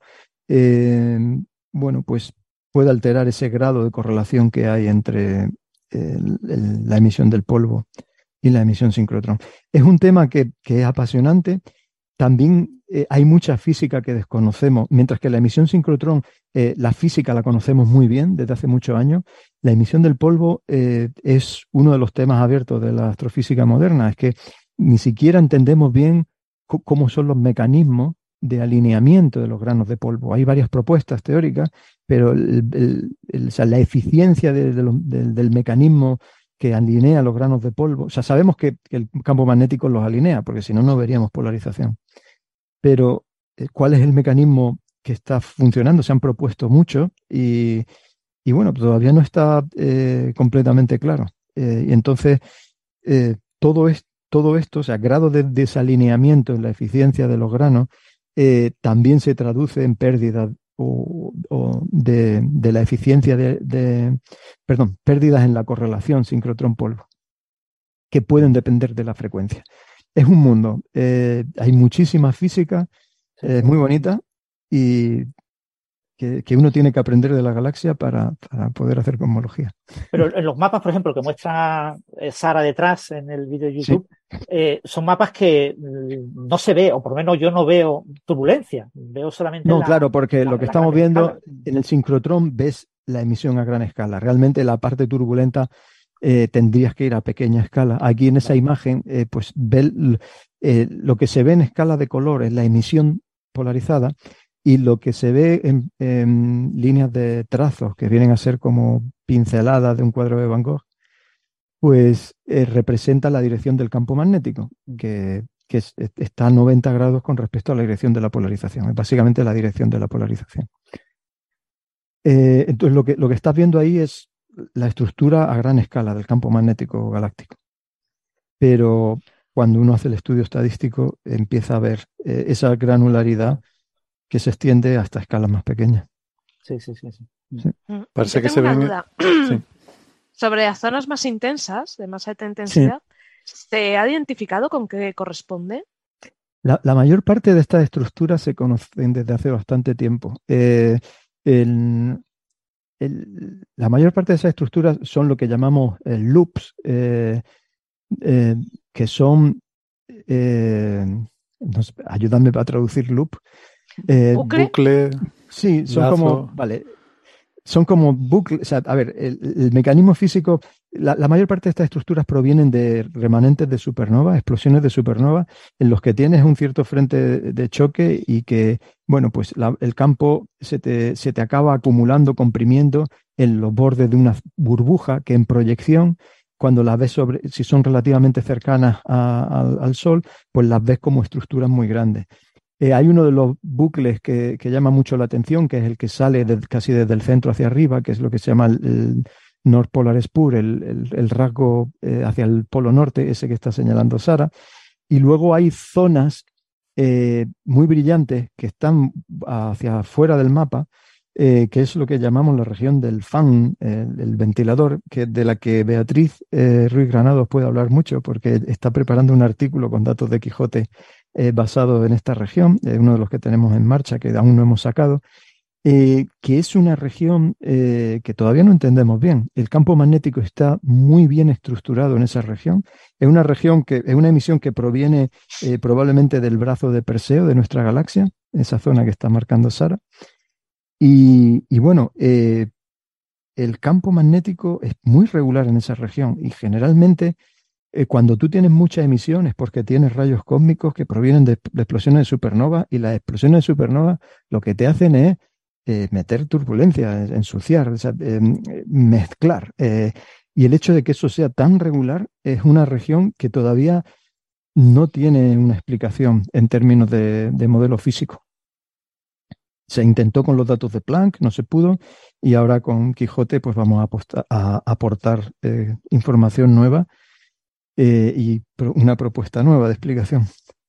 bueno, pues puede alterar ese grado de correlación que hay entre la emisión del polvo y la emisión sincrotrón. Es un tema que es apasionante. También hay mucha física que desconocemos, mientras que la emisión sincrotrón, la física la conocemos muy bien desde hace muchos años. La emisión del polvo es uno de los temas abiertos de la astrofísica moderna. Es que ni siquiera entendemos bien cómo son los mecanismos de alineamiento de los granos de polvo. Hay varias propuestas teóricas, pero o sea, la eficiencia del mecanismo que alinea los granos de polvo, o sea, sabemos que el campo magnético los alinea, porque si no, no veríamos polarización. Pero, ¿cuál es el mecanismo que está funcionando? Se han propuesto mucho y bueno, todavía no está completamente claro. Y entonces, todo esto, o sea, grado de desalineamiento en la eficiencia de los granos, también se traduce en pérdida de la eficiencia pérdidas en la correlación sincrotrón-polvo, que pueden depender de la frecuencia. Es un mundo, hay muchísima física, Es muy bonita y que uno tiene que aprender de la galaxia para poder hacer cosmología. Pero en los mapas, por ejemplo, que muestra Sara detrás en el vídeo de YouTube, son mapas que no se ve, o por lo menos yo no veo turbulencia, veo solamente No, claro, porque lo que estamos viendo en el sincrotrón ves la emisión a gran escala. Realmente la parte turbulenta tendrías que ir a pequeña escala. Aquí en esa imagen, pues lo que se ve en escala de color es la emisión polarizada, y lo que se ve en líneas de trazos, que vienen a ser como pinceladas de un cuadro de Van Gogh, pues representa la dirección del campo magnético, que está a 90 grados con respecto a la dirección de la polarización. Es básicamente la dirección de la polarización. Entonces lo que estás viendo ahí es la estructura a gran escala del campo magnético galáctico. Pero cuando uno hace el estudio estadístico empieza a ver esa granularidad que se extiende hasta escalas más pequeñas. Sí. Parece que tengo se una ven. duda. Sí. Sobre las zonas más intensas, de más alta intensidad, ¿se ha identificado con qué corresponde? La mayor parte de estas estructuras se conocen desde hace bastante tiempo. La mayor parte de esas estructuras son lo que llamamos loops, que son, no sé, ayúdame para traducir loop. Bucle. Sí, son lazo. como, vale, son como bucles. O sea, a ver, el mecanismo físico, la mayor parte de estas estructuras provienen de remanentes de supernova, explosiones de supernova, en los que tienes un cierto frente de choque y que, bueno, pues el campo se te acaba acumulando, comprimiendo en los bordes de una burbuja que en proyección, cuando las ves si son relativamente cercanas al Sol, pues las ves como estructuras muy grandes. Hay uno de los bucles que llama mucho la atención, que es el que sale casi desde el centro hacia arriba, que es lo que se llama el North Polar Spur, el rasgo hacia el polo norte, ese que está señalando Sara. Y luego hay zonas muy brillantes que están hacia afuera del mapa, que es lo que llamamos la región del fan, el ventilador, de la que Beatriz Ruiz Granados puede hablar mucho, porque está preparando un artículo con datos de Quijote basado en esta región, uno de los que tenemos en marcha, que aún no hemos sacado, que es una región que todavía no entendemos bien. El campo magnético está muy bien estructurado en esa región. Es una región es una emisión que proviene probablemente del brazo de Perseo de nuestra galaxia, esa zona que está marcando Sara. Y bueno, el campo magnético es muy regular en esa región y generalmente cuando tú tienes muchas emisiones porque tienes rayos cósmicos que provienen de explosiones de supernova, y las explosiones de supernova lo que te hacen es meter turbulencia, ensuciar, o sea, mezclar. Y el hecho de que eso sea tan regular es una región que todavía no tiene una explicación en términos de modelo físico. Se intentó con los datos de Planck, no se pudo, y ahora con Quijote pues vamos a aportar información nueva y una propuesta nueva de explicación.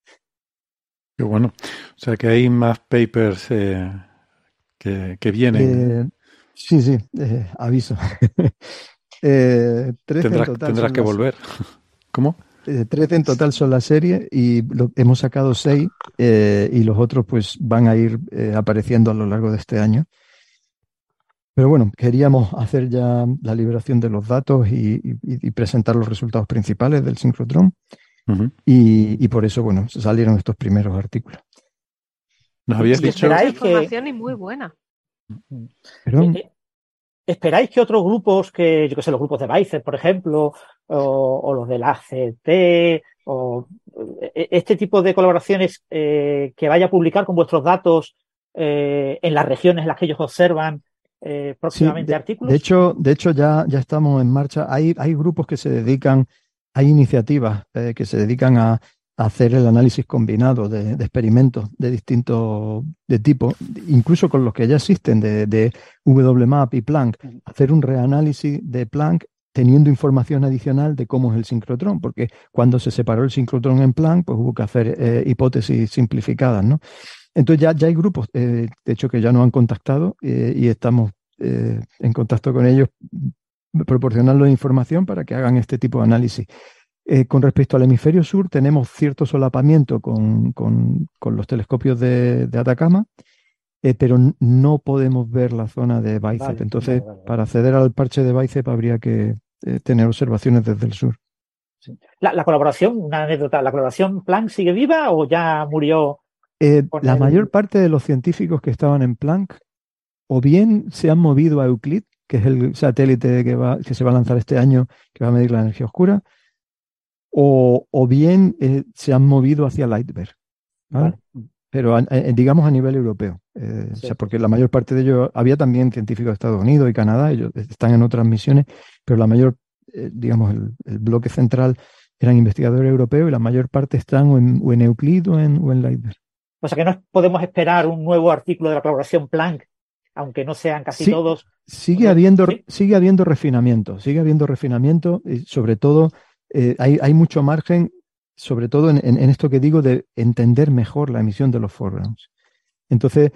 Qué bueno. O sea que hay más papers que vienen. Sí, aviso. 13 en total tendrás que volver. ¿Cómo? 13 en total son la serie y hemos sacado 6 y los otros pues van a ir apareciendo a lo largo de este año. Pero bueno, queríamos hacer ya la liberación de los datos y presentar los resultados principales del sincrotrón. Uh-huh. Y por eso, bueno, salieron estos primeros artículos. Nos habías dicho... información y muy buena. ¿Perdón? ¿Esperáis que otros grupos, que yo que sé, los grupos de Weiser, por ejemplo, o los del ACT, o este tipo de colaboraciones que vaya a publicar con vuestros datos en las regiones en las que ellos observan próximamente artículos? De hecho ya estamos en marcha. Hay grupos que se dedican, hay iniciativas que se dedican a hacer el análisis combinado de experimentos de distintos tipo, incluso con los que ya existen de WMAP y Planck, hacer un reanálisis de Planck teniendo información adicional de cómo es el sincrotrón, porque cuando se separó el sincrotrón en Planck, pues hubo que hacer hipótesis simplificadas, ¿no? Entonces ya hay grupos, de hecho, que ya nos han contactado y estamos en contacto con ellos, proporcionarles información para que hagan este tipo de análisis. Con respecto al hemisferio sur, tenemos cierto solapamiento con los telescopios de Atacama, pero no podemos ver la zona de Bicep. Vale, Entonces, vale. para acceder al parche de Bicep habría que tener observaciones desde el sur. Sí. La colaboración, una anécdota, ¿la colaboración Planck sigue viva o ya murió? La mayor parte de los científicos que estaban en Planck o bien se han movido a Euclid, que es el satélite que se va a lanzar este año, que va a medir la energía oscura, o bien se han movido hacia Lightbear, ¿vale? Vale. Pero digamos a nivel europeo. Sí. O sea, porque la mayor parte de ellos, había también científicos de Estados Unidos y Canadá, ellos están en otras misiones, pero la mayor, digamos, el bloque central eran investigadores europeos y la mayor parte están o en Euclid o en Lightbear. O sea que no podemos esperar un nuevo artículo de la colaboración Planck, aunque no sean casi todos. Sigue habiendo refinamiento, y sobre todo hay mucho margen, sobre todo en esto que digo de entender mejor la emisión de los foregrounds. Entonces,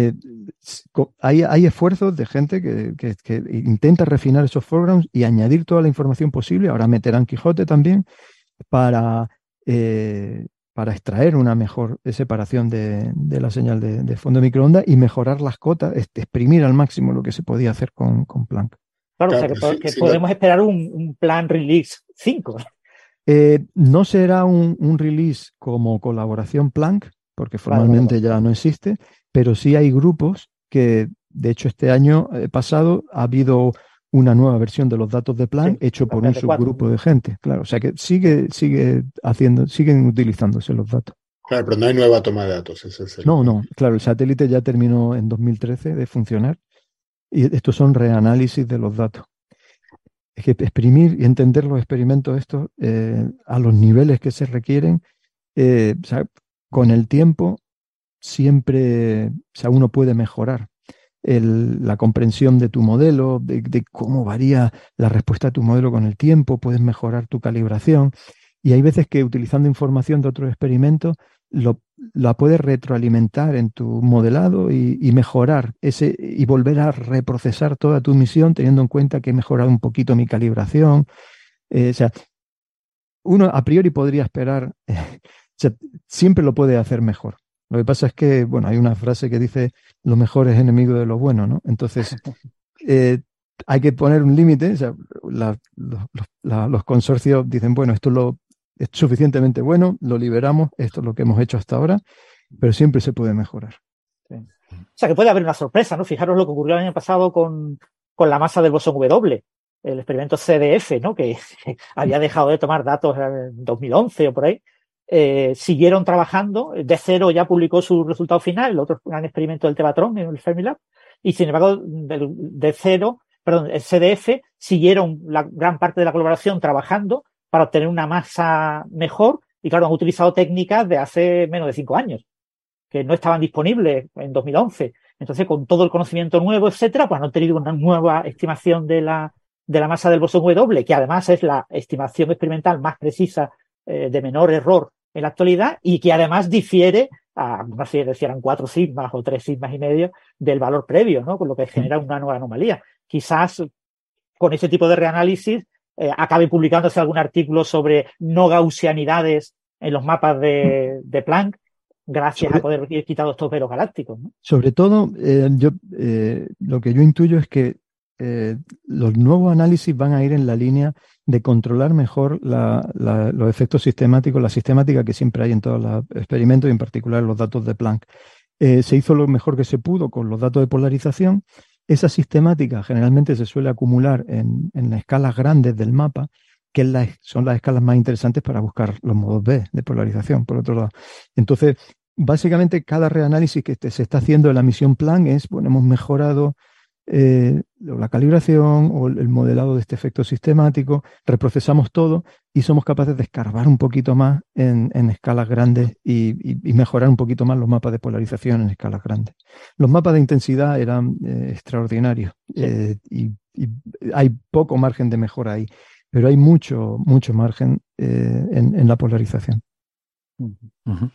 hay esfuerzos de gente que intenta refinar esos foregrounds y añadir toda la información posible. Ahora meterán Quijote también para extraer una mejor separación de la señal de fondo de microondas y mejorar las cotas, exprimir al máximo lo que se podía hacer con Planck. Claro, o sea que podemos esperar un plan Release 5. No será un release como colaboración Planck, porque formalmente ya no existe, pero sí hay grupos que, de hecho, este año pasado ha habido una nueva versión de los datos de Planck hecho por un subgrupo de gente. Claro, o sea que siguen utilizándose los datos. Claro, pero no hay nueva toma de datos. No, claro, el satélite ya terminó en 2013 de funcionar y estos son reanálisis de los datos. Es que exprimir y entender los experimentos estos a los niveles que se requieren, o sea, con el tiempo siempre, o sea, uno puede mejorar la comprensión de tu modelo, de cómo varía la respuesta a tu modelo con el tiempo, puedes mejorar tu calibración y hay veces que utilizando información de otros experimentos la puedes retroalimentar en tu modelado y mejorar y volver a reprocesar toda tu misión teniendo en cuenta que he mejorado un poquito mi calibración. O sea, uno a priori podría esperar, o sea, siempre lo puede hacer mejor. Lo que pasa es que, bueno, hay una frase que dice lo mejor es enemigo de lo bueno, ¿no? Entonces, hay que poner un límite. O sea, los consorcios dicen, bueno, esto es suficientemente bueno, lo liberamos, esto es lo que hemos hecho hasta ahora, pero siempre se puede mejorar. Sí. O sea, que puede haber una sorpresa, ¿no? Fijaros lo que ocurrió el año pasado con la masa del bosón W, el experimento CDF, ¿no? Que había dejado de tomar datos en 2011 o por ahí. Siguieron trabajando, de cero ya publicó su resultado final, el otro gran experimento del Tevatron en el Fermilab, y sin embargo, de cero, el CDF siguieron la gran parte de la colaboración trabajando para obtener una masa mejor, y claro, han utilizado técnicas de hace menos de 5 años, que no estaban disponibles en 2011. Entonces, con todo el conocimiento nuevo, etcétera, pues han tenido una nueva estimación de la masa del bosón W, que además es la estimación experimental más precisa, de menor error en la actualidad, y que además difiere no sé si eran 4 sigmas o 3 sigmas y medio del valor previo, ¿no? Con lo que genera una nueva anomalía. Quizás con ese tipo de reanálisis acabe publicándose algún artículo sobre no gaussianidades en los mapas de Planck, gracias a poder ir quitando estos velos galácticos, ¿no? Sobre todo, lo que yo intuyo es que los nuevos análisis van a ir en la línea de controlar mejor los efectos sistemáticos, la sistemática que siempre hay en todos los experimentos y en particular los datos de Planck. Se hizo lo mejor que se pudo con los datos de polarización. Esa sistemática generalmente se suele acumular en escalas grandes del mapa, que son las escalas más interesantes para buscar los modos B de polarización, por otro lado. Entonces, básicamente cada reanálisis que se está haciendo en la misión Planck es, bueno, hemos mejorado la calibración o el modelado de este efecto sistemático, reprocesamos todo y somos capaces de escarbar un poquito más en escalas grandes y mejorar un poquito más los mapas de polarización en escalas grandes. Los mapas de intensidad eran extraordinarios, y hay poco margen de mejora ahí, pero hay mucho margen en la polarización. Uh-huh.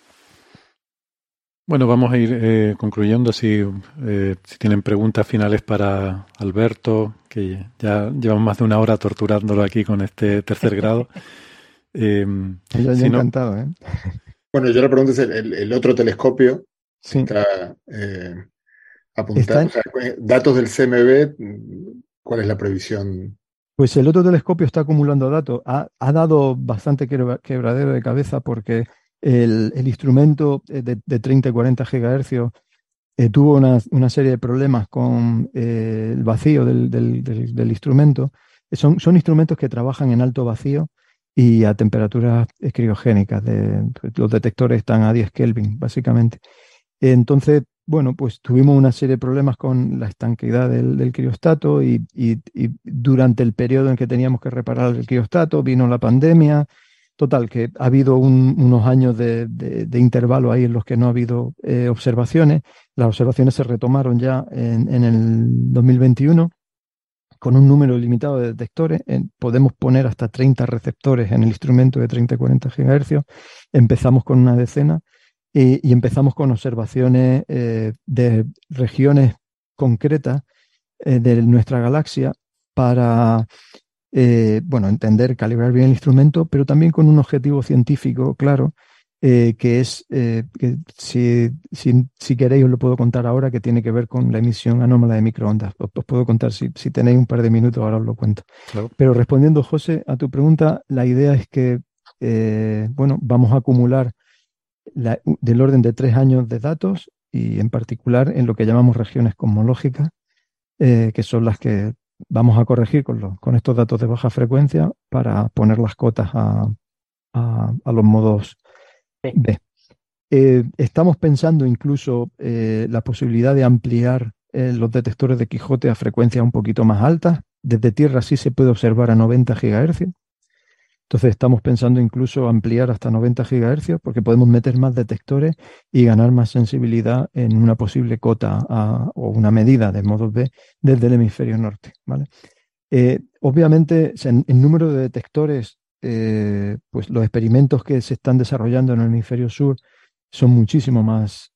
Bueno, vamos a ir concluyendo. Si tienen preguntas finales para Alberto, que ya llevamos más de una hora torturándolo aquí con este tercer grado. Yo encantado, ¿eh? Bueno, yo la pregunta es el otro telescopio. Sí. Está apuntado, o sea, datos del CMB, ¿cuál es la previsión? Pues el otro telescopio está acumulando datos. Ha dado bastante quebradero de cabeza porque el instrumento de 30 y 40 GHz tuvo una serie de problemas con el vacío del instrumento. Son instrumentos que trabajan en alto vacío y a temperaturas criogénicas. Los detectores están a 10 Kelvin, básicamente. Entonces, bueno, pues tuvimos una serie de problemas con la estanqueidad del criostato y durante el periodo en que teníamos que reparar el criostato vino la pandemia. Total, que ha habido unos años de intervalo ahí en los que no ha habido observaciones. Las observaciones se retomaron ya en el 2021 con un número limitado de detectores. Podemos poner hasta 30 receptores en el instrumento de 30 y 40 GHz. Empezamos con una decena. Y empezamos con observaciones de regiones concretas de nuestra galaxia para entender, calibrar bien el instrumento, pero también con un objetivo científico claro, que es, que si queréis os lo puedo contar ahora, que tiene que ver con la emisión anómala de microondas. Os puedo contar, si tenéis un par de minutos, ahora os lo cuento. Claro. Pero respondiendo, José, a tu pregunta, la idea es que vamos a acumular del orden de 3 años de datos y en particular en lo que llamamos regiones cosmológicas, que son las que vamos a corregir con estos datos de baja frecuencia para poner las cotas a los modos B. Estamos pensando incluso la posibilidad de ampliar los detectores de Quijote a frecuencias un poquito más altas. Desde Tierra sí se puede observar a 90 GHz. Entonces estamos pensando incluso ampliar hasta 90 GHz porque podemos meter más detectores y ganar más sensibilidad en una posible cota o una medida de modos B desde el hemisferio norte, ¿vale? Obviamente, el número de detectores, pues los experimentos que se están desarrollando en el hemisferio sur son muchísimo más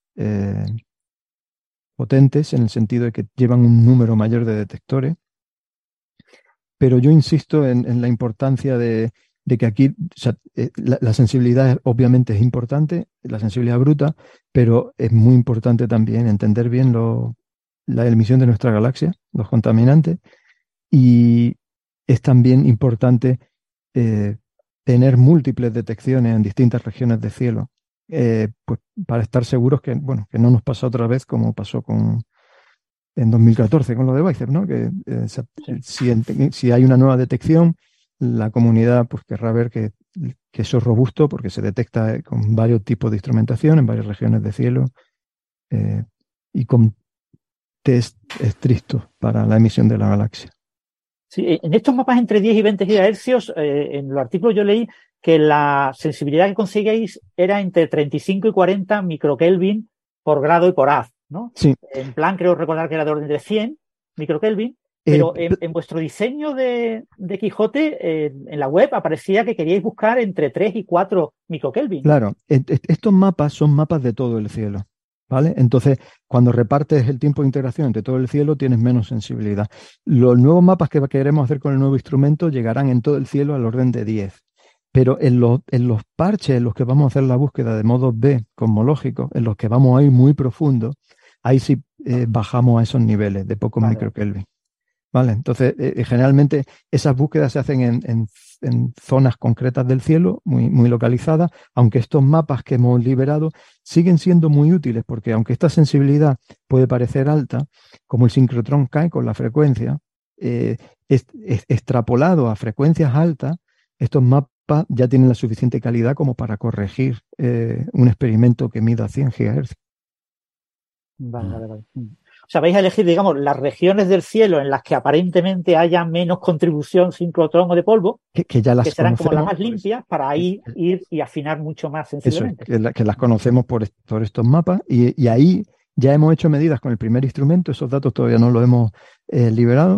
potentes en el sentido de que llevan un número mayor de detectores. Pero yo insisto en la importancia de que aquí, o sea, la sensibilidad obviamente es importante, la sensibilidad bruta, pero es muy importante también entender bien la emisión de nuestra galaxia, los contaminantes, y es también importante tener múltiples detecciones en distintas regiones de cielo, pues para estar seguros que no nos pasa otra vez como pasó en 2014 con lo de Weiser, ¿no? Que si hay una nueva detección, la comunidad pues querrá ver que eso es robusto porque se detecta con varios tipos de instrumentación en varias regiones de cielo y con test estrictos para la emisión de la galaxia. Sí, en estos mapas entre 10 y 20 GHz, en los artículos yo leí que la sensibilidad que conseguíais era entre 35 y 40 microkelvin por grado y por haz, ¿no? Sí. En plan, creo recordar que era de orden de 100 microkelvin. Pero en vuestro diseño de Quijote, en la web, aparecía que queríais buscar entre 3 y 4 microkelvin. Claro, estos mapas son mapas de todo el cielo, ¿vale? Entonces, cuando repartes el tiempo de integración entre todo el cielo, tienes menos sensibilidad. Los nuevos mapas que queremos hacer con el nuevo instrumento llegarán en todo el cielo al orden de 10. Pero en los parches en los que vamos a hacer la búsqueda de modos B cosmológicos, en los que vamos a ir muy profundo, ahí sí bajamos a esos niveles de pocos microkelvin. ¿Vale? Entonces, generalmente esas búsquedas se hacen en zonas concretas del cielo, muy localizadas, aunque estos mapas que hemos liberado siguen siendo muy útiles, porque aunque esta sensibilidad puede parecer alta, como el sincrotrón cae con la frecuencia, extrapolado a frecuencias altas, estos mapas ya tienen la suficiente calidad como para corregir un experimento que mida 100 GHz. Vale. O sea, vais a elegir, digamos, las regiones del cielo en las que aparentemente haya menos contribución sincrotrón o de polvo, que ya las que serán como las más pues, limpias, para ir y afinar mucho más sensiblemente. Eso, que las conocemos por estos mapas y ahí ya hemos hecho medidas con el primer instrumento, esos datos todavía no los hemos liberado,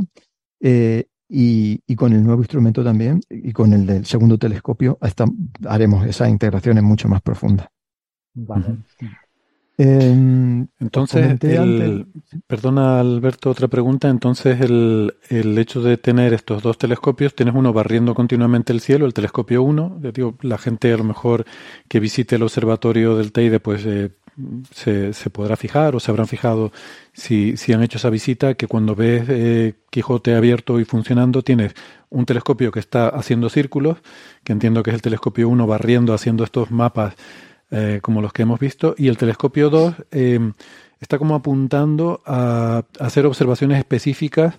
y con el nuevo instrumento también, y con el del segundo telescopio haremos esas integraciones mucho más profundas. Vale. Entonces, perdona Alberto, otra pregunta. Entonces, el hecho de tener estos dos telescopios, tienes uno barriendo continuamente el cielo, el telescopio 1. Digo, la gente a lo mejor que visite el observatorio del Teide, pues se podrá fijar o se habrán fijado si han hecho esa visita, que cuando ves Quijote abierto y funcionando, tienes un telescopio que está haciendo círculos, que entiendo que es el telescopio 1 barriendo, haciendo estos mapas como los que hemos visto, y el telescopio 2 está como apuntando a hacer observaciones específicas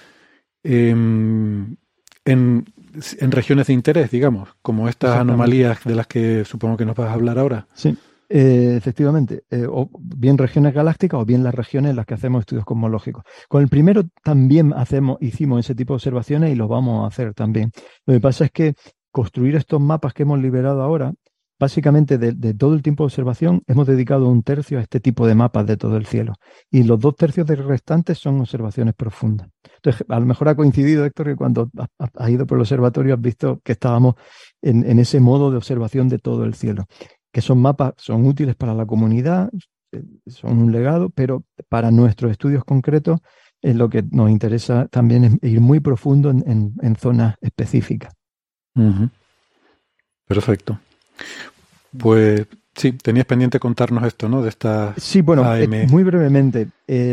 en regiones de interés, digamos, como estas anomalías de las que supongo que nos vas a hablar ahora. Sí, efectivamente, o bien regiones galácticas o bien las regiones en las que hacemos estudios cosmológicos. Con el primero también hicimos ese tipo de observaciones y lo vamos a hacer también. Lo que pasa es que construir estos mapas que hemos liberado ahora, básicamente de todo el tiempo de observación, hemos dedicado 1/3 a este tipo de mapas de todo el cielo. Y los 2/3 restantes son observaciones profundas. Entonces, a lo mejor ha coincidido, Héctor, que cuando has ido por el observatorio has visto que estábamos en ese modo de observación de todo el cielo. Que son mapas, son útiles para la comunidad, son un legado, pero para nuestros estudios concretos lo que nos interesa también es ir muy profundo en zonas específicas. Uh-huh. Perfecto. Pues sí, tenías pendiente contarnos esto, ¿no? De esta Sí, bueno, muy brevemente.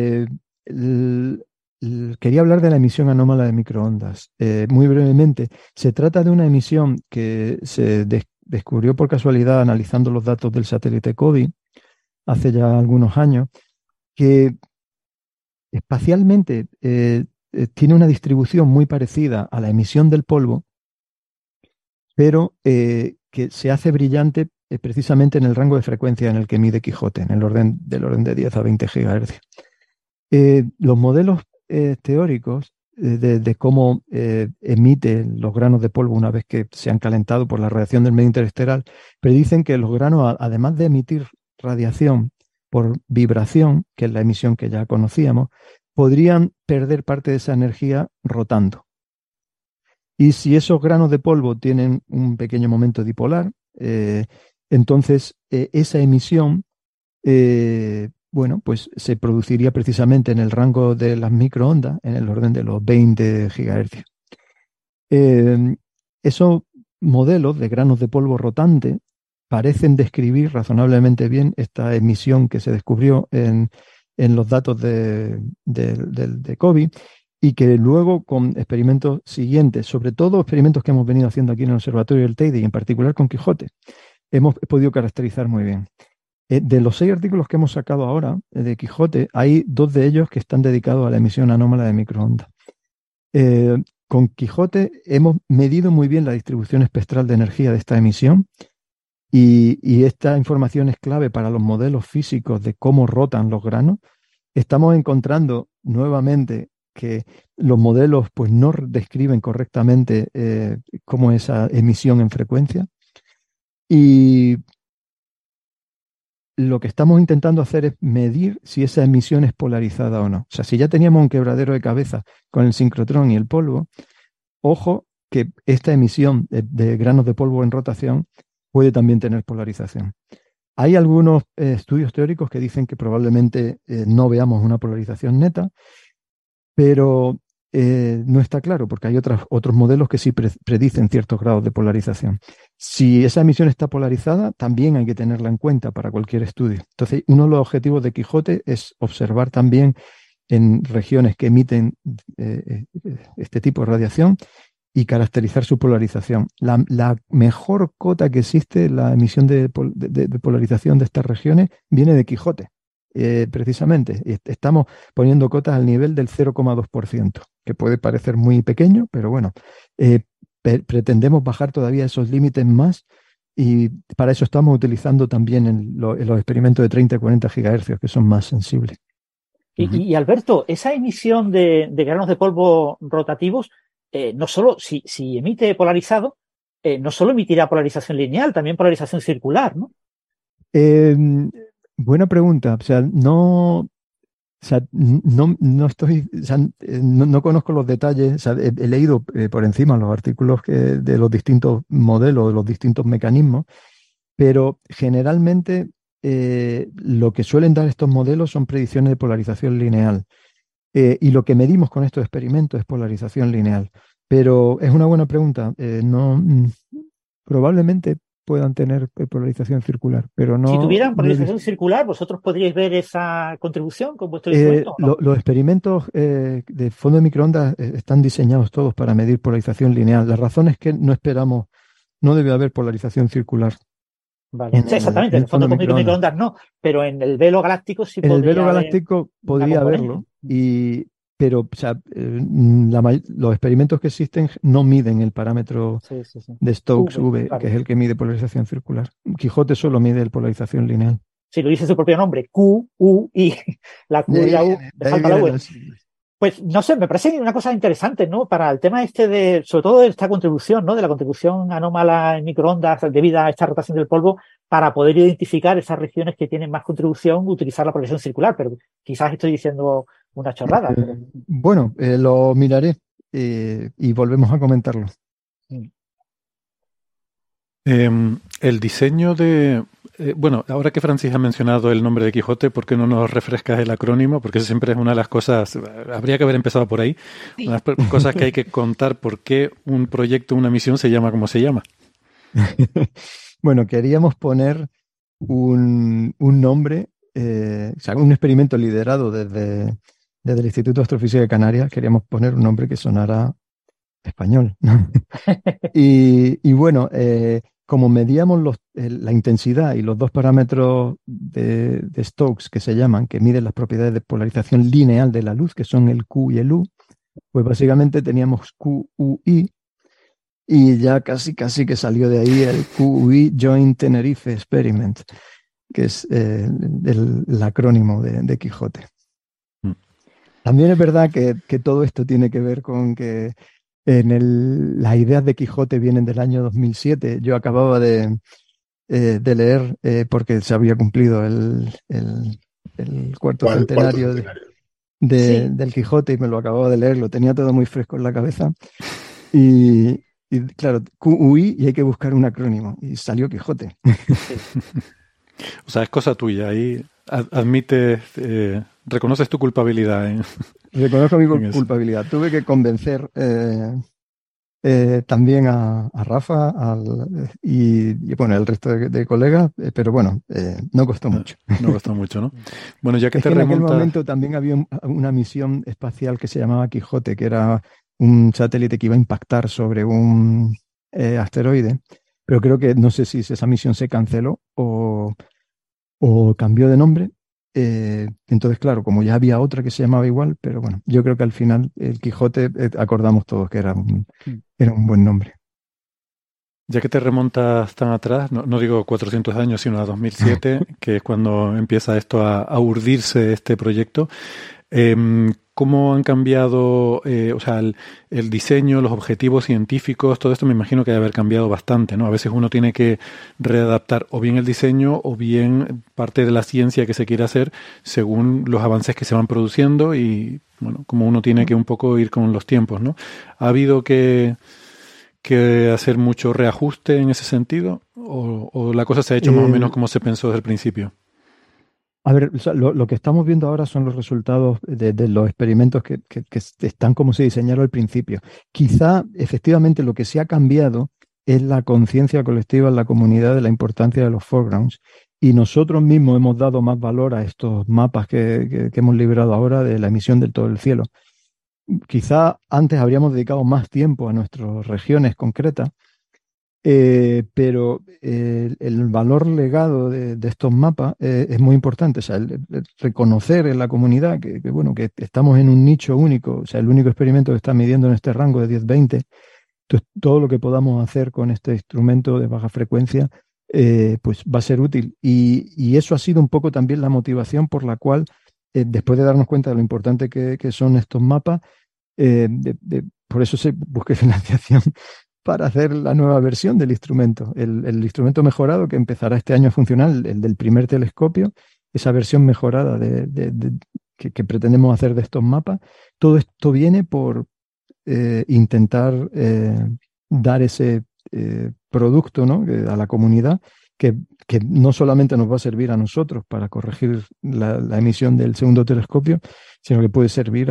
Quería hablar de la emisión anómala de microondas. Muy brevemente, se trata de una emisión que se descubrió por casualidad analizando los datos del satélite COBE hace ya algunos años, que espacialmente tiene una distribución muy parecida a la emisión del polvo, pero que se hace brillante precisamente en el rango de frecuencia en el que mide Quijote, en el orden de 10 a 20 GHz. Los modelos teóricos de cómo emiten los granos de polvo una vez que se han calentado por la radiación del medio interestelar predicen que los granos, además de emitir radiación por vibración, que es la emisión que ya conocíamos, podrían perder parte de esa energía rotando. Y si esos granos de polvo tienen un pequeño momento dipolar, entonces esa emisión, pues se produciría precisamente en el rango de las microondas, en el orden de los 20 GHz. Esos modelos de granos de polvo rotante parecen describir razonablemente bien esta emisión que se descubrió en los datos de COBE, y que luego con experimentos siguientes, sobre todo experimentos que hemos venido haciendo aquí en el Observatorio del Teide y en particular con Quijote, hemos podido caracterizar muy bien. De los 6 artículos que hemos sacado ahora de Quijote, hay 2 de ellos que están dedicados a la emisión anómala de microondas. Con Quijote hemos medido muy bien la distribución espectral de energía de esta emisión y esta información es clave para los modelos físicos de cómo rotan los granos. Estamos encontrando nuevamente que los modelos pues no describen correctamente cómo es esa emisión en frecuencia. Y lo que estamos intentando hacer es medir si esa emisión es polarizada o no. O sea, si ya teníamos un quebradero de cabeza con el sincrotrón y el polvo, ojo que esta emisión de granos de polvo en rotación puede también tener polarización. Hay algunos estudios teóricos que dicen que probablemente no veamos una polarización neta, pero no está claro porque hay otros modelos que sí predicen ciertos grados de polarización. Si esa emisión está polarizada, también hay que tenerla en cuenta para cualquier estudio. Entonces, uno de los objetivos de Quijote es observar también en regiones que emiten este tipo de radiación y caracterizar su polarización. La mejor cota que existe, la emisión de polarización de estas regiones, viene de Quijote. Precisamente, estamos poniendo cotas al nivel del 0,2%, que puede parecer muy pequeño, pero bueno, pretendemos bajar todavía esos límites más y para eso estamos utilizando también los experimentos de 30 y 40 GHz, que son más sensibles. Y Alberto, esa emisión de granos de polvo rotativos, no solo si emite polarizado, no solo emitirá polarización lineal, también polarización circular, ¿no? Buena pregunta. O sea, no estoy, o sea, no conozco los detalles. O sea, he leído por encima los artículos de los distintos modelos, de los distintos mecanismos, pero generalmente lo que suelen dar estos modelos son predicciones de polarización lineal. Y lo que medimos con estos experimentos es polarización lineal. Pero es una buena pregunta. Probablemente puedan tener polarización circular, pero no... Si tuvieran polarización circular, ¿vosotros podríais ver esa contribución con vuestro instrumento? ¿No? Los experimentos de fondo de microondas están diseñados todos para medir polarización lineal. La razón es que no debe haber polarización circular. Vale. Exactamente, en el fondo cósmico de microondas no, pero en el velo galáctico sí podría. En el velo galáctico podría haberlo, pero o sea, los experimentos que existen no miden el parámetro de Stokes V, claro, que es el que mide polarización circular. Quijote solo mide polarización lineal. Si lo dice su propio nombre, Q, U, I, la Q y la U, le falta la U. Pues no sé, me parece una cosa interesante, ¿no? Para el tema sobre todo de esta contribución, ¿no? De la contribución anómala en microondas debido a esta rotación del polvo, para poder identificar esas regiones que tienen más contribución, utilizar la polarización circular, pero quizás estoy diciendo una chorrada. Bueno, lo miraré y volvemos a comentarlo. El diseño de... bueno, ahora que Francis ha mencionado el nombre de Quijote, ¿por qué no nos refrescas el acrónimo? Porque eso siempre es una de las cosas, habría que haber empezado por ahí, sí. Una de las cosas que hay que contar por qué un proyecto, una misión se llama como se llama. Bueno, queríamos poner un nombre, o sea, un experimento liderado desde el Instituto de Astrofísica de Canarias, queríamos poner un nombre que sonara español. y bueno, como medíamos la intensidad y los dos parámetros de Stokes que se llaman, que miden las propiedades de polarización lineal de la luz, que son el Q y el U, pues básicamente teníamos Q, U, I, y ya casi que salió de ahí el QUI Joint Tenerife Experiment, que es el acrónimo de Quijote. También es verdad que todo esto tiene que ver con que las ideas de Quijote vienen del año 2007. Yo acababa de leer, porque se había cumplido el cuarto centenario del Quijote, y me lo acababa de leer, lo tenía todo muy fresco en la cabeza. Y claro, QUI, y hay que buscar un acrónimo, y salió Quijote. O sea, es cosa tuya, ahí admites, reconoces tu culpabilidad. Reconozco mi culpabilidad. Tuve que convencer también a Rafa y bueno, el resto de colegas, pero bueno, no costó mucho. No costó mucho, ¿no? Bueno, ya que en aquel momento también había una misión espacial que se llamaba Quijote, que era un satélite que iba a impactar sobre un asteroide, pero creo que no sé si esa misión se canceló o cambió de nombre. Entonces, claro, como ya había otra que se llamaba igual, pero bueno, yo creo que al final el Quijote acordamos todos que era un buen nombre. Ya que te remontas tan atrás, no digo 400 años, sino a 2007, que es cuando empieza esto a urdirse este proyecto, ¿cómo han cambiado, o sea, el diseño, los objetivos científicos? Todo esto me imagino que debe haber cambiado bastante, ¿no? A veces uno tiene que readaptar o bien el diseño o bien parte de la ciencia que se quiere hacer según los avances que se van produciendo y, bueno, como uno tiene que un poco ir con los tiempos, ¿no? ¿Ha habido que hacer mucho reajuste en ese sentido? ¿O la cosa se ha hecho más o menos como se pensó desde el principio? A ver, o sea, lo que estamos viendo ahora son los resultados de los experimentos que están como se diseñaron al principio. Quizá, efectivamente, lo que se ha cambiado es la conciencia colectiva en la comunidad de la importancia de los foregrounds, y nosotros mismos hemos dado más valor a estos mapas que hemos liberado ahora de la emisión del todo el cielo. Quizá antes habríamos dedicado más tiempo a nuestras regiones concretas, pero el valor legado de estos mapas es muy importante. O sea, el reconocer en la comunidad que estamos en un nicho único, o sea, el único experimento que está midiendo en este rango de 10-20. Entonces, todo lo que podamos hacer con este instrumento de baja frecuencia pues va a ser útil. Y eso ha sido un poco también la motivación por la cual, después de darnos cuenta de lo importante que son estos mapas, por eso se busque financiación para hacer la nueva versión del instrumento. El instrumento mejorado que empezará este año a funcionar, el del primer telescopio, esa versión mejorada que pretendemos hacer de estos mapas. Todo esto viene por intentar dar ese producto, ¿no?, a la comunidad que que no solamente nos va a servir a nosotros para corregir la emisión del segundo telescopio, sino que puede servir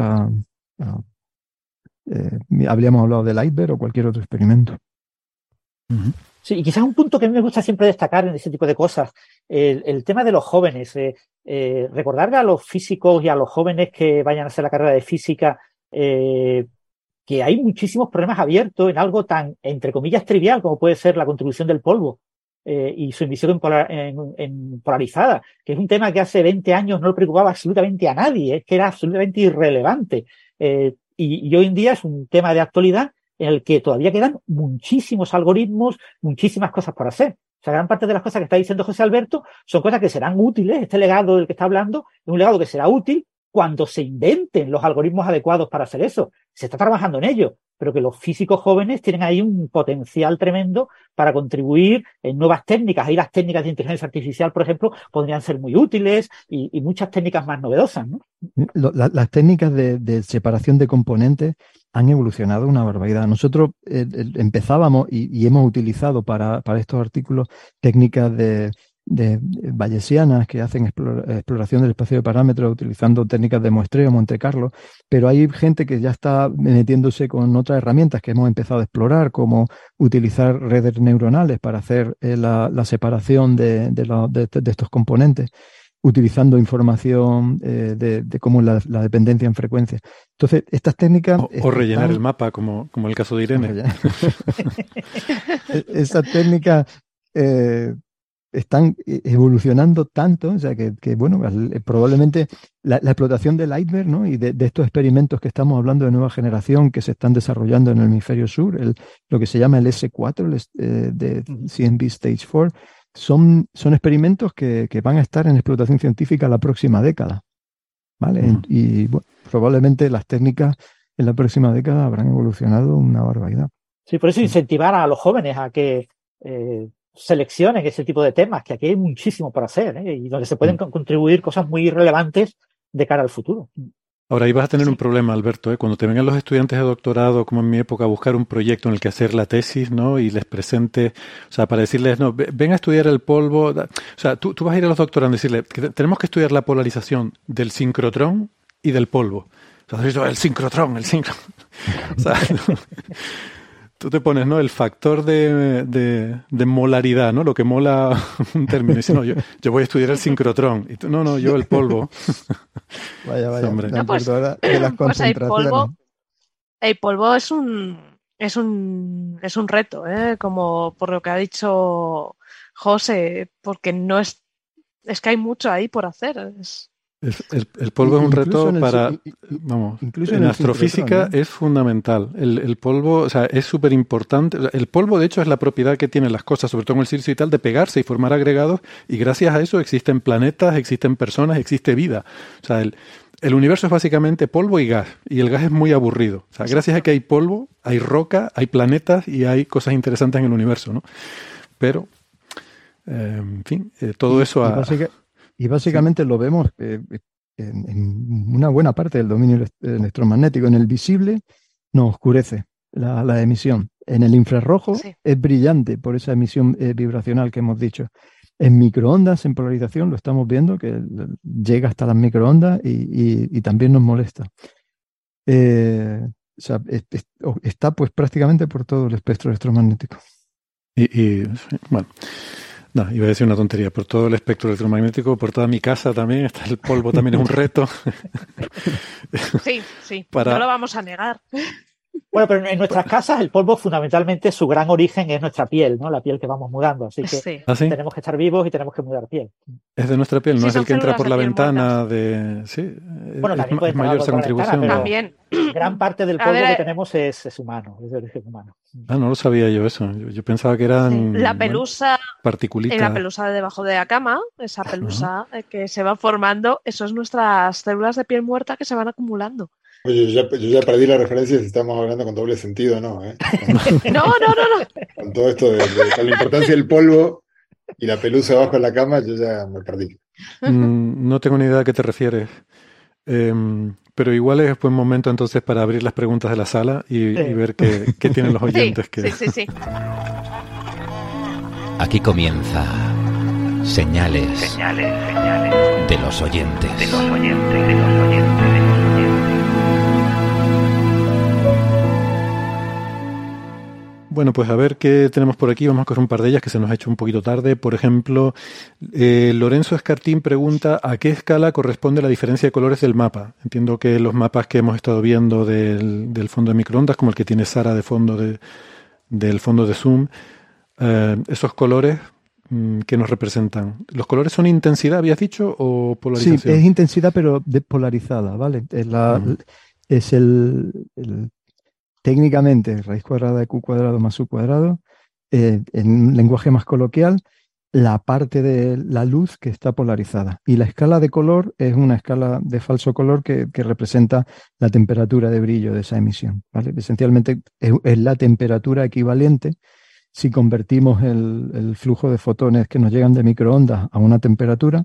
habríamos hablado del iceberg o cualquier otro experimento. Uh-huh. Sí, y quizás un punto que a mí me gusta siempre destacar en ese tipo de cosas, el tema de los jóvenes. Recordarle a los físicos y a los jóvenes que vayan a hacer la carrera de física que hay muchísimos problemas abiertos en algo tan, entre comillas, trivial como puede ser la contribución del polvo y su emisión en polarizada, que es un tema que hace 20 años no le preocupaba absolutamente a nadie, es que era absolutamente irrelevante. Y hoy en día es un tema de actualidad en el que todavía quedan muchísimos algoritmos, muchísimas cosas por hacer. O sea, gran parte de las cosas que está diciendo José Alberto son cosas que serán útiles. Este legado del que está hablando es un legado que será útil cuando se inventen los algoritmos adecuados para hacer eso. Se está trabajando en ello, pero que los físicos jóvenes tienen ahí un potencial tremendo para contribuir en nuevas técnicas. Ahí las técnicas de inteligencia artificial, por ejemplo, podrían ser muy útiles y muchas técnicas más novedosas, ¿no? Las técnicas de separación de componentes han evolucionado una barbaridad. Nosotros empezábamos y hemos utilizado para estos artículos técnicas de bayesianas que hacen exploración del espacio de parámetros utilizando técnicas de muestreo, Monte Carlo, pero hay gente que ya está metiéndose con otras herramientas que hemos empezado a explorar, como utilizar redes neuronales para hacer la separación de estos componentes, utilizando información de cómo la dependencia en frecuencia. Entonces, estas técnicas... O rellenar el mapa, como el caso de Irene. Estas técnicas están evolucionando tanto, o sea que bueno, probablemente la explotación del iceberg, ¿no? Y de estos experimentos que estamos hablando de nueva generación que se están desarrollando en el hemisferio sur, lo que se llama el S4, de CMB Stage 4, son experimentos que van a estar en explotación científica la próxima década, ¿vale? Y bueno, probablemente las técnicas en la próxima década habrán evolucionado una barbaridad. Sí, por eso incentivar a los jóvenes a que seleccionen ese tipo de temas, que aquí hay muchísimo por hacer, y donde se pueden contribuir cosas muy relevantes de cara al futuro. Ahora, ahí vas a tener un problema, Alberto, Cuando te vengan los estudiantes de doctorado, como en mi época, a buscar un proyecto en el que hacer la tesis, ¿no? Y les presente, o sea, para decirles, no, ven a estudiar el polvo. O sea, tú vas a ir a los doctorandos y decirles que tenemos que estudiar la polarización del sincrotrón y del polvo. O sea, el sincrotrón. O sea, tú te pones, ¿no? El factor de molaridad, ¿no? Lo que mola un término. Y dices, no, yo voy a estudiar el sincrotrón. Y tú, no, yo el polvo. Vaya. Hombre. No, pues el polvo es un reto, como por lo que ha dicho José, porque no es que hay mucho ahí por hacer. El polvo es un reto en astrofísica es fundamental. El polvo, o sea, es súper importante. El polvo, de hecho, es la propiedad que tienen las cosas, sobre todo en el silicio y tal, de pegarse y formar agregados, y gracias a eso existen planetas, existen personas, existe vida. O sea, el universo es básicamente polvo y gas, y el gas es muy aburrido. O sea, gracias a que hay polvo, hay roca, hay planetas y hay cosas interesantes en el universo, ¿no? Pero, en fin, todo eso Y básicamente lo vemos en una buena parte del dominio electromagnético. En el visible nos oscurece la emisión. En el infrarrojo es brillante por esa emisión vibracional que hemos dicho. En microondas, en polarización, lo estamos viendo, que llega hasta las microondas y también nos molesta. O sea, está pues prácticamente por todo el espectro electromagnético. Bueno... No, iba a decir una tontería. Por todo el espectro electromagnético, por toda mi casa también, está el polvo, también es un reto. Sí, no lo vamos a negar. Bueno, pero en nuestras casas el polvo fundamentalmente su gran origen es nuestra piel, ¿no? La piel que vamos mudando, así que tenemos que estar vivos y tenemos que mudar piel. Es de nuestra piel, no es el que entra por la ventana Bueno, también puede mayor esa contribución. Ventana, pero gran parte del polvo que tenemos es humano, es de origen humano. No lo sabía yo eso. Yo pensaba que eran la pelusa, particulitas. La pelusa de debajo de la cama, esa pelusa que se va formando, eso es nuestras células de piel muerta que se van acumulando. Oye, yo ya perdí la referencia si estamos hablando con doble sentido, ¿no? No. Con todo esto con la importancia del polvo y la pelusa abajo de la cama, yo ya me perdí. No tengo ni idea a qué te refieres. Pero igual es buen momento entonces para abrir las preguntas de la sala y ver qué tienen los oyentes. Sí. Aquí comienza Señales de los oyentes. Bueno, pues a ver qué tenemos por aquí. Vamos a coger un par de ellas que se nos ha hecho un poquito tarde. Por ejemplo, Lorenzo Escartín pregunta ¿a qué escala corresponde la diferencia de colores del mapa? Entiendo que los mapas que hemos estado viendo del fondo de microondas, como el que tiene Sara de fondo del fondo de Zoom, esos colores, ¿qué nos representan? ¿Los colores son intensidad, habías dicho, o polarización? Sí, es intensidad, pero polarizada, ¿vale? Es técnicamente raíz cuadrada de Q cuadrado más U cuadrado, en lenguaje más coloquial, la parte de la luz que está polarizada. Y la escala de color es una escala de falso color que representa la temperatura de brillo de esa emisión, ¿vale? Esencialmente es la temperatura equivalente si convertimos el flujo de fotones que nos llegan de microondas a una temperatura.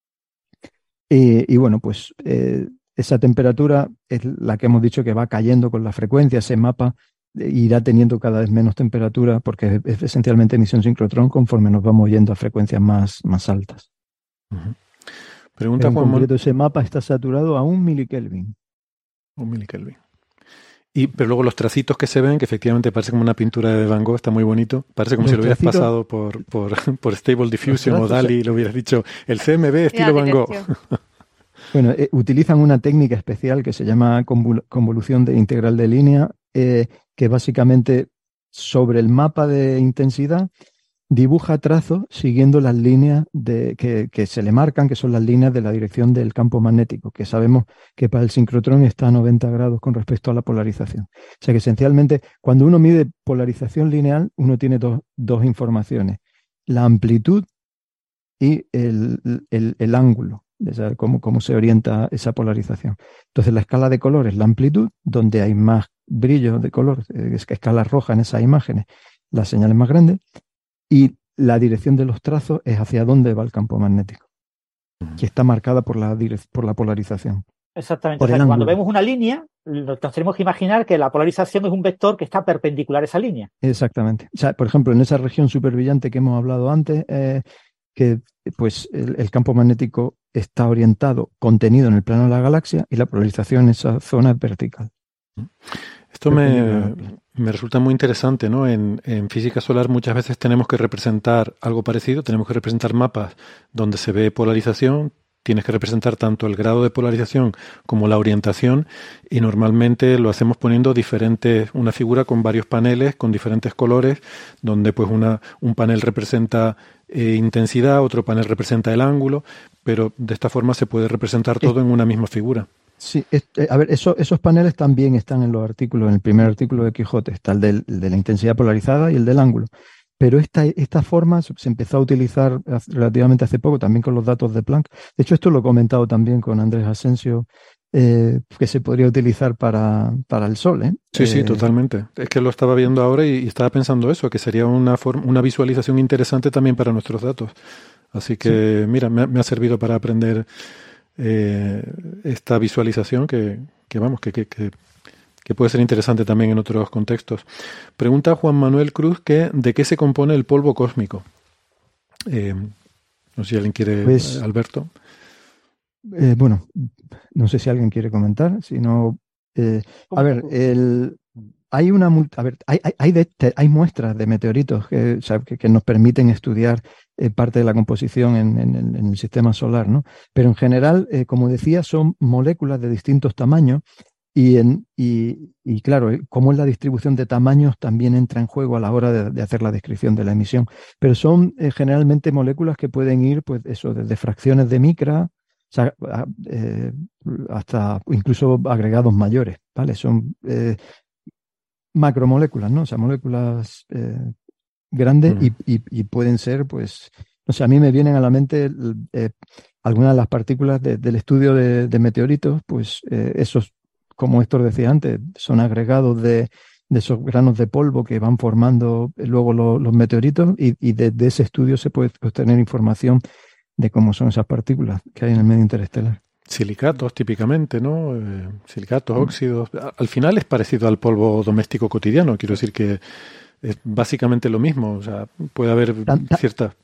Y bueno, pues esa temperatura es la que hemos dicho que va cayendo con la frecuencia. Ese mapa irá teniendo cada vez menos temperatura porque es esencialmente emisión sincrotrón conforme nos vamos yendo a frecuencias más altas. Uh-huh. Pregunta en Juan concreto, ese mapa está saturado a 1 milikelvin. 1 milikelvin. Pero luego los tracitos que se ven, que efectivamente parece como una pintura de Van Gogh, está muy bonito. Parece como si lo hubieras pasado por Stable Diffusion o DALI y lo hubieras dicho, el CMB estilo Van Gogh. Bueno, utilizan una técnica especial que se llama convolución de integral de línea, que básicamente sobre el mapa de intensidad dibuja trazos siguiendo las líneas que se le marcan, que son las líneas de la dirección del campo magnético, que sabemos que para el sincrotrón está a 90 grados con respecto a la polarización. O sea que esencialmente, cuando uno mide polarización lineal, uno tiene dos informaciones: la amplitud y el ángulo, cómo se orienta esa polarización. Entonces, la escala de color es la amplitud, donde hay más brillo de color, escala roja en esas imágenes, la señal es más grande. Y la dirección de los trazos es hacia dónde va el campo magnético, que está marcada por la polarización. Exactamente. O sea, cuando vemos una línea, nos tenemos que imaginar que la polarización es un vector que está perpendicular a esa línea. Exactamente. O sea, por ejemplo, en esa región superbrillante que hemos hablado antes, que pues el campo magnético está orientado, contenido en el plano de la galaxia, y la polarización en esa zona es vertical. Esto me resulta muy interesante, ¿no? En física solar muchas veces tenemos que representar algo parecido, tenemos que representar mapas donde se ve polarización, tienes que representar tanto el grado de polarización como la orientación, y normalmente lo hacemos poniendo una figura con varios paneles, con diferentes colores, donde pues un panel representa intensidad, otro panel representa el ángulo, pero de esta forma se puede representar todo en una misma figura. Sí, a ver, esos paneles también están en los artículos, en el primer artículo de Quijote, está el de la intensidad polarizada y el del ángulo. Pero esta forma se empezó a utilizar relativamente hace poco, también con los datos de Planck. De hecho, esto lo he comentado también con Andrés Asensio, que se podría utilizar para el Sol, ¿eh? Sí, totalmente. Es que lo estaba viendo ahora y estaba pensando eso, que sería una visualización interesante también para nuestros datos. Así que, sí. Mira, me ha servido para aprender esta visualización que puede ser interesante también en otros contextos. Pregunta Juan Manuel Cruz ¿de qué se compone el polvo cósmico? No sé si alguien quiere, Alberto. Bueno, no sé si alguien quiere comentar, sino a ver, hay muestras de meteoritos que nos permiten estudiar parte de la composición en el sistema solar, ¿no? Pero en general, como decía, son moléculas de distintos tamaños y claro, cómo es la distribución de tamaños también entra en juego a la hora de hacer la descripción de la emisión. Pero son generalmente moléculas que pueden ir, pues eso, desde fracciones de micra, o sea, hasta incluso agregados mayores, ¿vale? Son macromoléculas, ¿no? O sea, moléculas grandes y pueden ser, pues, no sé, a mí me vienen a la mente algunas de las partículas del estudio de meteoritos, pues esos, como Héctor decía antes, son agregados de esos granos de polvo que van formando luego los meteoritos y de ese estudio se puede obtener información de cómo son esas partículas que hay en el medio interestelar. Silicatos típicamente, ¿no? Silicatos, óxidos. Al final es parecido al polvo doméstico cotidiano. Quiero decir que es básicamente lo mismo. O sea, puede haber ciertas...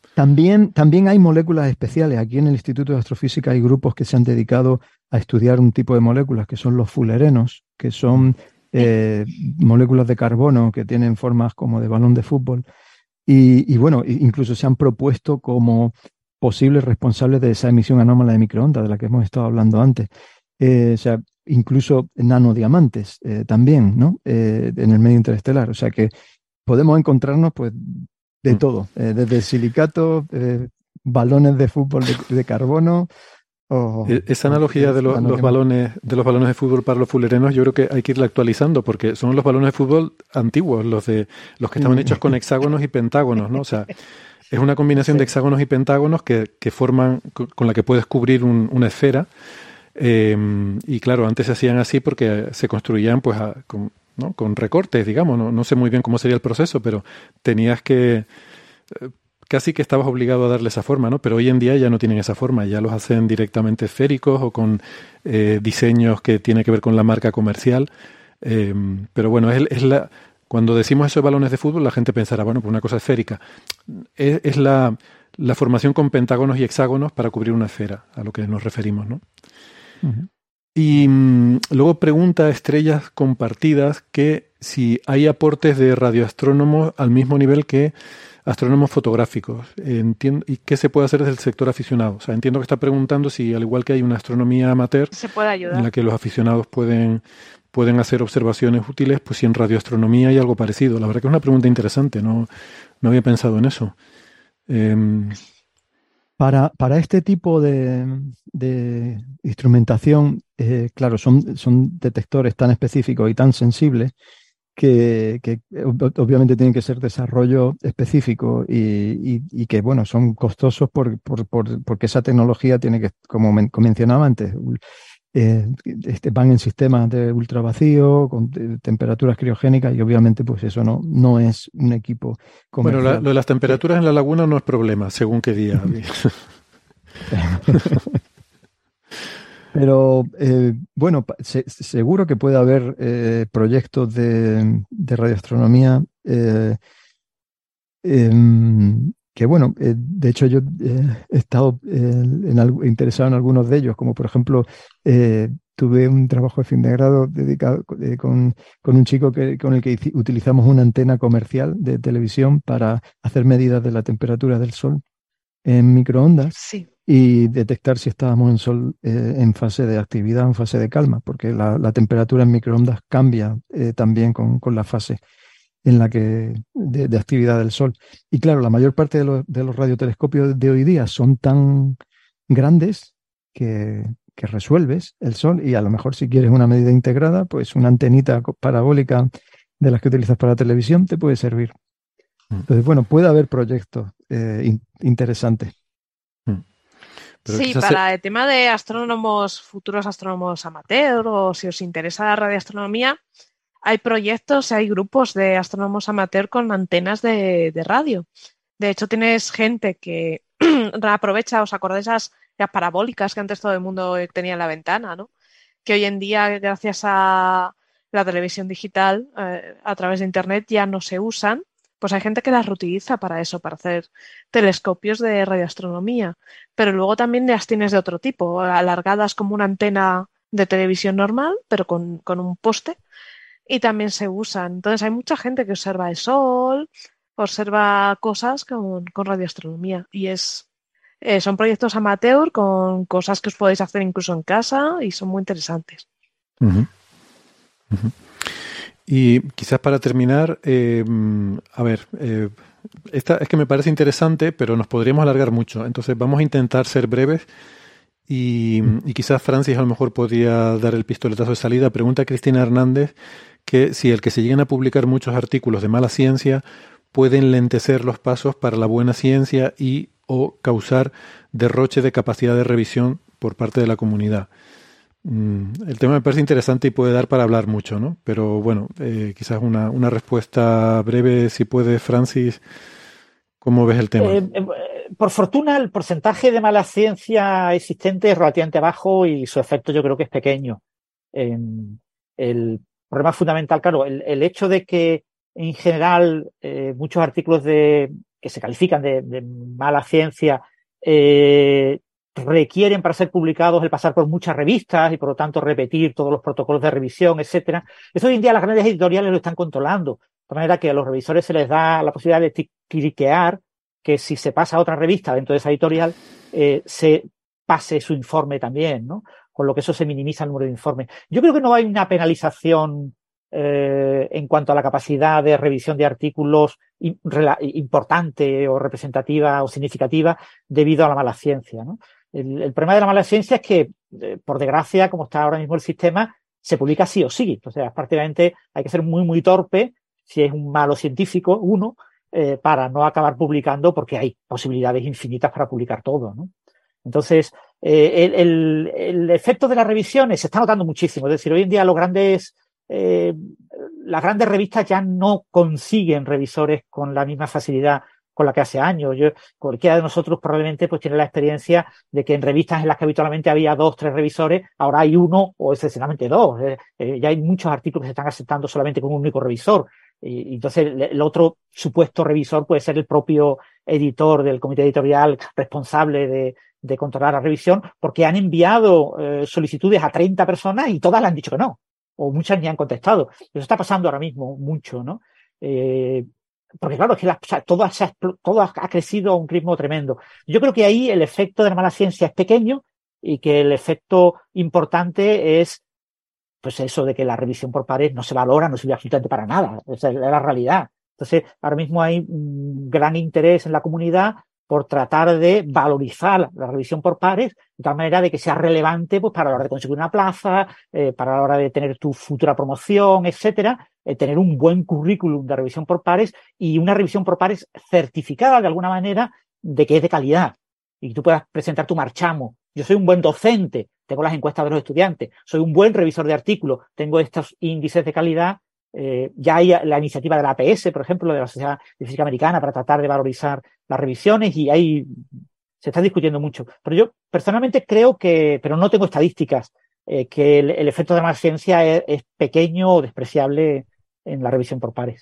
También hay moléculas especiales. Aquí en el Instituto de Astrofísica hay grupos que se han dedicado a estudiar un tipo de moléculas que son los fullerenos, que son moléculas de carbono que tienen formas como de balón de fútbol. Y bueno, incluso se han propuesto como posibles responsables de esa emisión anómala de microondas de la que hemos estado hablando antes. O sea, incluso nanodiamantes también, ¿no? En el medio interestelar. O sea que podemos encontrarnos pues de todo, desde silicatos, balones de fútbol de carbono. Esa analogía de los balones de fútbol para los fullerenos, yo creo que hay que irla actualizando, porque son los balones de fútbol antiguos, los que estaban hechos con hexágonos y pentágonos, ¿no? O sea, es una combinación de hexágonos y pentágonos que forman, con la que puedes cubrir una esfera. Y claro, antes se hacían así porque se construían pues con recortes, digamos. No sé muy bien cómo sería el proceso, pero tenías que... casi que estabas obligado a darle esa forma, ¿no? Pero hoy en día ya no tienen esa forma, ya los hacen directamente esféricos o con diseños que tienen que ver con la marca comercial. Pero bueno, cuando decimos eso de balones de fútbol, la gente pensará, bueno, pues una cosa esférica. Es la formación con pentágonos y hexágonos para cubrir una esfera, a lo que nos referimos, ¿no? Uh-huh. Y luego pregunta Estrellas Compartidas que si hay aportes de radioastrónomos al mismo nivel que astrónomos fotográficos. ¿Y qué se puede hacer desde el sector aficionado? O sea, entiendo que está preguntando si, al igual que hay una astronomía amateur, se puede ayudar, en la que los aficionados pueden hacer observaciones útiles, pues si en radioastronomía hay algo parecido. La verdad que es una pregunta interesante, no había pensado en eso. Para este tipo de instrumentación, claro, son detectores tan específicos y tan sensibles que obviamente tienen que ser desarrollo específico y que, bueno, son costosos porque esa tecnología tiene que, como mencionaba antes, van en sistemas de ultravacío, con temperaturas criogénicas y obviamente pues eso no es un equipo comercial. Bueno, lo de las temperaturas en la laguna no es problema, según qué día. Pero bueno, seguro que puede haber proyectos de radioastronomía que, bueno, de hecho yo he estado interesado en algunos de ellos, como por ejemplo tuve un trabajo de fin de grado dedicado con un chico con el que utilizamos una antena comercial de televisión para hacer medidas de la temperatura del Sol en microondas. Sí. Y detectar si estábamos en fase de actividad o en fase de calma, porque la temperatura en microondas cambia también con la fase en la que de actividad del Sol. Y claro, la mayor parte de los radiotelescopios de hoy día son tan grandes que resuelves el Sol y a lo mejor si quieres una medida integrada, pues una antenita parabólica de las que utilizas para televisión te puede servir. Entonces, bueno, puede haber proyectos interesantes. Pero sí, para el tema de futuros astrónomos amateur, o si os interesa la radioastronomía, hay proyectos, hay grupos de astrónomos amateur con antenas de radio. De hecho, tienes gente que aprovecha, ¿os acordáis las parabólicas que antes todo el mundo tenía en la ventana, ¿no? Que hoy en día, gracias a la televisión digital, a través de internet, ya no se usan. Pues hay gente que las reutiliza para eso, para hacer telescopios de radioastronomía. Pero luego también las tienes de otro tipo, alargadas como una antena de televisión normal, pero con un poste. Y también se usan. Entonces hay mucha gente que observa el Sol, observa cosas con radioastronomía. Y son proyectos amateur con cosas que os podéis hacer incluso en casa y son muy interesantes. Uh-huh. Uh-huh. Y quizás para terminar, esta es que me parece interesante, pero nos podríamos alargar mucho. Entonces vamos a intentar ser breves y quizás Francis a lo mejor podría dar el pistoletazo de salida. Pregunta a Cristina Hernández que si el que se lleguen a publicar muchos artículos de mala ciencia puede enlentecer los pasos para la buena ciencia y o causar derroche de capacidad de revisión por parte de la comunidad. El tema me parece interesante y puede dar para hablar mucho, ¿no? Pero bueno, quizás una respuesta breve, si puede, Francis. ¿Cómo ves el tema? Por fortuna, el porcentaje de mala ciencia existente es relativamente bajo y su efecto yo creo que es pequeño. El problema fundamental, claro, el hecho de que en general muchos artículos de que se califican de mala ciencia, requieren para ser publicados el pasar por muchas revistas y por lo tanto repetir todos los protocolos de revisión, etcétera. Eso hoy en día las grandes editoriales lo están controlando, de manera que a los revisores se les da la posibilidad de cliquear que si se pasa a otra revista dentro de esa editorial, se pase su informe también, ¿no? Con lo que eso se minimiza el número de informes. Yo creo que no hay una penalización en cuanto a la capacidad de revisión de artículos importante o representativa o significativa debido a la mala ciencia, ¿no? El problema de la mala ciencia es que, por desgracia, como está ahora mismo el sistema, se publica sí o sí. O sea, prácticamente hay que ser muy, muy torpe, si es un malo científico, para no acabar publicando, porque hay posibilidades infinitas para publicar todo, ¿no? Entonces, el efecto de las revisiones se está notando muchísimo. Es decir, hoy en día las grandes revistas ya no consiguen revisores con la misma facilidad con la que hace años. Cualquiera de nosotros probablemente pues tiene la experiencia de que en revistas en las que habitualmente había 2, 3 revisores, ahora hay 1 o excepcionalmente 2. Ya hay muchos artículos que se están aceptando solamente con un único revisor. Y entonces el otro supuesto revisor puede ser el propio editor del comité editorial responsable de controlar la revisión, porque han enviado solicitudes a 30 personas y todas le han dicho que no, o muchas ni han contestado. Eso está pasando ahora mismo mucho, ¿no? Porque claro, es que todo ha crecido a un ritmo tremendo. Yo creo que ahí el efecto de la mala ciencia es pequeño y que el efecto importante es pues eso de que la revisión por pares no se valora, no sirve absolutamente para nada. Esa es la realidad. Entonces, ahora mismo hay un gran interés en la comunidad por tratar de valorizar la revisión por pares de tal manera de que sea relevante pues para la hora de conseguir una plaza, para la hora de tener tu futura promoción, etcétera, tener un buen currículum de revisión por pares y una revisión por pares certificada de alguna manera de que es de calidad y que tú puedas presentar tu marchamo. Yo soy un buen docente, tengo las encuestas de los estudiantes, soy un buen revisor de artículos, tengo estos índices de calidad. Ya hay la iniciativa de la APS, por ejemplo, de la Sociedad de Física Americana, para tratar de valorizar las revisiones y ahí se está discutiendo mucho. Pero yo personalmente creo que, pero no tengo estadísticas, que el efecto de la mala ciencia es pequeño o despreciable en la revisión por pares.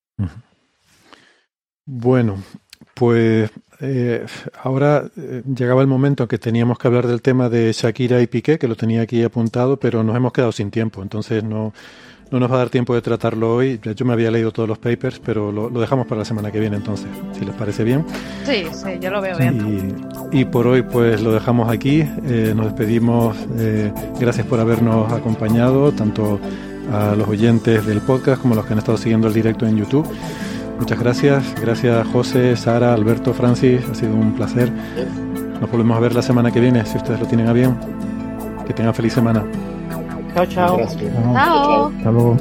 Bueno, pues ahora llegaba el momento en que teníamos que hablar del tema de Shakira y Piqué, que lo tenía aquí apuntado, pero nos hemos quedado sin tiempo, entonces no nos va a dar tiempo de tratarlo hoy. Yo me había leído todos los papers, pero lo dejamos para la semana que viene entonces, si les parece bien. Sí, yo lo veo bien. Y por hoy pues lo dejamos aquí. Nos despedimos. Gracias por habernos acompañado, tanto a los oyentes del podcast como a los que han estado siguiendo el directo en YouTube. Muchas gracias. Gracias José, Sara, Alberto, Francis. Ha sido un placer. Nos volvemos a ver la semana que viene, si ustedes lo tienen a bien. Que tengan feliz semana. Chao, chao. Chao. Hasta luego.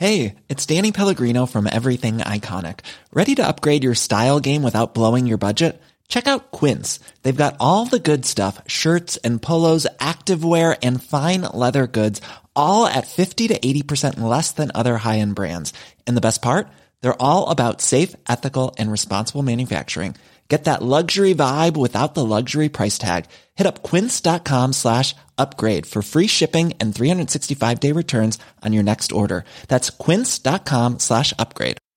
Hey, it's Danny Pellegrino from Everything Iconic. Ready to upgrade your style game without blowing your budget? Check out Quince. They've got all the good stuff, shirts and polos, activewear, and fine leather goods, all at 50 to 80% less than other high-end brands. And the best part? They're all about safe, ethical, and responsible manufacturing. Get that luxury vibe without the luxury price tag. Hit up quince.com/upgrade for free shipping and 365-day returns on your next order. That's quince.com/upgrade.